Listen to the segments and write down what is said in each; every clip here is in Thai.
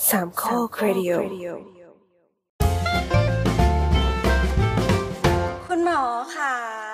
สามข้อครดิโอคุณหมอค่ะ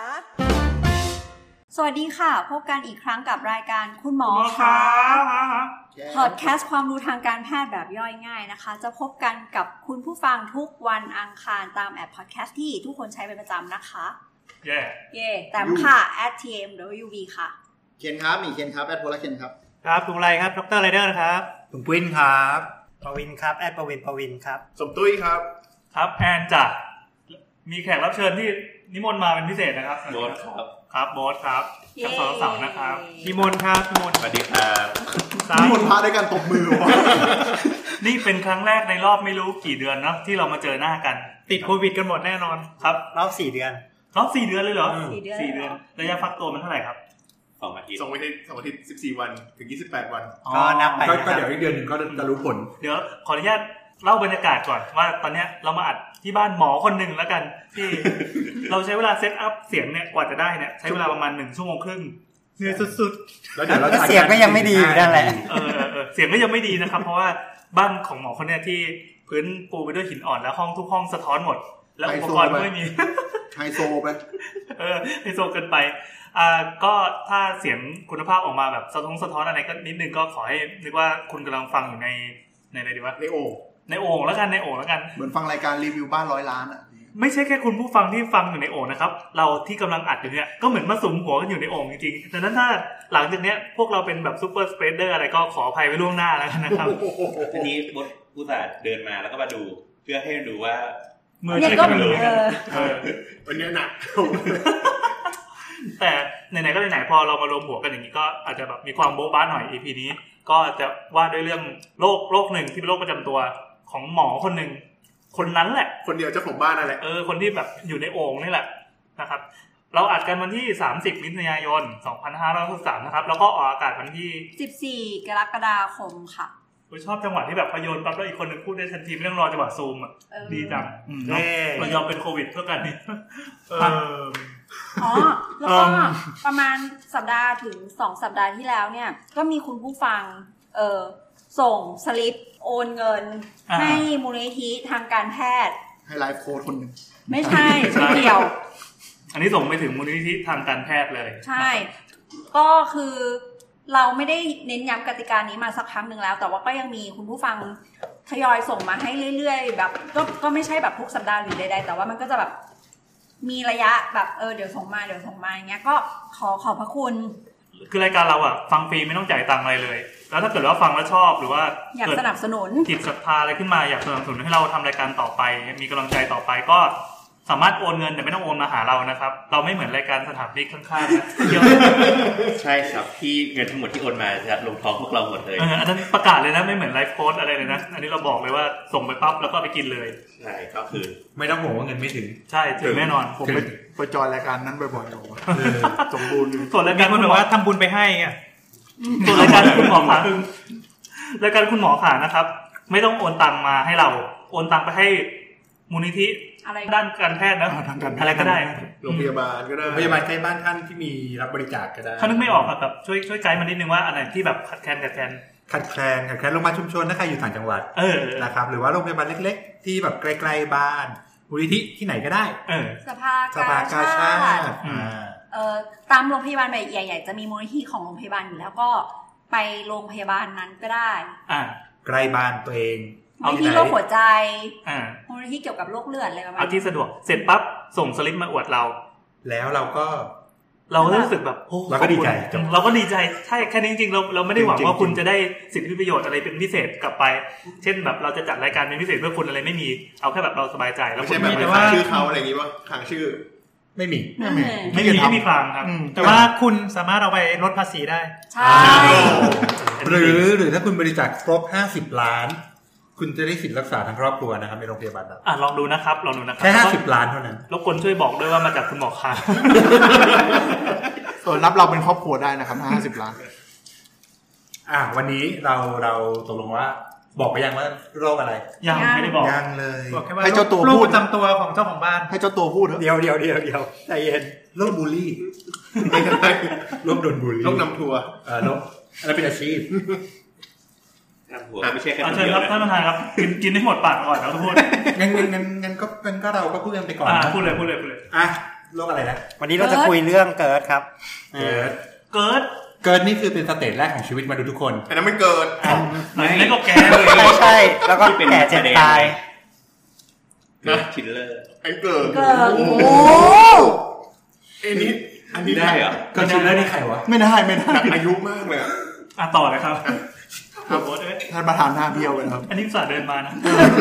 สวัสดีค่ะพบกันอีกครั้งกับรายการคุณหมอค่ะพอดแคสต์ความรู้ทางการแพทย์แบบย่อยง่ายนะคะจะพบกันกับคุณผู้ฟังทุกวันอังคารตามแอปพอดแคสต์ที่ทุกคนใช้เป็นประจำนะคะเย่แต้มค่ะ @tmwv ค่ะเคนครับมีเคนครับ@โพลาเคนครับครับถุงไรครับดรไรเดอร์ครับถุงกวินครับปวินครับปวินครับสมตุ้ยครับครับแอนจ้ะมีแขกรับเชิญที่นิมนต์มาเป็นพิเศษนะครับโบ๊ทครับโบ๊ทครับกับสาวๆนะครับนิมนต์ครับนิมนต์สวัสดีครับนิมนต์พระด้วยกันตบมือนี่เป็นครั้งแรกในรอบไม่รู้กี่เดือนเนาะที่เรามาเจอหน้ากันติดโควิดกันหมดแน่นอนครับรอบ4 เดือนเลยเหรอ4 เดือนระยะฟักตัวมันเท่าไหร่ครับ 2 อาทิตย์14 วันถึง28 วันก็นับไปก็เดี๋ยวอีกเดือนนึงก็จะรู้ผลเดี๋ยวขออนุญาตเล่าบรรยากาศก่อนว่าตอนเนี้ยเรามาอัดที่บ้านหมอคนหนึ่งแล้วกันที่เราใช้เวลาเซตอัพเสียงเนี่ยกว่าจะได้เนี่ยใช้เวลาประมาณ1 ชั่วโมงครึ่งเหนื่อยสุดๆแล้วเดี๋ยวเราเสียงก็ยังไม่ดีอยู่นั่นแหละเสียงก็ยังไม่ดีนะครับเพราะว่าบ้านของหมอคนเนี้ยที่พื้นปูไปด้วยหินอ่อนแล้วห้องทุกห้องสะท้อนหมดแล้วอุปกรณ์ไม่มีไฮโซไปไฮโซเกินไปก็ถ้าเสียงคุณภาพออกมาแบบสะท้อนอะไรก็นิดนึงก็ขอให้นึกว่าคุณกำลังฟังอยู่ในอะไรดีวะในโอ่งแล้วกันเหมือนฟังรายการรีวิวบ้าน100 ล้านอ่ะไม่ใช่แค่คุณผู้ฟังที่ฟังอยู่ในโอ่งนะครับเราที่กำลังอัดอยู่เนี่ยก็เหมือนมาสุมหัวกันอยู่ในโอ่งจริงๆดังนั้นถ้าหลังจากเนี้ยพวกเราเป็นแบบซูเปอร์สเปรดเดอร์อะไรก็ขออภัยไว้ล่วงหน้าแล้วกันนะครับทีนี้บดอุตส่าห์เดินมาแล้วก็มาดูเพื่อให้ดูว่ามือใช้กันเลยวันนี้หนักแต่ไหนๆก็ไหนๆพอเรามารวมหัวกันอย่างนี้ก็อาจจะแบบมีความโบ๊ะบ้าหน่อย EP นี้ก็จะว่าด้วยเรื่องโรคหนึ่งที่เป็นโรคประจำตัวของหมอคนหนึ่งคนนั้นแหละคนเดียวเจ้าของบ้านนั่นแหละคนที่แบบอยู่ในโอ่งนี่แหละนะครับเราอัดกันวันที่30 มิถุนายน 2563นะครับแล้วก็ออกอากาศวันที่ 14 กรกฎาคมค่ะชอบจังหวะที่แบบพยนต์ปั๊บแล้วอีกคนนึงพูดได้ทันทีไม่ต้องรอจังหวะซูมอ่ะดีจังเรายอมเป็นโควิดเพื่อกันนี่แล้วก็ประมาณสัปดาห์ถึง2 สัปดาห์ที่แล้วเนี่ยก็มีคุณผู้ฟังส่งสลิปโอนเงินให้มูลนิธิทางการแพทย์ให้ไลฟ์โค้ดคนนึงไม่ใช่เดียวอันนี้ส่งไปถึงมูลนิธิทางการแพทย์เลยใช่ก็คือเราไม่ได้เน้นย้ำกติกานี้มาสักครั้งนึงแล้วแต่ว่าก็ยังมีคุณผู้ฟังทยอยส่งมาให้เรื่อยๆแบบก็ไม่ใช่แบบทุกสัปดาห์หรือใดๆแต่ว่ามันก็จะแบบมีระยะแบบเดี๋ยวส่งมาอย่างเงี้ยก็ขอบพระคุณคือรายการเราอ่ะฟังฟรีไม่ต้องจ่ายตังค์อะไรเลยแล้วถ้าเกิดว่าฟังแล้วชอบหรือว่าอยากสนับสนุนจิตศรัทธาอะไรขึ้นมาอยากสนับสนุนให้เราทำรายการต่อไปมีกำลังใจต่อไปก็สามารถโอนเงินแต่ไม่ต้องโอนมาหาเรานะครับเราไม่เหมือนรายการสถาปนิกข้างๆนะใช่ครับที่เงินทั้งหมดที่โอนมาจะลงท้องพวกเราหมดเลยอันนั้นประกาศเลยนะไม่เหมือนไลฟ์โค้ดอะไรเลยนะอันนี้เราบอกเลยว่าส่งไปปั๊บแล้วก็ไปกินเลยใช่ก็คือไม่ต้องห่วงว่าเงินไม่ถึงใช่ถึงแน่นอนผมไปจอยรายการนั้นบ่อยๆสมบูรณ์ส่วนรายการคุณบอกว่าทำบุญไปให้อ่ะส่วนรายการคุณหมอขารายการคุณหมอขานะครับไม่ต้องโอนตังมาให้เราโอนตังไปให้มูลนิธิด้านการแพทย์นะอะไรก็ได้โรงพยาบาลก็ได้พยาบาลใกล้บ้านท่านที่มีรับบริจาคก็ได้ถ้านึกไม่ออกครับช่วยไกด์มานิดนึงว่าอันไหนที่แบบขาดแคลนโรงพยาบาลชุมชนถ้าใครอยู่ต่างจังหวัดนะครับหรือว่าโรงพยาบาลเล็กๆที่แบบใกล้ๆบ้านมูลนิธิที่ไหนก็ได้สภากาชาติตามโรงพยาบาลใหญ่ๆจะมีมูลนิธิของโรงพยาบาลอยู่แล้วก็ไปโรงพยาบาลนั้นก็ได้ใกล้บ้านตัวเองมูลนิธิโรคหัวใจมูลนิธิเกี่ยวกับโรคเลือดอะไรประมาณเอาที่สะดวกเสร็จปั๊บส่งสลิปมาอวดเราแล้วเราก็รู้สึกแบบเราก็ดีใจใช่แค่นี้จริงๆเราไม่ได้หวังว่าคุณจะได้สิทธิประโยชน์อะไรเป็นพิเศษกลับไปเช่นแบบเราจะจัดรายการเป็นพิเศษเพื่อคุณอะไรไม่มีเอาแค่แบบเราสบายใจแล้วคุณมีแต่ว่าชื่อเขาอะไรอย่างงี้ป่ะค้างชื่อไม่มีคลังครับแต่ว่าคุณสามารถเอาไปลดภาษีได้ใช่หรือถ้าคุณบริจาคครบ50 ล้านคุณจะได้สิทธิ์รักษาทั้งครอบครัวนะครับในโรงพยาบาลลองดูนะครับแค่50 ล้านเท่านั้นรบกวนช่วยบอกด้วยว่ามาจากคุณหมอค่ะนับเราเป็นครอบครัวได้นะครับ50 ล้านวันนี้เราตกลงว่าบอกไปยังว่าโรคอะไรยังไม่ได้บอกยังเลยบอกแค่ว่าให้เจ้าตัวพูดประจำตัวของเจ้าของบ้านให้เจ้าตัวพูดเดี๋ยวใจเย็นโรคบูลลี่โรคโดนบูลลี่โรคนำทัวร์โรคอะไรเป็นอาชีพหัวไม่ใช่แค่เชิญครับท่านประธานครับกินให้หมดปากก่อนแล้วก็พูดงั้นก็เราก็พูดกันไปก่อนพูดเลยอ่ะโรคอะไรนะวันนี้เราจะคุยเรื่องเกิร์ดครับเกิร์ดนี่คือเป็นสเตจแรกของชีวิตมาดูทุกคนอันนั้นไม่เกิดไม่ก็แก่เลยใช่แล้วก็แก่เจ็บตายนะชิลเลอร์ไอ้เกิดโอ้อันนี้ได้เหรอก็ชิลเลอร์นี่ใครวะไม่ได้อายุมากเลยต่อเลยครับท่านประธานหน้าเบี้ยวเลยครับอันนี้สาเดินมานะ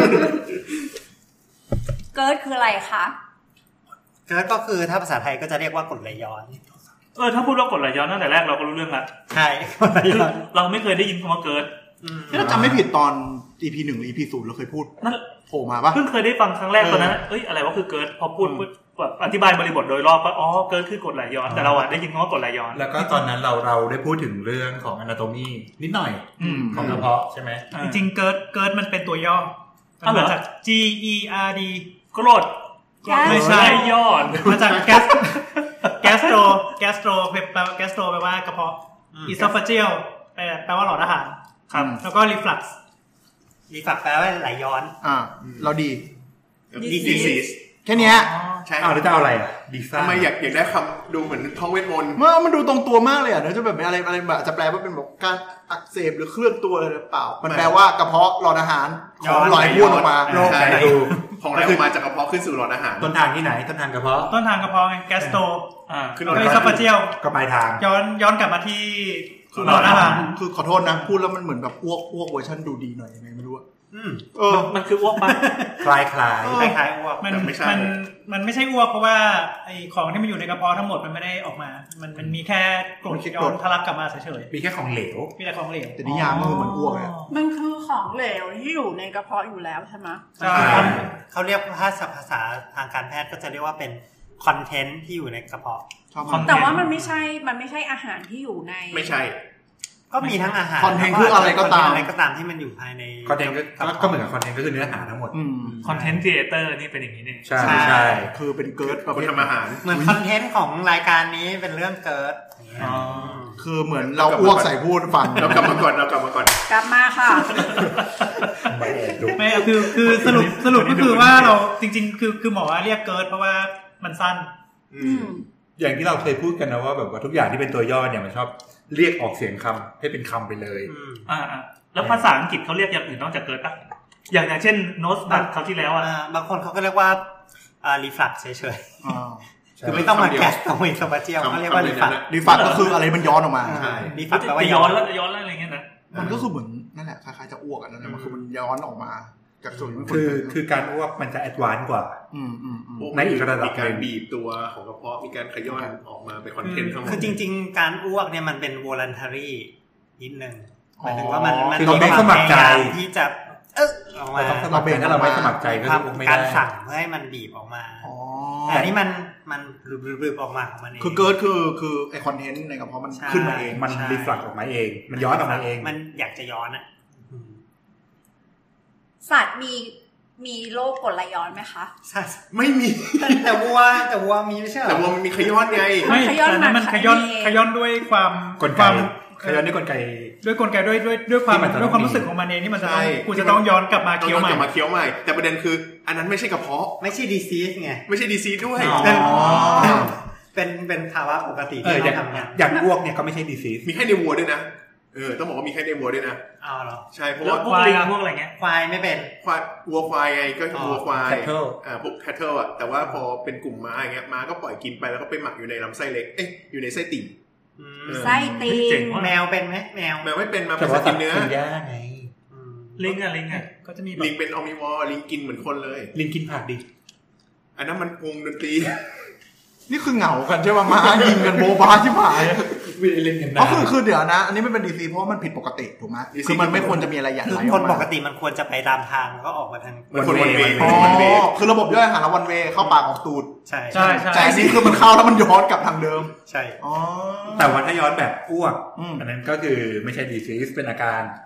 เกิร์ดคืออะไรคะเกิร์ดก็คือถ้าภาษาไทยก็จะเรียกว่ากรดไหลย้อนถ้าพูดว่ากรดไหลย้อนตั้งแต่แรกเราก็รู้เรื่องละใช่กรดไหลย้อนเราไม่เคยได้ยินคำว่าเกิร์ดถ้าจำไม่ผิดตอน EP 1 หรือ EP 0เราเคยพูดนั่นโผล่มาปะเพิ่งเคยได้ฟังครั้งแรกตอนนั้นอะไรวะคือเกิร์ดพอพูดแบบอธิบายบริบทโดยรอบว่าเกิร์ดคือกรดไหลย้อนแต่เราได้ยินคำว่ากรดไหลย้อนแล้วก็ตอนนั้นเราได้พูดถึงเรื่องของ anatomy นิดหน่อยของกระเพาะใช่ไหมจริงๆเกิร์ดมันเป็นตัวย่อมาจาก GERD กรดไม่ใช่ย่อมาจากแกสโตรแปลว่ากระเพาะ esophageal แปลว่าหลอดอาหารครับแล้วก็ reflux แปลว่าไหลย้อนเราดี disease แค่นี้ใช่แล้วจะเอาอะไรดีซ่าทำไมอยากได้คำดูเหมือนท่องเวทมนต์มันดูตรงตัวมากเลยเนอะจะแบบอะไรแบบจะแปลว่าเป็นแบบการอักเสบหรือเคลื่อนตัวอะไรหรือเปล่ามันแปลว่ากระเพาะหลอดอาหารของไหลวนออกมาใช่ดูของไหลออกมาจากกระเพาะขึ้นสู่หลอดอาหารต้นทางที่ไหนต้นทางกระเพาะไงแกสโตรคือ esophageal ก็ปลายทางย้อนกลับมาที่หลอดอาหารคือขอโทษนะพูดแล้วมันเหมือนแบบอ้วกเวอร์ชันดูดีหน่อยยังไงไม่รู้มันคืออ้วกปะคล้ายอ้วกมันไม่ใช่อ้วกเพราะว่าไอ้ของที่มันอยู่ในกระเพาะทั้งหมดมันไม่ได้ออกมามันมีแค่กรดย้อนทะลักกลับมาเฉยๆมีแค่ของเหลวมีแต่ของเหลวแต่นิยามมันคือเหมือนอ้วกมันคือของเหลวที่อยู่ในกระเพาะอยู่แล้วใช่ไหมใช่เขาเรียกภาษาทางการแพทย์ก็จะเรียกว่าเป็นคอนเทนต์ที่อยู่ในกระเพาะแต่ว่ามันไม่ใช่อาหารที่อยู่ในไม่ใช่ก็มีทั้งอาหารคอนเทนต์คืออะไรก็ตามที่มันอยู่ภายในคอนเทนต์ก็เหมือนกับคอนเทนต์ก็คือเนื้อหาทั้งหมดคอนเทนต์ครีเอเตอร์นี่เป็นอย่างนี้นี่ใช่คือเป็นเกิร์ดประเภททำอาหารเหมือนคอนเทนต์ของรายการนี้เป็นเรื่องเกิร์ดคือเหมือนเราอ้วกใส่พูดฟังเรากลับมาก่อนกลับมาค่ะไม่คือสรุปก็คือว่าเราจริงๆคือหมอเรียกเกิร์ดเพราะว่ามันสั้นอย่างที่เราเคยพูดกันนะว่าแบบว่าทุกอย่างที่เป็นตัวย่อเนี่ยมันชอบเรียกออกเสียงคำให้เป็นคำไปเลยแล้วภาษาอังกฤษเขาเรียกอย่างอื่นนอกจากเกิร์ดป่ะอย่างเช่นโนสบัตเขาที่แล้วบางคนเขาก็เรียกว่าreflux เฉยๆคือไม่ต้องมาแกสตรงอินโซฟาเจียลเขาเรียกว่า reflux ก็คืออะไรมันย้อนออกมาใช่ reflux แปลว่าย้อนแล้วอะไรเงี้ยนะมันก็คือเหมือนนั่นแหละคล้ายๆจะอ้วกนั่นแหละมันคือมันย้อนออกมาจากส่วนคือการอ้วกมันจะแอดวานซ์กว่าในอีกระดับการบีบตัวของกระเพาะมีการขย้อนออกมาเป็นคอนเทนต์ทั้งหมดคือจริงๆการอ้วกเนี่ยมันเป็น voluntary นิดนึงหมายถึงว่ามันเราไม่สมัครใจที่จะออกมาเราเป็นถ้าเราไม่สมัครใจก็ไม่ได้การสั่งเพื่อให้มันบีบออกมาแต่นี่มันรืบออกมาของมันเองคือเกิดคือไอคอนเทนต์ในกระเพาะมันขึ้นมาเองมันรีฟลักซ์ออกมาเองมันย้อนออกมาเองมันอยากจะย้อนอ่ะสัตว์มีโรคกรดไหลย้อนไหมคะไม่มีแต่วัวมีไม่ใช่แต่วัวมันมีขย้อนไงขย้อนมันขย้อนด้วยความขย้อนด้วยกลไกด้วยความรู้สึกของมันเองนี่มันจะต้องกูจะต้องย้อนกลับมาเคี้ยวใหม่แต่ประเด็นคืออันนั้นไม่ใช่กระเพาะไม่ใช่ disease ไงไม่ใช่ disease ด้วยเป็นภาวะปกติที่เราทำงานอย่างอ้วกเนี่ยก็ไม่ใช่ disease มีแค่ในวัวด้วยนะต้องบอกว่ามีแค่ในวัวด้วยนะเหรอใช่เพราะว่าพวกลิงพวกอะไรเงี้ยควายไม่เป็นวัวควายไงก็วัวควายพวกแคทเทิลแต่ว่าพอเป็นกลุ่มม้าอย่างเงี้ยม้าก็ปล่อยกินไปแล้วก็ไปหมักอยู่ในลำไส้เล็กอยู่ในไส้ติ่งไส้ติ่งแมวเป็นไหมแมวไม่เป็นมาเป็นสัตว์กินเนื้อไงลิงอ่ะก็จะมีลิงเป็นออมนิวอร์ลิงกินเหมือนคนเลยลิงกินผักดิอันนั้นมันวงดนตรีนี่คือเหงากันใช่ไหมมายิงกันโบบาที่ผ่านเพราะคือเดี๋ยวนะอันนี้ไม่เป็นดีซีเพราะมันผิดปกติถูกไหมคือมันไม่ควรจะมีอะไรอย่างไรคนปกติมันควรจะไปตามทางก็ออกมาทางวันเวย์คือระบบย่อยอาหารวันเวย์เข้าปากออกตูดใช่แต่อันนี้คือมันเข้าแล้วมันย้อนกลับทางเดิมใช่แต่ว่าถ้าย้อนแบบอ้วกอันนั้นก็คือไม่ใช่ดีซีเป็นอาการ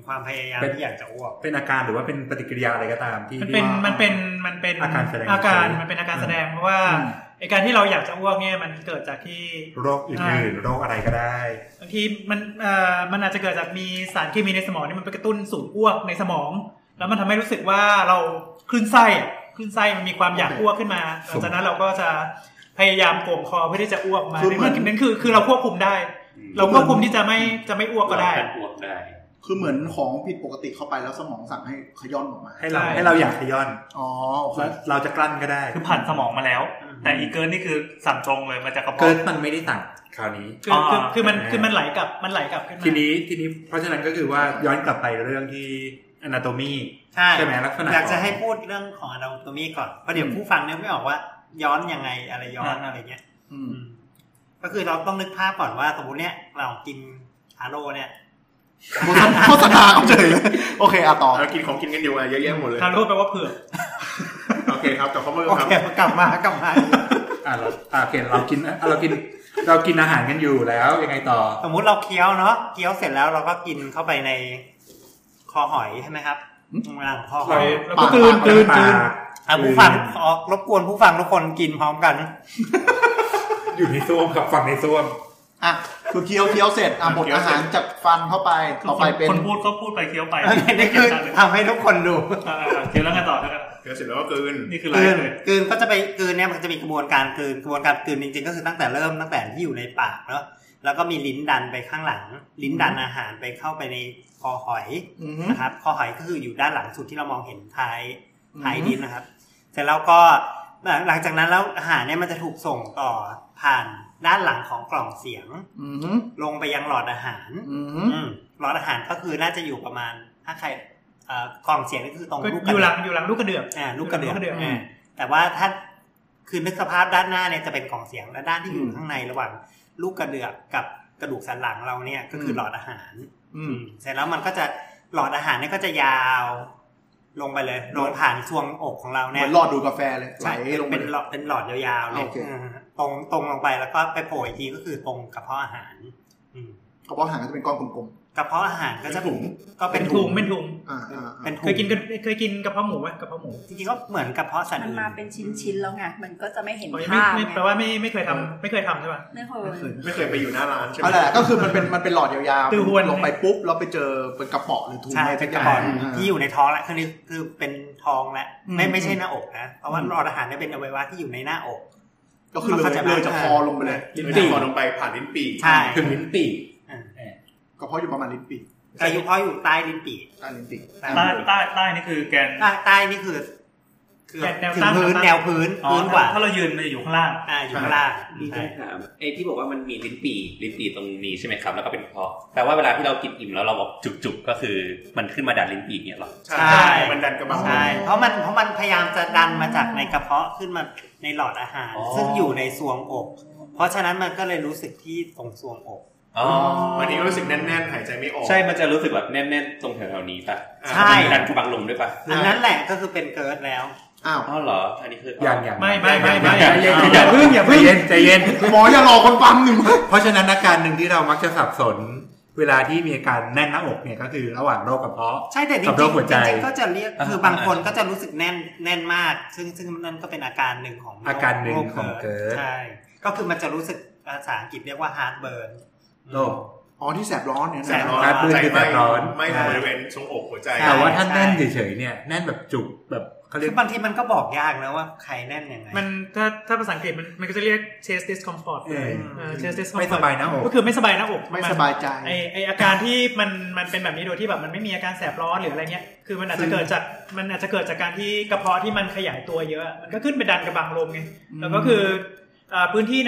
ความพยายามที่อยากจะอ้วกเป็นอาการหรือว่าเป็นปฏิกิริยาอะไรก็ตามที่มันเป็นอาการแสดงมันเป็นอาการแสดงเพราะว่าไอ้การที่เราอยากจะอ้วกเนี่ยมันเกิดจากที่โรคอื่นๆโรคอะไรก็ได้บางทีมันอาจจะเกิดจากมีสารเคมีในสมองที่มันไปกระตุ้นสูบอ้วกในสมองแล้วมันทำให้รู้สึกว่าเราคลื่นไส้มันมีความอยากอ้วกขึ้นมาหลังจากนั้นเราก็จะพยายามโก่งคอเพื่อที่จะอ้วกมานั่นคือเราควบคุมได้เราควบคุมที่จะไม่อ้วกก็ได้คือเหมือนของผิดปกติเข้าไปแล้วสมองสั่งให้ขย้อนออกมาให้เราอยากขย้อนเราจะกลั้นก็ได้คือผ่านสมองมาแล้วแต่อีเกิร์นี่คือสั่งตรงเลยมาจากกระเพาะเกิร์มันไม่ได้สั่งคราวนี้คือมันไหลกลับขึ้นมาทีนี้เพราะฉะนั้นก็คือว่าย้อนกลับไปเรื่องที่ anatomy ใช่ไหมลักษณะอยากจะให้พูดเรื่องของ anatomy ก่อนเพราะเดี๋ยวผู้ฟังเนี่ยไม่ออกว่าย้อนยังไงอะไรย้อนอะไรเงี้ยก็คือเราต้องนึกภาพก่อนว่าสมมติเนี่ยเรากินทาโร่เนี่ยโฆษณาเอาเฉยเลยโอเคต่อเรากินของกินกันอยู่เยอะแยะหมดเลยทาโร่แปลว่าเผือกโอเคครับแต่เขาไม่ครับกลับมาโอเคเรากินอาหารกันอยู่แล้วยังไงต่อสมมุติเราเคี้ยวเนาะเคี้ยวเสร็จแล้วเราก็กินเข้าไปในคอหอยใช่ไหมครับคอหอยแล้วก็กลืนผู้ฟังรบกวนผู้ฟังทุกคนกินพร้อมกันอยู่ในซ่วมกับฝั่งในซ่วมคือเคี้ยวเสร็จหมดอาหารจากฟันเข้าไปต่อไปเป็นคนพูดก็พูดไปเคี้ยวไปนี่คือทำให้ทุกคนดูเคี้ยวแล้วกันต่อนะครับเคี้ยวเสร็จแล้วก็กลืนนี่คืออะไรกลืนก็จะไปกลืนเนี่ยมันจะมีกระบวนการกลืนจริงๆก็คือตั้งแต่ที่อยู่ในปากเนาะแล้วก็มีลิ้นดันไปข้างหลังลิ้นดันอาหารไปเข้าไปในคอหอยนะครับคอหอยก็คืออยู่ด้านหลังสุดที่เรามองเห็นท้ายลิ้นนะครับเสร็จแล้วก็หลังจากนั้นแล้วอาหารเนี่ยมันจะถูกส่งต่อผ่านด้านหลังของกล่องเสียงลงไปยังหลอดอาหารหลอดอาหารก็คือน่าจะอยู่ประมาณถ้าใครกล่องเสียงก็คือตรงลูกกระเดือกอยู่หลังลูกกระเดือกลูกกระเดือกแต่ว่าถ้าคือนึกสภาพด้านหน้าเนี่ยจะเป็นกล่องเสียงและด้านที่อยู่ข้างในระหว่างลูกกระเดือกกับกระดูกสันหลังเราเนี่ยก็คือหลอดอาหารเสร็จแล้วมันก็จะหลอดอาหารเนี่ยก็จะยาวลงไปเลยลงผ่านช่วงอกของเราเนี่ยเหมือนหลอดดูกาแฟเลยไหลลงเป็นหลอดยาวๆเลยตรงลงไปแล้วก็ไปโผล่อีกทีก็คือตรงกระเพาะอาหารกระเพาะอาหารก็จะเป็นก้อนกลมๆกระเพาะอาหารก็จะถุงก็เป็นถุงเป็นถุงเคยกินกระเพาะหมูไหมกระเพาะหมูจริงๆก็เหมือนกระเพาะสัตว์มันมาเป็นชิ้นๆแล้วไงมันก็จะไม่เห็นภาพแปลว่าไม่เคยทำใช่ป่ะไม่เคยไปอยู่หน้าร้านใช่ไหมก็คือมันเป็นหลอดยาวๆลงไปปุ๊บแล้วไปเจอเป็นกระป๋อหรือถุงอะไรเป็นกระป๋อที่อยู่ในท้องแล้วคือเป็นท้องแล้วไม่ใช่หน้าอกนะเพราะว่าหลอดอาหารเนี่ยเป็นอวัยวะที่อยู่ในหน้าอกก็คือเลยจากคอลงไปเลยลิ้นปี่คอลงไปผ่านลิ้นปี่ถึงลิ้นปี่กระเพาะอยู่ประมาณลิ้นปี่กระเพาะอยู่ใต้ลิ้นปี่ใต้ลิ้นปี่ใต้นี่คือแกนใต้นี่คือถึงพื้นแนวพื้นกว่าถ้าเรายืนมันจะอยู่ข้างล่างอยู่ข้างล่างที่บอกว่ามันมีลิ้นปี่ตรงนี้ใช่ไหมครับแล้วก็เป็นกระเพาะแปลว่าเวลาที่เรากินอิ่มแล้วเราบอกจุกก็คือมันขึ้นมาดันลิ้นปี่เนี่ยหรอใช่มันดันกระเพาะใช่เพราะมันพยายามจะดันมาจากในกระเพาะขึ้นมาในหลอดอาหารซึ่งอยู่ในทรวงอกเพราะฉะนั้นมันก็เลยรู้สึกที่ตรงทรวงอกวันนี้ก็รู้สึกแน่นๆหายใจไม่ออกใช่มันจะรู้สึกแบบแน่นๆตรงแถวๆนี้ป่ะใช่ดันกระบังลมด้วยป่ะอันนั้นแหละก็คือเป็นเกิร์ดแล้วอ้าวเหรออันนี้คืออย่างไม่อย่าเพิ่งใจเย็นหมออย่าหลอกคนฟังหนึ่งเพราะฉะนั้นอาการหนึ่งที่เรามักจะสับสนเวลาที่มีอาการแน่นหน้าอกเนี่ยก็คือระหว่างโรคกระเพาะใช่แต่จริงๆก็จะเรียกคือบางคนก็จะรู้สึกแน่นมากซึ่งนั่นก็เป็นอาการหนึ่งของอาการหนึ่งของเกิร์ดใช่ก็คือมันจะรู้สึกภาษาอังกฤษเรียกว่า heartburn โรคที่แสบร้อนเนี่ยแสบร้อนแสบร้อนไม่บริเวณทรวงอกหัวใจแต่ว่าถ้าแน่นเฉยๆเนี่ยแน่นแบบจุกแบบเขาเรียกบางทีมันก็บอกยากนะว่าใครแน่นยังไงมันถ้าภาษาอังกฤษมันก็จะเรียก chest discomfort chest discomfort ไม่สบายหน้าอกก็คือไม่สบายหน้าอกไม่สบายใจไออาการที่มันเป็นแบบนี้โดยที่แบบมันไม่มีอาการแสบร้อนหรืออะไรเงี้ยคือมันอาจจะเกิดจากการที่กระเพาะที่มันขยายตัวเยอะมันก็ขึ้นไปดันกระบังลมไงแล้วก็คือพื้นที่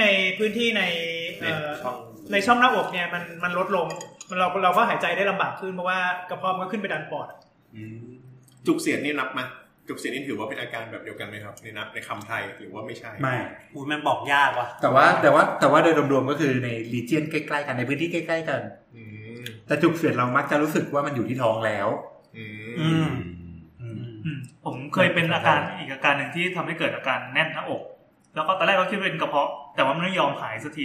ในช่องหน้าอกเนี่ยมันลดลงเราก็หายใจได้ลำบากขึ้นเพราะว่ากระเพาะมันก็ขึ้นไปดันปอดจุกเสียดนี่นับไหมจุกเสียดนี่ถือว่าเป็นอาการแบบเดียวกันไหมครับในคำไทยหรือว่าไม่ใช่ไม่มันบอกยากว่ะแต่ว่าโดยรวมๆก็คือในรีเจียนใกล้ๆกันในพื้นที่ใกล้ๆกันแต่จุกเสียดเรามักจะรู้สึกว่ามันอยู่ที่ท้องแล้วผมเคยเป็นอาการอีกอาการหนึ่งที่ทำให้เกิดอาการแน่นหน้าอกแล้วก็ตอนแรกก็คิดว่าเป็นกระเพาะแต่ว่ามันไม่ยอมหายสักที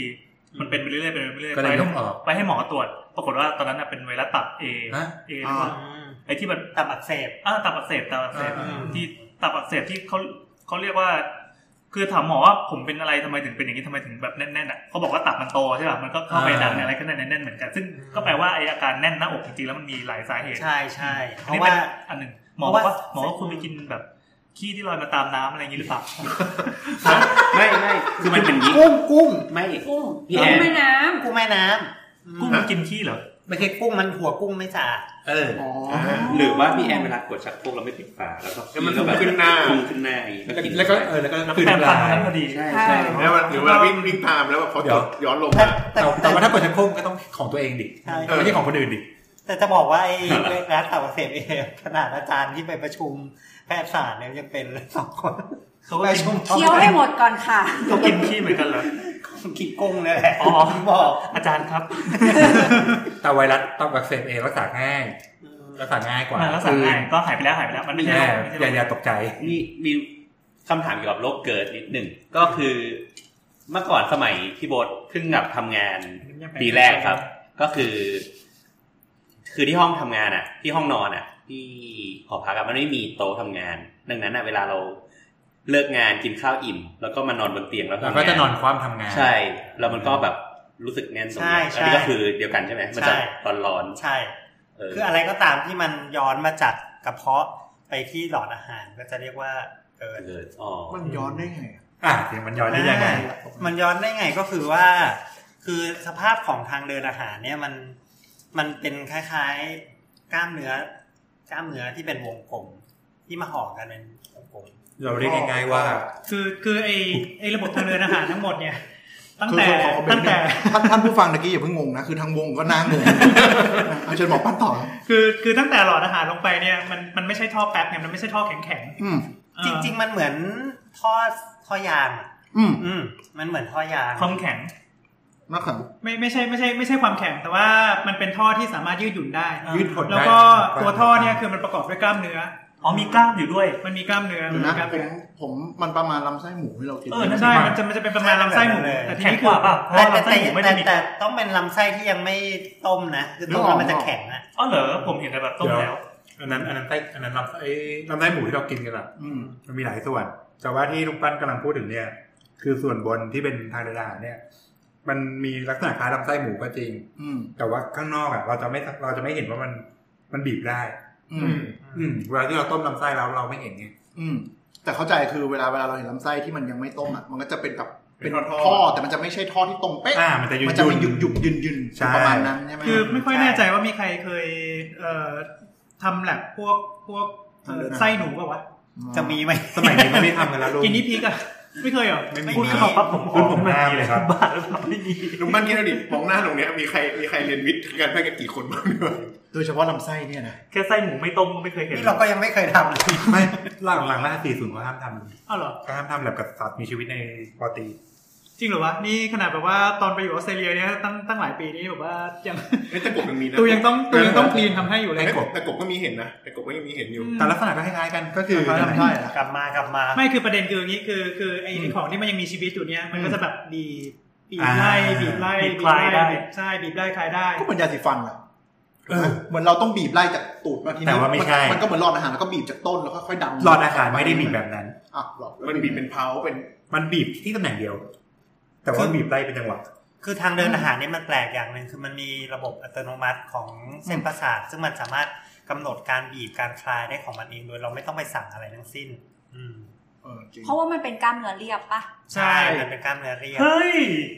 มันเป็นไปเรื่อยๆเป็นไปเรื่อยๆก็เลยยกออกไปให้หมอตรวจปรากฏว่าตอนนั้นเป็นไวรัสตับ A หรือว่าไอ้ที่มันตับอักเสบตับอักเสบที่ตับอักเสบที่เขาเรียกว่าคือถามหมอว่าผมเป็นอะไรทำไมถึงเป็นอย่างนี้ทำไมถึงแบบแน่นๆอ่ะเขาบอกว่าตับมันโตใช่ป่ะมันก็เข้าไปดันอะไรข้างในแน่นๆเหมือนกันซึ่งก็แปลว่าไอ้อาการแน่นหน้าอกจริงๆแล้วมันมีหลายสาเหตุใช่เพราะว่าอันนึงหมอบอกว่าคุณไปกินแบบขี้ที่ลอยมาตามน้ำอะไรอย่างนี้หรือเปล่าไม่คือมันเป็นกุ้งไม่กุ้งแม่น้ำกุ้งแม่น้ำกุ้งมันกินขี้เหรอไม่ใช่กุ้งมันหัวกุ้งไม่สะอาดหรือว่าพี่แอนเวลากดชักโครกเราไม่ปิดฝาแล้วก็มันขึ้นหน้าแล้วก็คือแปลงพอดีใช่แล้วหรือว่าวิ่งตามแล้วเขาย้อนลงแต่ว่าถ้ากดชักโครกก็ต้องของตัวเองดิไม่ใช่ของคนอื่นดิแต่จะบอกว่าไอ้ร้านตับอักเสบขนาดอาจารย์ที่ไปประชุมแพทยศาสตร์เนี่ยยังเป็น2 คนเคี้ยวให้หมดก่อนค่ะเขากินขี้เหมือนกันเหรอกินกุ้งเลยแหละบอกอาจารย์ครับแต่ไวรัสตับอักเสบรักษาง่ายกว่ารักษาง่ายก็หายไปแล้วมันไม่ใช่อย่าตกใจมีคำถามเกี่ยวกับโรคเกิดนิดหนึ่งก็คือเมื่อก่อนสมัยที่โบ๊ทเพิ่งทำงานปีแรกครับก็คือที่ห้องทำงานอ่ะที่ห้องนอนอ่ะที่หอพักมันไม่มีโต๊ะทำงานดังนั้นเวลาเราเลิกงานกินข้าวอิ่มแล้วก็มานอนบนเตียงแล้วก็จะนอนคว่ำทำงานใช่แล้วมันก็แบบรู้สึกแน่นตรงนี้อันนี้ก็คือเดียวกันใช่ไหมมันจะร้อนใช่คืออะไรก็ตามที่มันย้อนมาจากกระเพาะไปที่หลอดอาหารก็จะเรียกว่าเกิดมันย้อนได้ไงมันย้อนได้ยังไงมันย้อนได้ไงก็คือว่าคือสภาพของทางเดินอาหารเนี่ยมันเป็นคล้ายๆกล้ามเนื้อที่เป็นวงกลมที่มาห่อกันเป็นวงกลมเราเรียกง่ายๆว่าคือไอ้ระบบทางเดินอาหารทั้งหมดเนี่ยตั้งแต่ท่านผู้ฟังตะกี้อย่าเพิ่งงงนะคือทางวงก็น่างงเอาเชิญหมอปั้นต่อคือตั้งแต่หลอดอาหารลงไปเนี่ยมันไม่ใช่ท่อแป๊บเนี่ยมันไม่ใช่ท่อแข็งๆจริงๆมันเหมือนท่อยางมันเหมือนท่อยางความแข็งนะครับไม่ใช่ความแข็งแต่ว่ามันเป็นท่อที่สามารถยืดหยุ่นได้แล้วก็ ตัวท่อเนี่ยคือมันประกอบด้วยกล้ามเนื้อมีกล้ามอยู่ด้วยมันมีกล้ามเนื้อผมมันประมาณลำไส้หมูที่เรากินใช่มันจะเป็นประมาณลำไส้หมูแต่ทีนี้คือแต่ต้องเป็นลำไส้ที่ยังไม่ต้มนะคือต้มแล้วมันจะแข็งนะเหรอผมเห็นแต่แบบต้มแล้วอันนั้นลำไส้หมูที่เรากินกันมันมีหลายส่วนแต่ว่าที่ลุงปั้นกำลังพูดถึงเนี่ยคือส่วนบนที่เป็นทางเดินอาหารเนี่ยมันมีลักษณะคล้ายลำไส้หมูก็จริงแต่ว่าข้างนอกเราจะไม่เห็นว่ามันบีบได้เวลาที่เราต้มลำไส้แล้วเราไม่เห็นไงแต่เข้าใจคือเวลาเราเห็นลำไส้ที่มันยังไม่ต้มมันก็จะเป็นแบบเป็นท่อแต่มันจะไม่ใช่ท่อที่ตรงเป๊ะมันจะเป็นยุบยืนประมาณนั้นใช่ไหมคือไม่ค่อยแน่ใจว่ามีใครเคยทำแลบพวกไส้หนูป่าววะจะมีไหมสมัยนี้ไม่ทำกันแล้วลูกกินนี่พีกอะไม่เคยเหรอไม่พูดข่าวปั๊บผมหน้าเลยครับบ้าหรือเปล่าไม่มีลุงบ้านคิดดูดิมองหน้าตรงเนี้ยมีใครเรียนวิทย์การแพทย์กันกี่คนบ้างโดยเฉพาะลำไส้เนี่ยนะแค่ไส้หมูไม่ต้มก็ไม่เคยเห็นนี่เราก็ยังไม่เคยทำเลยไม่หลัง40เขาห้ามทำเหรอเขาห้ามทำแบบกับสัตว์มีชีวิตในปกติจริงเหรอวะนี่ขนาดแบบว่าตอนไปอยู่ออสเตรเลียเนี่ยตั้งหลายปีนี้แบบว่ายังแต่กบยังมีนะตัวยังต้องคลีนทำให้อยู่เลยแต่กบก็มีเห็นนะแต่กบก็ยังมีเห็นอยู่แต่ลักษณะก็คล้ายๆกันก็คือใช่กลับมาไม่คือประเด็นคืออย่างนี้คือไอ้ของที่มันยังมีชีวิตอยู่เนี่ยมันก็จะแบบบีบไล่คลายได้ใช่บีบไล่คลายได้ก็เหมือนยาสีฟันอะเหมือนเราต้องบีบไล่จากตูดมาทีนี้แต่ว่าไม่ใช่มันก็เหมือนหลอดอาหารแล้วก็บีบจากต้นแล้วค่อยๆดันหลอดอาหารไม่ได้บีบแบบนั้นมันบีบเป็นเพาเป็นมันบีบที่ตำแหน่งเดียวแต่ว่าบีบไล่เป็นจังหวะคือทางเดินอาหารนี่มันแปลกอย่างนึงคือมันมีระบบอัตโนมัติของเส้นประสาทซึ่งมันสามารถกำหนดการบีบการคลายได้ของมันเองโดยเราไม่ต้องไปสั่งอะไรทั้งสิ้นเพราะว่ามันเป็นกล้ามเนื้อเรียบปะใช่มันเป็นกล้ามเนื้อเรียบเฮ้ย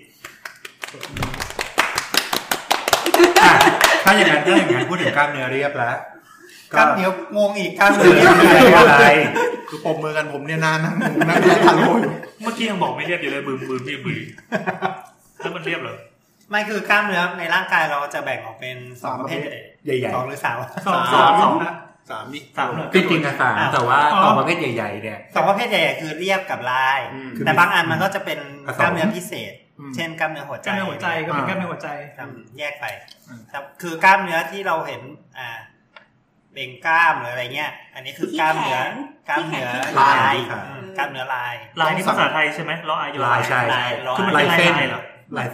ถ้าอย่างนั้นพูดถึงกล้ามเนื้อเรียบแล้วกล้ามเนื้องงอีกกล้ามเนื้อเรียบอะไรคือปมมือกันผมเนี่ยนานนั่งทะลุเมื่อกี้ยังบอกไม่เรียบอยู่เลยบืมแล้วมันเรียบเหรอไม่คือกล้ามเนื้อในร่างกายเราจะแบ่งออกเป็น2ประเภทใหญ่ๆ2หรือ 3นะ 3นี่3จริงๆอ่ะ3แต่ว่า2ประเภทใหญ่ๆเนี่ย 2ประเภทใหญ่ๆคือเรียบกับลายแต่บางอันมันก็จะเป็นกล้ามเนื้อพิเศษเช่นกล้ามเนื้อหัวใจก็เป็นกล้ามเนื้อหัวใจแยกไปครับคือกล้ามเนื้อที่เราเห็นเบ่งกล้ามหรืออะไรเงี้ยอันนี้คือกล้ามเนื้อลายกล้ามเนื้อลายนี่ภาษาไทยใช่ไหมลายใช่คือมันลายเส้นลายเส้น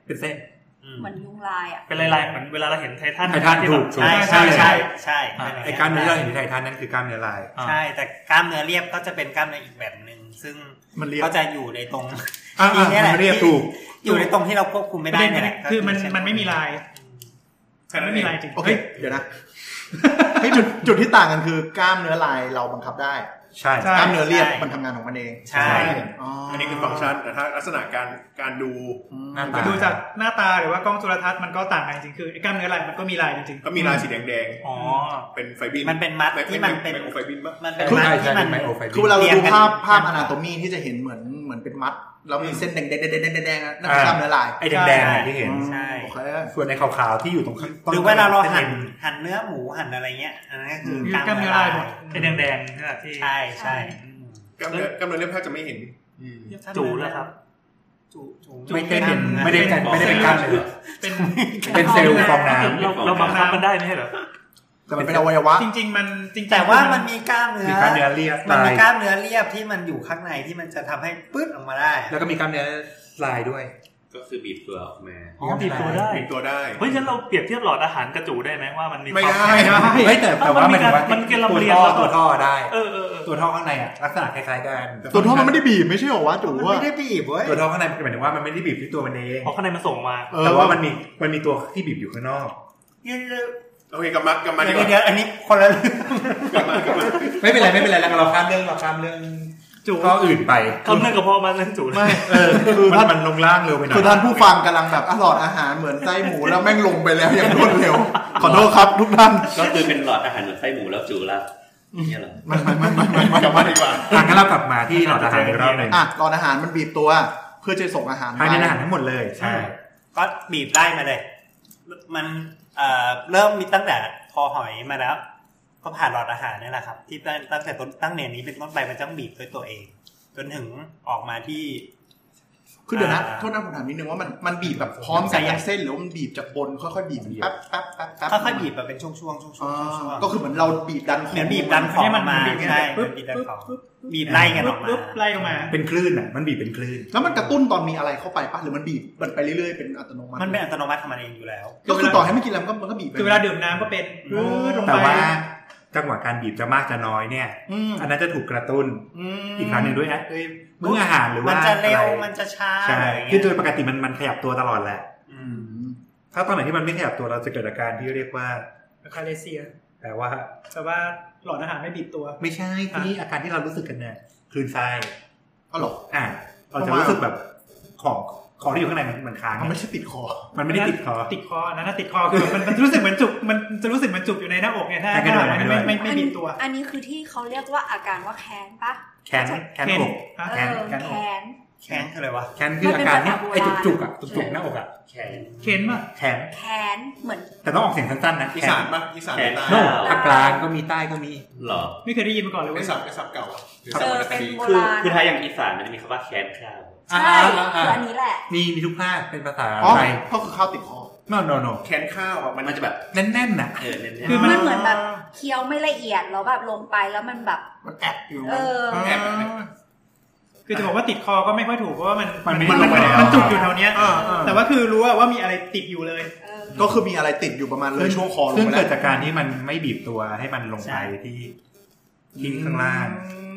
เป็นเส้นเหมือนยุงลายอ่ะเป็นลายๆเหมือนเวลาเราเห็นไททันถูกใช่ไอ้กล้ามเนื้อที่เราเห็นในไททันนั่นคือกล้ามเนื้อลายใช่แต่กล้ามเนื้อเรียบก็จะเป็นกล้ามเนื้ออีกแบบนึงซึ่งก็จะอยู่ในตรงนี่แหละเรียบถูกอยู่ในตรงที่เราควบคุมไม่ได้เนี่ยคือมันไม่มีลายไม่มีลายจริงโอเคเดี๋ยวนะให้จุดที่ต่างกันคือกล้ามเนื้อลายเราบังคับได้ใช่กล้ามเนื้อเรียบมันทำงานของมันเองใช่อันนี้คือฟังก์ชันแต่ถ้าลักษณะการดูจากหน้าตาหรือว่ากล้องจุลทรรศน์มันก็ต่างกันจริงคือกล้ามเนื้อลายมันก็มีลายจริงก็มีลายสีแดงเป็นไฟบินมันเป็นมัดที่มันเป็นไฟบินมันเป็นมัดที่มันคือเวลาเราดูภาพอนาโตมีที่จะเห็นเหมือนเป็นมัดแล้วมีเส้นแดงๆนั่นคือกล้ามเนื้อลายไอ้แดงๆที่เห็นใช่ส่วนในขาวๆที่อยู่ตรงข้างหรือเวลาเราหั่นเนื้อหมูหั่นอะไรเงี้ยอันนั้นคือกล้ามเนื้อลายหมดเป็นแดงๆนี่แหละที่ใช่กล้ามเนื้อเรียบแทบจะไม่เห็นจูแล้วครับไม่ได้เป็นกล้ามเนื้อเป็นเซลล์ฟองน้ำเราบังคับมันได้ไม่ใช่เหรอแต่มันเป็นอวัยวะจริงๆมันแต่ว่ามันมีกล้ามเนื้อเรียบมันมีกล้ามเนื้อเรียบที่มันอยู่ข้างในที่มันจะทำให้ปึ๊ดออกมาได้แล้วก็มีกล้ามเนื้อลายด้วยก็คือบีบตัวออกมาบีบตัวได้เฮ้ยงั้นเราเปรียบเทียบหลอดอาหารกระจูได้ไหมว่ามันมีไม่ได้แต่ว่ามันเกลำเลียงตัวท่อได้ตัวท่อข้างในอ่ะลักษณะคล้ายๆกันตัวท่อมันไม่ได้บีบไม่ใช่หรอวะจูว่าไม่ได้บีบเว้ยตัวท่อข้างในหมายถึงว่ามันไม่ได้บีบที่ตัวมันเองเพราะข้างในมันส่งมาแต่ว่ามันมีตัวที่บีบอยู่ข้างนอกโอเคกลับมาเดี๋ยวอันนี้คนละกลับมาไม่เป็นไรแล้วเราข้ามเรื่องจูก็อื่นไปคำเรื่องกระเพาะมันเรื่องจูไม่คือมันลงล่างเร็วไปหน่อยคือท่านผู้ฟังกำลังแบบหลอดอาหารเหมือนไส้หมูแล้วแม่งลงไปแล้วอย่างรวดเร็วขอโทษครับทุกท่านก็คือเป็นหลอดอาหารเหมือนไส้หมูแล้วจูแล้วนี่เหรอมันกลับมาดีกว่างั้นเรากลับมาที่หลอดอาหารอีกรอบนึงหลอดอาหารมันบีบตัวเพื่อจะส่งอาหารภายในอาหารทั้งหมดเลยใช่ก็บีบได้มาเลยมันเริ่มมีตั้งแต่คอหอยมาแล้วก็ผ่านหลอดอาหารนี่แหละครับที่ตั้งแต่ตั้งเนียนี้เป็นต้นไปมันต้องบีบด้วยตัวเองจนถึงออกมาที่คือเดี๋ยวนะโทษนะผมถามนิดนึงว่ามันบีบแบบพร้อมกันทั้งเส้นหรือมันบีบจากบนค่อยๆบีบแป๊บค่อยๆบีบแบบเป็นช่วงๆก็คือเหมือนเราบีบดันของเหมือนบีบดันของมาใช่บีบดันของบีบไล่กันออกมาไล่ออกมาเป็นคลื่นอ่ะมันบีบเป็นคลื่นแล้วมันกระตุ้นตอนมีอะไรเข้าไปป่ะหรือมันบีบมันไปเรื่อยๆเป็นอัตโนมัติมันเป็นอัตโนมัติทำมันเองอยู่แล้วก็คือต่อให้ไม่กินแล้วมันก็บีบคือเวลาดื่มน้ำก็เป็นแต่ว่าจังหวะการบีบจะมากจะน้อยเนี่ยอันนั้นจะถูกกระตุ้นอีกครั้งหนึ่งด้วยนะมื้ออาหารหรือว่ามันจะเร็วมันจะช้าใช่คือโดยปกติมันขยับตัวตลอดแหละถ้าตอนไหนที่มันไม่ขยับตัวเราจะเกิดอาการที่เรียกว่าคาเลเซียแต่ว่าหลอดอาหารไม่บีบตัวไม่ใช่ที่อาการที่เรารู้สึกกันเนี่ยคลื่นไส้อ๋อหรอเราจะรู้สึกแบบของที่อยู่ข้างในมันค้างมันไม่ใช่ติดคอมันไม่ได้ติดคออันนั้นติดคอคือมันรู้สึกเหมือนจุกมันจะรู้สึกเหมือนจุกอยู่ในหน้าอกเนี่ยถ้าไม่บีบตัวอันนี้คือที่เขาเรียกว่าอาการว่าแค้นปะแค้นอกแค้นอะไรวะแค้นคืออาการเนี้ยไอ้จุกหน้าอกอ่ะแค้นป่ะแค้นเหมือนแต่ต้องออกเสียงสั้นๆนะอีสานป่ะอีสานใต้ภาคกลางก็มีใต้ก็มีหรอไม่เคยได้ยินมาก่อนเลยไอ้ศัพท์เก่าเป็นโบราณคือถ้าอย่างอีสานมันจะมีคำว่าแค้นข้าวใช่คืออันนี้แหละมีทุกภาคเป็นภาษาไทยก็คือข้าวติดคอ no แค้นข้าวอ่ะมันจะแบบแน่นๆน่ะคือมันเหมือนแบบเคี้ยวไม่ละเอียดแล้วแบบลงไปแล้วมันแบบมันแอบอยู่แอบคือจะบอกว่าติดคอก็ไม่ค่อยถูกเพราะว่ามันจุกอยู่แถวเนี้ยแต่ว่าคือรู้ว่ามีอะไรติดอยู่เลยก็คือมีอะไรติดอยู่ประมาณเลยช่วงคอลงซึ่งเกิดจากการที่มันไม่บีบตัวให้มันลงไปที่ข้างล่าง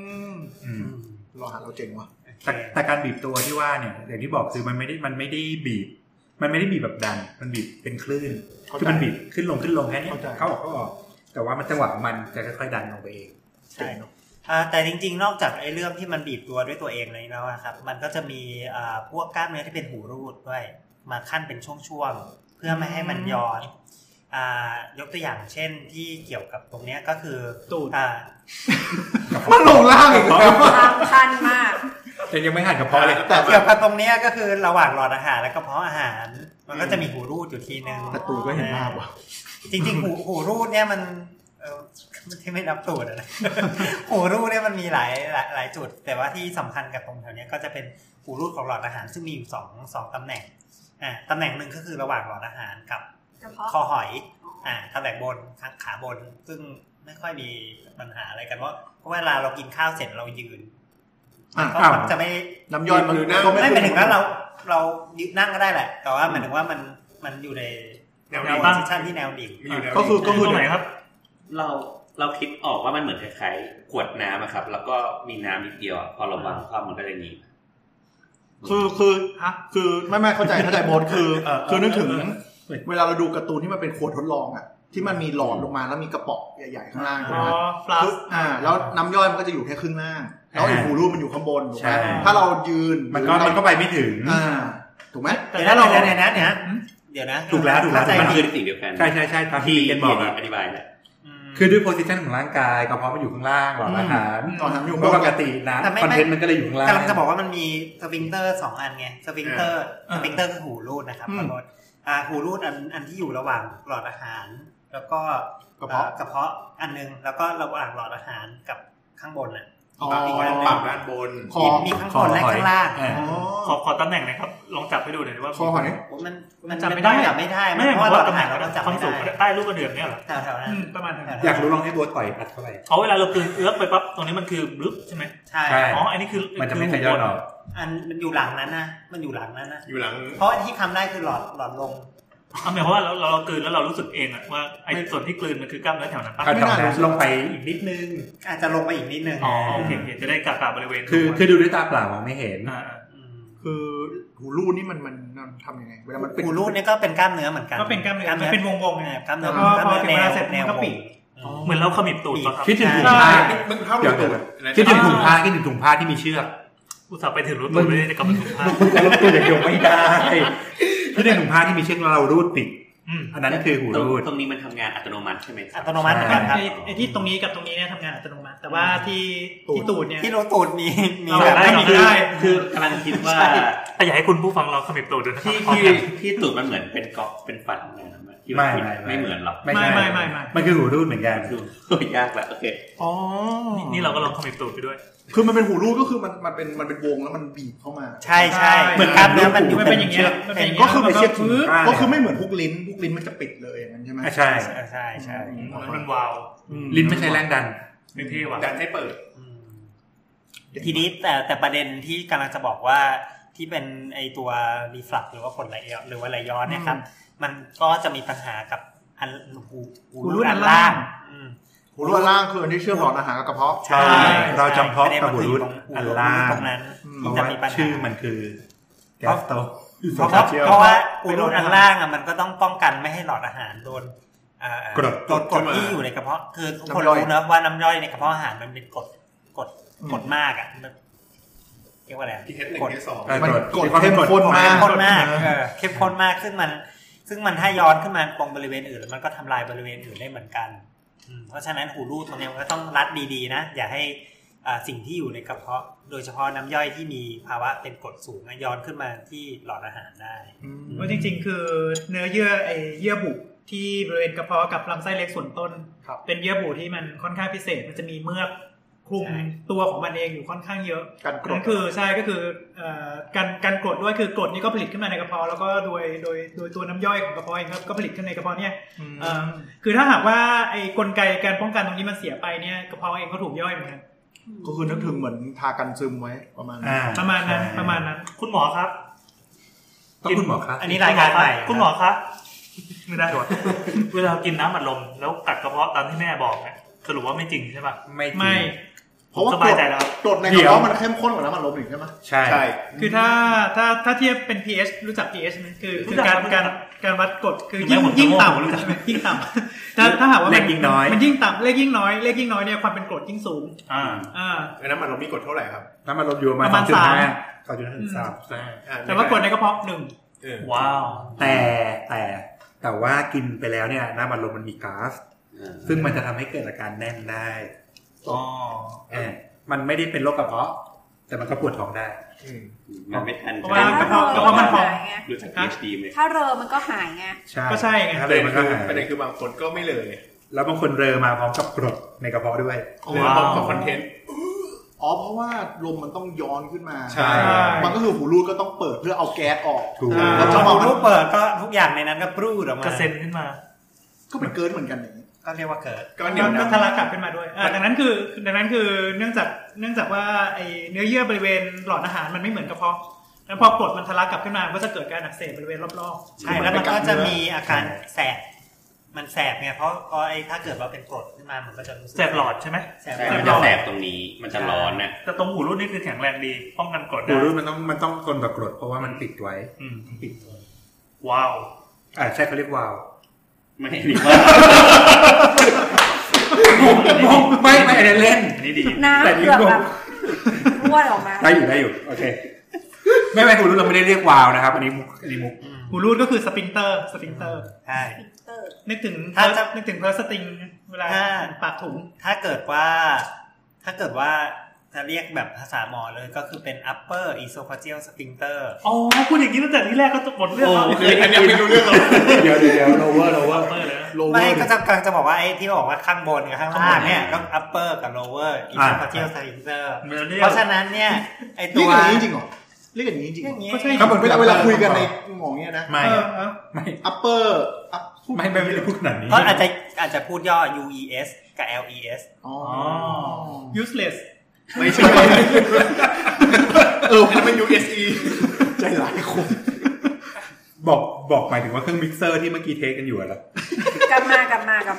เราเจ๋งว่ะแต่การบีบตัวที่ว่าเนี่ยอย่างที่บอกคือมันไม่ได้บีบแบบดันมันบีบเป็นคลื่นคือมันบีบขึ้นลงแค่นี้เข้าออกแต่ว่ามันจังหวะมันจะค่อยๆดันลงไปเองใช่แต่จริงๆนอกจากไอ้เรื่องที่มันบีบตัวด้วยตัวเองเลยแล้วครับมันก็จะมีพวกกล้ามเนื้อที่เป็นหูรูดด้วยมาขั้นเป็นช่วงๆเพื่อไม่ให้มันย้อนยกตัวอย่างเช่นที่เกี่ยวกับตรงนี้ก็คือตูดมันลงล่างอีกแล้วคันมากแต่ยังไม่หันกระเพาะเลยแต่เกี่ยวกับตรงนี้ก็คือระหว่างหลอดอาหารและกระเพาะอาหารมันก็จะมีหูรูดอยู่ทีนึงแต่ตูดก็เห็นภาพว่ะจริงๆหูรูดเนี่ยมันที่ไม่นับตูดนะหูรูดเนี่ยมันมีหลายจุดแต่ว่าที่สำคัญกับตรงแถวนี้ก็จะเป็นหูรูดของหลอดอาหารซึ่งมีอยู่2ตำแหน่งตำแหน่งนึงก็คือระหว่างหลอดอาหารกับคอหอยตำแหน่งบนขาบนซึ่งไม่ค่อยมีปัญหาอะไรกันเพราะเวลาเรากินข้าวเสร็จเรายืนมันจะไม่น้ำย่อยมันก็ไม่หมายถึงว่าเรานั่งก็ได้แหละแต่ว่าหมายถึงว่ามันอยู่ในแนวตั้งโพสิชั่นที่แนวดิ่งก็คือตรงไหนครับเราคิดออกว่ามันเหมือนคล้ายๆขวดน้ำครับแล้วก็มีน้ำนิดเดียวพอเราวางคว่ำมันก็จะหนีคือไม่เข้าใจโบสคือนึกถึงเวลาเราดูการ์ตูนที่มันเป็นขวดทดลองอ่ะที่มันมีหลอดลงมาแล้วมีกระป๋องใหญ่ๆข้างล่างถูกไหมแล้วน้ำย่อยมันก็จะอยู่แค่ครึ่งล่างแล้วไอ้หูรูปมันอยู่ข้างบนถูกไหมถ้าเรายืนมันก็ไปไม่ถึงถูกไหมแต่ถ้าเราเดี๋ยวนะถูกแล้วมันคือสิ่งเดียวกันใช่ตามที่เป็นบอกอธิบายแหละคือด้วยโพสิชันของร่างกายกระเพาะมันอยู่ข้างล่างหลอดอาหารอยู่ปกตินะคอนเทนต์มันก็เลยอยู่ข้างล่างกำลังจะบอกว่ามันมีสฟิงเตอร์2อันไงสฟิงเตอร์คือหูรูดนะครับขอโทษหูรูดอันที่อยู่ระหว่างหลอดอาหารแล้วก็กระเพาะอันนึงแล้วก็ระหว่างหลอดอาหารกับข้างบนอีกอันปรับด้านบนมีข้างบนและข้างล่างขอตำแหน่งหน่อยครับลองจับให้ดูหน่อยว่าคอหอยมันจับไม่ได้เพราะว่าหลอดอาหารเราต้องจับไม่ได้ใต้ลูกกระเดื่องเนี่ยเหรอแถวๆนั้นประมาณอยากรู้ลองให้บัวต่อยอัดเข้าไปเวลาเรากลืนเอื้อกไปปั๊บตรงนี้มันคือบึ๊บใช่ไหมใช่อันนี้คือมันจะไม่ขย้อนออกมันอยู่หลังนั้นนะมันอยู่หลังนั้นนะอยู่หลังเพราะที่ทำได้คือหลอดลมหมายความว่าเรากลืนแล้วเรารู้สึกเองว่าไอ้ส่วนที่กลืนมันคือกล้ามเนื้อแถวนั้นปั๊บไม่น่าลงไปอีกนิดนึงอาจจะลงไปอีกนิดนึงโอเคจะได้กะบริเวณคือดูด้วยตาเปล่ามองไม่เห็นคือหูรูดนี่มันทำยังไงเวลามันหูรูดนี่ก็เป็นกล้ามเนื้อเหมือนกันก็เป็นกล้ามเนื้อเป็นวงๆไงกล้ามเนื้อพอถึงเวลาเสร็จมันก็ปิดเหมือนเราขมิบตูดป่ะครับคิดถึงถุงผ้าคิดถึงถุงผ้าที่มีเชือกอุตส่าห์ไปถึงรูดตูดไม่ได้กับถุงผ้ารูดตูดอย่างเดียวไม่ได้คิดถึงถุงผ้าที่มีเชือกเรารูดปิดอันนั้นคือหูรูดตรงนี้มันทำงานอัตโนมัติใช่ไหมอัตโนมัติเหมือนกันครับไอ้ที่ตรงนี้กับตรงนี้เนี่ยทำงานอัตโนมัติแต่ว่าที่ตูดเนี่ยที่ตูดมีแบบได้คือกำลังคิดว่าอยากให้คุณผู้ฟังลองขมิบตูดดูนะครับที่ตูดมันเหมือนเป็นก๊อกเป็นฟันไม่เหมือนหรอกไม่มันคือหูรูดเหมือนกันยากแหละโอเคนี่เราก็ลองขมิบตูดไปด้วยคือมันเป็นหูรูดก็คือมันเป็นวงแล้วมันบีบเข้ามาใช่เหมือนกล้ามเนื้อมันอยู่เป็นอย่างเงี้ยก็คือไม่เชือกก็คือไม่เหมือนพวกลิ้นมันจะปิดเลยอย่างนั้นใช่ไหมใช่มันวาวลิ้นไม่ใช่แรงดันเป็นที่ว่าดันให้เปิดทีนี้แต่ประเด็นที่กำลังจะบอกว่าที่เป็นไอตัวรีฟลักซ์หรือว่าผลไหลหรือว่าไหลย้อนเนี่ยครับมันก็จะมีปัญหากับอันหูรูดอันล่างหูรูดล่างคืออันที่เชื่อมหลอดอาหารกับกระเพาะใช่เราจำเพาะกับหูรูดอันล่างตรงนั้นจะมีปัญหาชื่อมันคือแกสโตเพราะว่าหูรูดอันล่างมันก็ต้องป้องกันไม่ให้หลอดอาหารโดนกรดที่อยู่ในกระเพาะคือทุกคนรู้นะว่าน้ำย่อยในกระเพาะอาหารมันเป็นกรดมากเรียกว่าอะไรกรดเข้มข้นมากเข้มข้นมากซึ่งมันถ้าย้อนขึ้นมาตรงบริเวณอื่นมันก็ทำลายบริเวณอื่นได้เหมือนกันเพราะฉะนั้นหูรูดตรงนี้มันก็ต้องรัดดีๆนะอย่าให้สิ่งที่อยู่ในกระเพาะโดยเฉพาะน้ำย่อยที่มีภาวะเป็นกรดสูงย้อนขึ้นมาที่หลอดอาหารได้เพราะจริงๆคือเนื้อเยื่อบุที่บริเวณกระเพาะกับลำไส้เล็กส่วนต้นเป็นเยื่อบุที่มันค่อนข้างพิเศษมันจะมีเมือกคลุมตัวของมันเองอยู่ค่อนข้างเยอะนั่นคือใช่ก็คือการกรดด้วยคือกรดนี่ก็ผลิตขึ้นมาในกระเพาะแล้วก็โดยตัวน้ำย่อยของกระเพาะเองก็ผลิตขึ้นในกระเพาะเนี่ยคือถ้าหากว่าไอ้กลไกการป้องกันตรงนี้มันเสียไปเนี่ยกระเพาะเองก็ถูกย่อยเหมือนกันก็คือนึกถึงเหมือนทากันซึมไว้ประมาณนั้นคุณหมอครับคุณหมอครับอันนี้รายการใหม่คุณหมอครับไม่ได้ด้วยเวลากินน้ำอัดลมแล้วกัดกระเพาะตามที่แม่บอกเนี่ยสรุปว่าไม่จริงใช่ป่ะไม่เพราะว่ากรดในกระเพาะมันเข้มข้นกว่าน้ำอัดลมอีกใช่ไหมใช่คือถ้าเทียบเป็น pH รู้จัก pH ไหมคือการวัดกรดคือยิ่งต่ำรู้จักไหมยิ่งต่ำถ้าหากว่ามันยิ่งต่ำเลขยิ่งน้อยเนี่ยความเป็นกรดยิ่งสูงน้ำอัดลมมีกรดเท่าไหร่ครับน้ำอัดลมอยู่ประมาณ 3.5 แต่ว่ากรดในกระเพาะ1 ว้าวแต่ว่ากินไปแล้วเนี่ยน้ำอัดลมมันมีก๊าซซึ่งมันจะทำให้เกิดอาการแน่นได้มันไม่ได้เป็นโรคกระเพาะแต่มันก็ปวดท้องได้มันไม่ทันเพราะว่ากระเพาะมันพองรู้จัก PhD ไหมถ้าเรอมันก็หายไงก็ใช่ไงถ้าเลยมันก็หายประเด็นคือบางคนก็ไม่เลยแล้วบางคนเรอมาพร้อมกับกรดในกระเพาะด้วยเรอพร้อมกับคอนเทนต์เพราะว่าลมมันต้องย้อนขึ้นมาใช่มันก็คือหูรูดก็ต้องเปิดเพื่อเอาแก๊สออกแล้วจังหวะหูรูดเปิดก็ทุกอย่างในนั้นก็ปรูดออกมากระเซ็นขึ้นมาก็เป็นเกิร์ดเหมือนกันอย่างนี้ก็เรียกว่าเกิร์ดก็ทะลักกลับขึ้นมาด้วยดังนั้นคือเนื่องจากว่าไอเนื้อเยื่อบริเวณหลอดอาหารมันไม่เหมือนกระเพาะแล้วพอกรดมันทะลักกลับขึ้นมาก็จะเกิดการอักเสบบริเวณรอบๆใช่แล้วมันก็จะมีอาการแสบมันแสบไงเพราะไอ้ถ้าเกิดว่าเป็นกรดขึ้นมามันก็จะรู้สึกแสบหลอดใช่ไหมใช่มันจะแสบตรงนี้มันจะร้อนนะแต่ตรงหูรูดนี่คือแข็งแรงดีป้องกันกรดหูรูดมันต้องทนต่อกรดเพราะว่ามันปิดไว้ปิดว้าวใช่เขาเรียกว้าวไม่ดีว่าไม่อันนี้เล่นนี่ดีน้ำเกือบแบบร่วนออกมาได้อยู่โอเคไม่หูรูดเราไม่ได้เรียกว้าวนะครับอันนี้มุกหูรูดก็คือสปริงเตอร์ใช่นึกถึงเพิร์สติงเวลาปากถุงถ้าเกิดว่าจะเรียกแบบภาษาหมอเลยก็คือเป็น upper esophageal sphincter อ๋อพูดอย่างนี้ตั้งแต่ที่แรกก็หมดเรื่องแล้วอันนี้ไม่รู้เรื่องเลยเดี๋ยว lower ไม่ก็กำลังจะบอกว่าไอ้ที่บอกว่าข้างบนกับข้างล่างเนี่ยก็ upper กับ lower esophageal sphincter เพราะฉะนั้นเนี่ยไอ้ตัวจริงเหรอเรียกอย่างนี้จริงก็ใช่ครับเวลาคุยกันในหมอเนี่ยนะไม่ upper ไม่ได้พูดขนาดนี้ก็อาจจะพูดย่อ UES กับ LES อ๋อ useless ไม่ใช่มันเป็น USE ใจหลายคนบอกหมายถึงว่าเครื่องมิกเซอร์ที่เมื่อกี้เทสกันอยู่แล้วกลับมา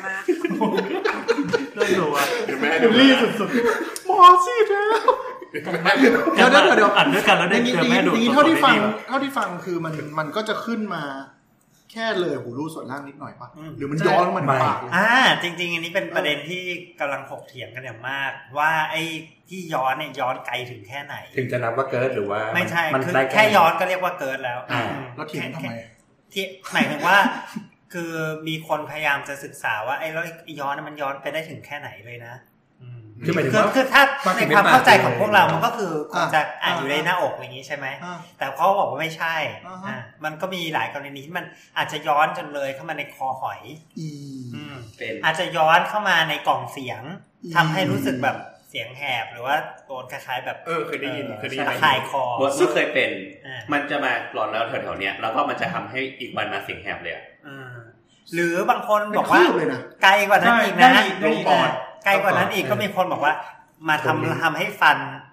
เรื่องดูอ่ะรีสุดๆหมอสิแล้วเดี๋ยวอ่านด้วยกันแล้วได้เจอแม่ดูเท่าที่ฟังคือมันก็จะขึ้นมาแค่เลยหูรูดส่วนล่างนิดหน่อยป่ะหรือมันย้อนลงมาถึงปากจริงๆอันนี้เป็นประเด็นที่กำลังถกเถียงกันอย่างมากว่าไอ้ที่ย้อนเนี่ยย้อนไกลถึงแค่ไหนถึงจะนับว่าเกิร์ดหรือว่าไม่ใช่คือแค่ย้อนก็เรียกว่าเกิร์ดแล้วแล้วเถียงทำไมที่หมายถึงว่าคือมีคนพยายามจะศึกษาว่าไอ้แล้วย้อนมันย้อนไปได้ถึงแค่ไหนเลยนะคือถ้าในความเข้าใจของพวกเรามันก็คือคงจะอยู่ในหน้าอกอย่างนี้ใช่ไหมแต่เขาบอกว่าไม่ใช่มันก็มีหลายกรณีที่มันอาจจะย้อนจนเลยเข้ามาในคอหอยอาจจะย้อนเข้ามาในกล่องเสียงทำให้รู้สึกแบบเสียงแหบหรือว่าโดนคล้ายๆแบบเคยได้ยินคายคอซึ่งเคยเป็นมันจะมาหลอนแล้วแถวๆเนี้ยแล้วก็มันจะทำให้อีกวันมาเสียงแหบเลยหรือบางคนบอกว่าไกลกว่านั้นอีกนะไกลกว่านั้นอีกก็มีคนบอกว่ามาทำให้ฟัน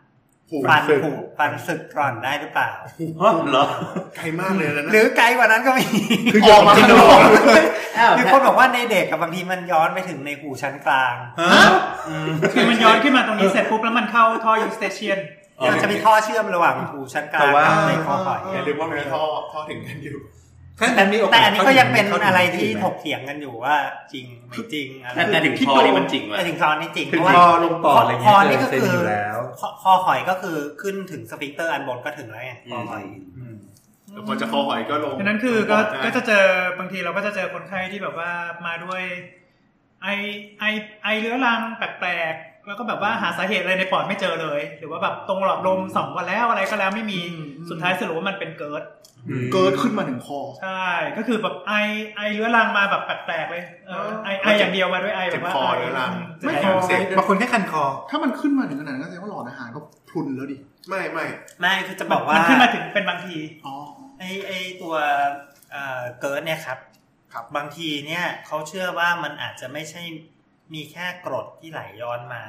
สึกก่อนได้หรือเปล่าเหรอไกลมากเลยนะหรือไกลกว่านั้นก็มีคือออกมาข้างนอกมีคนบอกว่าในเด็กกับบางทีมันย้อนไปถึงในหูชั้นกลางคือมันย้อนขึ้นมาตรงนี้เสร็จปุ๊บแล้วมันเข้าท่อยูสเตเชียนมันจะมีท่อเชื่อมระหว่างหูชั้นกลางกับในคอหอยอย่าลืมว่ามีท่อถึงกันอยู่แต่อันนี้ก็ยังเป็นอะไรที่ถกเถียงกันอยู่ว่าจริงไม่จริงอะไรแต่ถึงคอนี่มันจริงว่ะถึงคอนี่จริงเพราะว่าลงปอดอะไรเงี้ยคอนี่ก็คือคอหอยก็คือขึ้นถึงสฟิงเตอร์อันบนก็ถึงแล้วไงคอหอยแล้วพอจะคอหอยก็ลงนั้นคือก็จะเจอบางทีเราก็จะเจอคนไข้ที่แบบว่ามาด้วยไอเรื้อรังแปลกๆแล้วก็แบบว่าหาสาเหตุอะไรในปอดไม่เจอเลยหรือว่าแบบตรงหลอดลม2 วันแล้วอะไรก็แล้วไม่มีสุดท้ายสรุปว่ามันเป็นเกิร์ดขึ้นมาถึงคอใช่ก็คือแบบไอเรื้อรังมาแบบแปลกๆเลยไออย่างเดียวมาด้วยไอแบบว่าไอไม่พอบางคนแค่คันคอถ้ามันขึ้นมาถึงขนาดนั้นก็แสดงว่าหลอดอาหารก็พรุนแล้วดิไม่คือจะบอกว่ามันขึ้นมาถึงเป็นบางทีไอตัวเกิร์ดเนี่ยครับบางทีเนี่ยเขาเชื่อว่ามันอาจจะไม่ใช่มีแค่กรดที่ไหลย้อนมา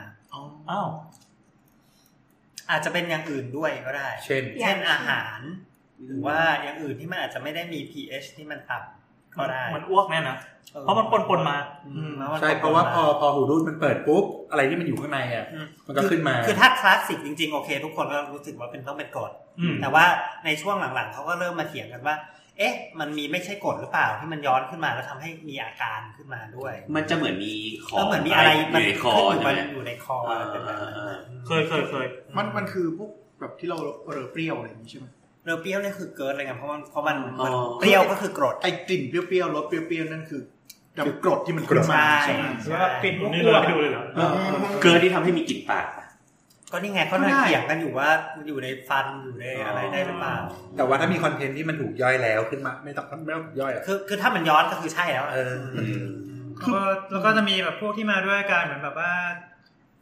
อาจจะเป็นอย่างอื่นด้วยก็ได้เช่นอาหารหรือว่าอย่างอื่นที่มันอาจจะไม่ได้มี pH ที่มันต่ำก็ได้มันอ้วกแน่นะเพราะมันปนมาใช่เพราะว่าพอหูรูดมันเปิดปุ๊บอะไรที่มันอยู่ข้างในมันก็ขึ้นมาคือถ้าคลาสสิกจริงๆโอเคทุกคนก็รู้สึกว่าต้องเป็นกรดแต่ว่าในช่วงหลังๆเขาก็เริ่มมาเถียงกันว่ามันมีไม่ใช่กรดหรือเปล่าที่มันย้อนขึ้นมาแล้วทำให้มีอาการขึ้นมาด้วยมันจะเหมือนมีคอเหมือนมีอะไรมันในคออยู่ในคอเคยมันคือพวกแบบที่เราเปรี้ยวอะไรอย่างนี้ใช่ไหมเปรี้ยวนี่คือเกิร์ดอะไรเงี้ยเพราะมันเปรี้ยวก็คือกรดไอ้กลิ่นเปรี้ยวๆรสเปรี้ยวๆนั่นคือกรดที่มันขึ้นมาใช่แล้วกลิ่นนี่เราไปดูเลยเหรอเกิร์ดที่ทำให้มีกลิ่นปากก็นี่ไงเขาเถียงกันอยู่ว่าอยู่ในฟันอยู่ในอะไรได้หรือเปล่าแต่ว่าถ้ามีคอนเทนต์ที่มันถูกย่อยแล้วขึ้นมาไม่ต้องย่อยคือถ้ามันย้อนก็คือใช่แล้วแล้วก็จะมีแบบพวกที่มาด้วยการเหมือนแบบว่า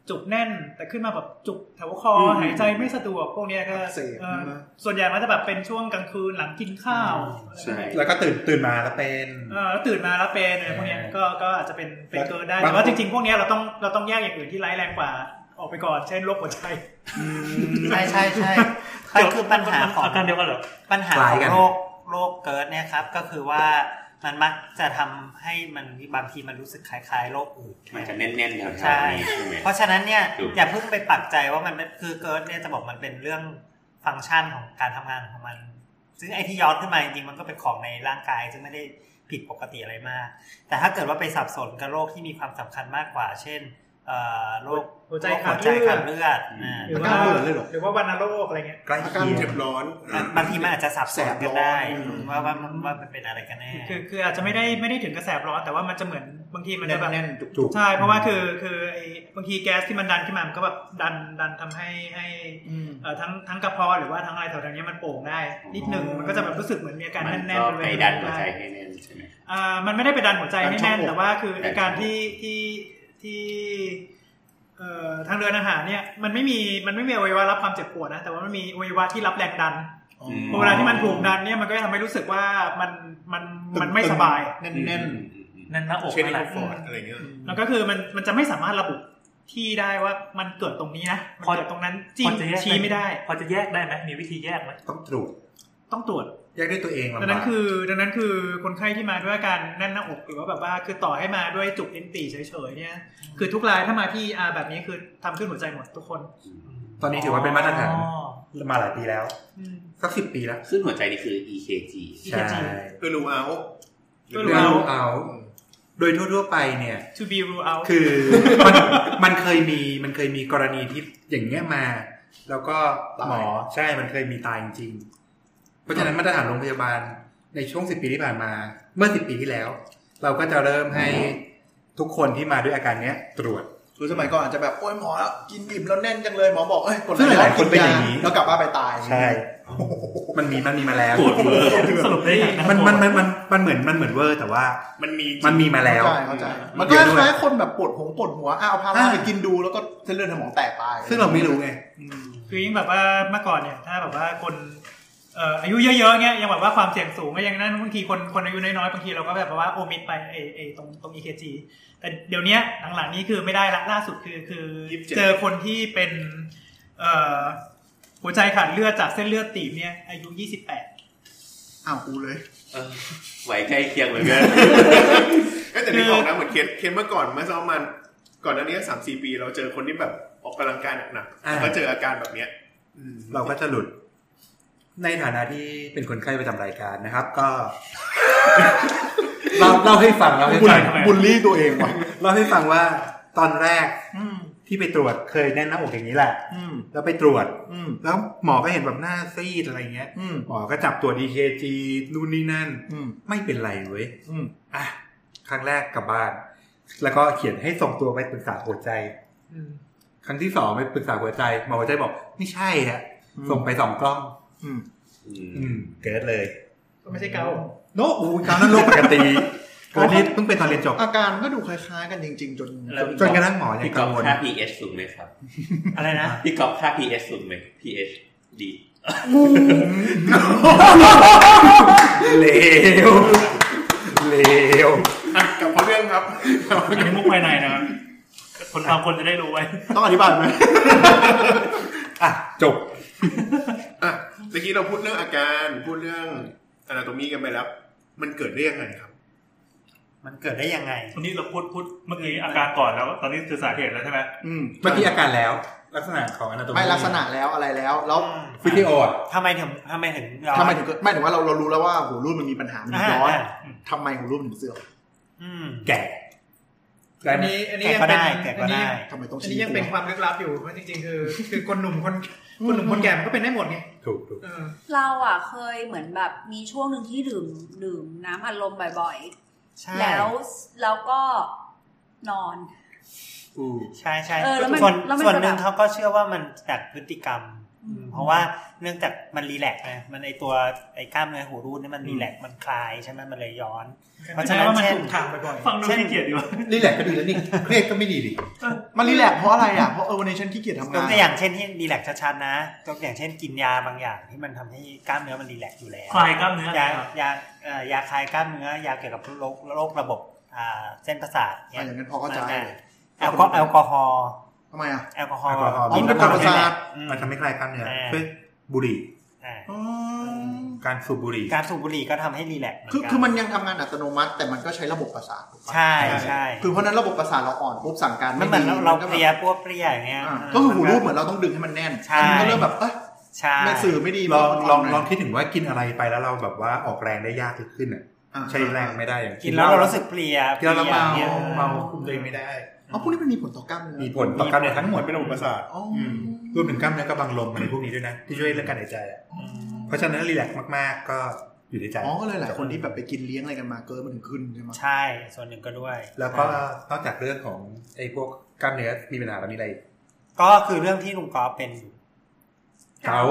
จุกแน่นแต่ขึ้นมาแบบจุกแถวคอหายใจไม่สะดวกพวกนี้ก็ส่วนใหญ่มันจะแบบเป็นช่วงกลางคืนหลังกินข้าวใช่แล้วก็ตื่นมาแล้วเป็นแล้วตื่นมาแล้วเป็นอะไรพวกนี้ก็อาจจะเป็นเกินได้แต่ว่าจริงๆพวกนี้เราต้องแยกอย่างอื่นที่ร้ายแรงกว่าออกไปก่อนเช่นโรคหัวใจใช่ใช่ใช่คือปัญหาของอาการเดียวกันเหรอปัญหาของโรคเกิร์ดเนี่ยครับก็คือว่ามันมักจะทำให้มันบางทีมันรู้สึกคล้ายๆโรคอื่นมันจะแน่นๆแถวๆนี้ใช่เพราะฉะนั้นเนี่ยอย่าเพิ่งไปปักใจว่ามันคือเกิร์ดเนี่ยจะบอกมันเป็นเรื่องฟังก์ชันของการทำงานของมันซึ่งไอ้ที่ย้อนขึ้นมาจริงๆมันก็เป็นของในร่างกายซึ่งไม่ได้ผิดปกติอะไรมากแต่ถ้าเกิดว่าไปสับสนกับโรคที่มีความสำคัญมากกว่าเช่นโรคหัวใจขาดเลือดหรือว่าวัณโรคอะไรเงี้ยอาการเจ็บร้อนบางทีมันอาจจะสับสนกันได้ว่ามันเป็นอะไรกันแน่คืออาจจะไม่ได้ถึงกระแสร้อนแต่ว่ามันจะเหมือนบางทีมันจะแบบจุกใช่เพราะว่าคือไอ้บางทีแก๊สที่มันดันขึ้นมามันก็แบบดันทำให้ทั้งกระเพาะหรือว่าทั้งอะไรแถวๆนี้มันโป่งได้นิดนึงมันก็จะแบบรู้สึสึกเหมือนมีอาการแน่นๆบริเวณดันหัวใจให้แน่นใช่ไหมมันไม่ได้ไปดันหัวใจให้แน่นแต่ว่าคืออาการที่ทางเดินอาหารเนี่ยมันไม่มีอวัยวะรับความเจ็บปวดนะแต่ว่ามันมีอวัยวะที่รับแรงดันเวลาที่มันถูกดันเนี่ยมันก็จะทำให้รู้สึกว่ามันไม่สบายแน่นหน้าอกอะไรเงี้ยแล้วก็คือมันจะไม่สามารถระบุที่ได้ว่ามันเกิดตรงนี้นะมันเกิดตรงนั้นชี้ไม่ได้พอจะแยกได้ไหมมีวิธีแยกไหมต้องตรวจแยกด้วยตัวเองดังนั้นคือคนไข้ที่มาด้วยอาการแน่นหน้าอกหรือว่าแบบว่าคือต่อให้มาด้วยจุกลิ้นปี่เฉยๆเนี่ยคือทุกรายถ้ามาที่แบบนี้คือทำขึ้นหัวใจหมดทุกคนตอนนี้ถือว่าเป็นมาตรฐานมาหลายปีแล้วสัก10 ปีแล้วขึ้นหัวใจนี่คือ EKG ใช่คือrule out โดยทั่วๆไปเนี่ย to be rule out คือมันเคยมีกรณีที่อย่างเงี้ยมาแล้วก็หมอใช่มันเคยมีตายจริงเพราะฉะนั้นมาตรฐานโรงพยาบาลในช่วง10 ปีที่ผ่านมาเมื่อ10 ปีที่แล้วเราก็จะเริ่มให้ทุกคนที่มาด้วยอาการเนี้ยตรวจคือสมัยก่อนอาจจะแบบโอ้ยหมอกินอิ่มแล้วแน่นจังเลยหมอบอกเอ้ยคนหลายคนเป็นอย่างนี้แล้วกลับบ้านไปตายใช่มันมีมาแล้วสรุปได้มันเหมือนเวอร์แต่ว่ามันมีมาแล้วเข้าใจมันก็คล้ายคนแบบปวดหัวเอาพาราไปกินดูแล้วก็เส้นเลือดในสมองแตกตายซึ่งเราไม่รู้ไงคือยิ่งแบบว่าเมื่อก่อนเนี่ยถ้าแบบว่าคนอายุเยอะๆเงี้ยยังแบบว่าความเสี่ยงสูงก็ยังนั้นบางทีคนอายุน้อยๆบางทีเราก็แบบว่าโอมิดไปตรง EKG แต่เดี๋ยวนี้หลังๆนี้คือไม่ได้ละล่าสุดคือเจอคนที่เป็นหัวใจขาดเลือดจากเส้นเลือดตีบเนี่ยอายุ28 กูเลยไหวใกล้เคียงเหมือนกันแต่นี่บอกนะเหมือนเคสเมื่อก่อนเมื่อประมาณก่อนหน้านี้ 3-4 ปีเราเจอคนที่แบบออกกำลังกายหนักๆก็เจออาการแบบเนี้ยเราก็จะหลุดในฐานะที่เป็นคนไข้ประจำรายการนะครับก็เล่าให้ฟังบุลลี่ตัวเองว่ะเล่าให้ฟังว่าตอนแรกที่ไปตรวจเคยแน่นหน้าอกอย่างนี้แหละแล้วไปตรวจแล้วหมอก็เห็นแบบหน้าซีดอะไรเงี้ยหมอก็จับตรวจ EKG นู่นนี่นั่นไม่เป็นไรเว้ยครั้งแรกกลับบ้านแล้วก็เขียนให้ส่งตัวไปปรึกษาหัวใจครั้งที่2ไปปรึกษาหัวใจหมอหัวใจบอกไม่ใช่ฮะส่งไป2 กล้องเกิดเลยก็ไม่ใช่เกาโน้เกานั่นโรคปกติก็นี่เพิ่งเป็นตอนเรียนจบอาการก็ดูคล้ายๆกันจริงๆจนกระทั่งหมอยังกังวลค่า pH สูงไหมครับอะไรนะพี่ก๊อฟค่า pH สูงไหม pH ดีเลวกับพอเรื่องครับอันนี้มุกภายในนะครับคนบางคนจะได้รู้ไว้ต้องอธิบายไหมจบเมื่อกี้เราพูดเรื่องอาการพูดเรื่อง anatomy กันไปแล้วมันเกิดได้ยังไงครับมันเกิดได้ยังไงวันนี้เราพูดเมื่อกี้อาการก่อนแล้วตอนนี้คือสาเหตุแล้วใช่ไหมเมื่อกี้อาการแล้วลักษณะของ anatomy ไม่ลักษณะแล้วอะไรแล้ววิดีโอทำไมถึงไม่ถึงว่าเรารู้แล้วว่าหูรูดมันมีปัญหามันร้อนทำไมหูรูดถึงเสื่อมแก่อันนี้ยังเป็นทำไมต้องอันนี้ยังเป็นความลึกลับอยู่เพราะจริงๆคือคนหนุ่มคนแก่มันก็เป็นได้หมดไงถูกเราเคยเหมือนแบบมีช่วงนึงที่ดื่มน้ำอัดลมบ่อยๆแล้วก็นอนใช่ๆส่วนนึงเขาก็เชื่อว่ามันจากพฤติกรรมเพราะว่าเนื่องจากมันรีแลกซ์ไงมันไอตัวไอกล้ามเนื้อหูรูดนี่มันรีแลกซ์มันคลายใช่ไหมมันเลยย้อนเพราะฉะนั้นเช่นถามบ่อยๆฟังดูขี้เกียจดีวะรีแลกซ์ก็ดีแล้วนี่เครียดก็ไม่ดีดิมันรีแลกซ์เพราะอะไรอ่ะเพราะวันนี้ฉันขี้เกียจทำงานตัวอย่างเช่นที่รีแลกซ์ชัดๆนะตัวอย่างเช่นกินยาบางอย่างที่มันทำให้กล้ามเนื้อมันรีแลกซ์อยู่แล้วคลายกล้ามเนื้อยาคลายกล้ามเนื้อยาเกี่ยวกับโรคระบบเส้นประสาทเนี่ยอย่างนั้นพอเข้าใจแอลกอฮอล์ทำไมอ่ะแอลกอฮอล์มันเป็นประสาทมันทำให้คลายกล้ามเนื้อคือบุหรี่การสูบบุหรี่ก็ทำให้รีแลกซ์คือมันยังทำงานอัตโนมัติแต่มันก็ใช้ระบบประสาทใช่ใช่คือเพราะนั้นระบบประสาทเราอ่อนปุ๊บสั่งการไม่เหมือนเราเพลียพวกเปรี้ยอย่างเงี้ยก็คือหูรูดเหมือนเราต้องดึงให้มันแน่นมันก็เริ่มแบบไม่สื่อไม่ดีลองคิดถึงว่ากินอะไรไปแล้วเราแบบว่าออกแรงได้ยากขึ้นอ่ะใช้แรงไม่ได้อย่างกินแล้วเรารู้สึกเพลียกินแล้วเมาคุมตัวเองไม่ได้พวกนี้มันมีผลต่อกล้ามเนื้อมีผลต่อกล้ามเนื้อทั้งหมดเป็นระบบประสาทรวมถึงกล้ามเนื้อกระบังลมอะไรพวกนี้ด้วยนะที่ช่วยเรื่องการหายใจเพราะฉะนั้นรีแลกซ์มากๆก็อยู่ในใจก็เลยหลายคนที่แบบไปกินเลี้ยงอะไรกันมาเกินมันถึงขึ้นใช่ไหมใช่ส่วนหนึ่งก็ด้วยแล้วก็นอกจากเรื่องของไอ้พวกกล้ามเนื้อมีปัญหาแล้วมีอะไรก็คือเรื่องที่ลุงกอล์ฟเป็นเกา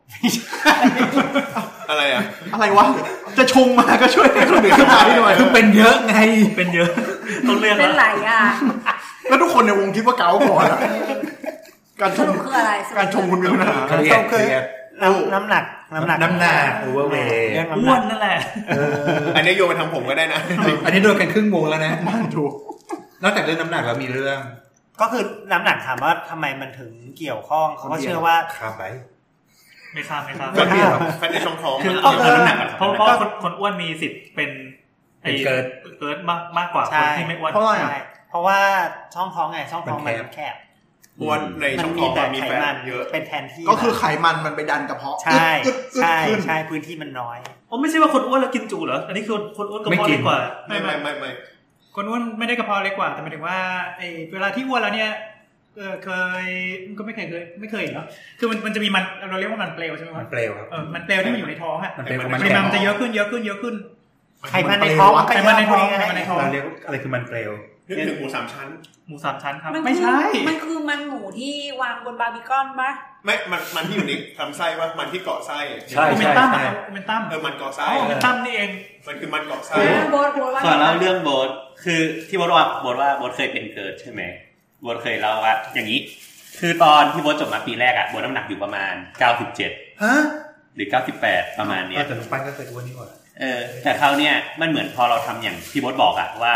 อะไรอ่ะอะไรวะจะชงมาก็ช่วยให้คนอื่นขึ้นมาได้หน่อยคือเป็นเยอะไงเป็นเยอะต้องเรียกเป็นหลายอย่างแล้วทุกคนในวงคิดว่าเกาก่อนการชงคืออะไรการชงคุณมีปัญหาคือน้ำหนักโอเวอร์เวย์อ้วนนั่นแหละอันนี้โยนมาทำผมก็ได้นะอันนี้โดนกันครึ่งวงแล้วนะถูกนอกจากเรื่องน้ำหนักแล้วมีเรื่องก็คือน้ำหนักถามว่าทำไมมันถึงเกี่ยวข้องเขาก็เชื่อว่าข้ามไปไม่ข้ามแฟนในช่องท้องคือน้ำหนักเพราะคนอ้วนมีสิทธิ์เป็นเกิดมากกว่าคนที่ไม่อ้วนเพราะอะไรเพราะว่าช่องท้องไงช่องท้องมันแคบอ้วนในช่องท้องมีไขมันเยอะเป็นแทนที่ก็คือไขมันมันไปดันกระเพาะใช่พื้นที่มันน้อยไม่ใช่ว่าคนอ้วนแล้วกินจุเหรออันนี้คือคนอ้วนกระเพาะเล็กกว่าไม่คนอ้วนไม่ได้กระเพาะเล็กกว่าแต่หมายถึงว่าเวลาที่อ้วนแล้วเนี่ยเคยก็ไม่เคยเนาะคือมันจะมีมันเราเรียกว่ามันเปลวใช่ไหมมันเปลวครับมันเปลวที่มันอยู่ในท้องอ่ะมันจะเยอะขึ้นไขมันในท้องเราเรียกอะไรคือมันเปลวนึกถึงหมู3 ชั้นครับไม่ใช่มันคือมันหมูที่วางบนบาร์บีคอนปะไม่มันที่อยู่ในลำไส้ว่ามันที่เกาะไส้ใช่มันตั้มมันเกาะไส้มันตั้มนี่เองมันคือมันเกาะไส้ขอเล่าเรื่องโบ๊ทคือที่โบ๊ทว่าโบ๊ทเคยเป็นเกิดใช่ไหมโบ๊ทเคยเล่าว่าอย่างนี้คือตอนที่โบ๊ทจบมาปีแรกอ่ะโบ๊ทน้ำหนักอยู่ประมาณ97หรือ98ประมาณเนี้ยแต่ลุงปั้นก็เคยอ้วนนี่กว่าแต่คราวเนี้ยมันเหมือนพอเราทำอย่างที่โบ๊ทบอกอ่ะว่า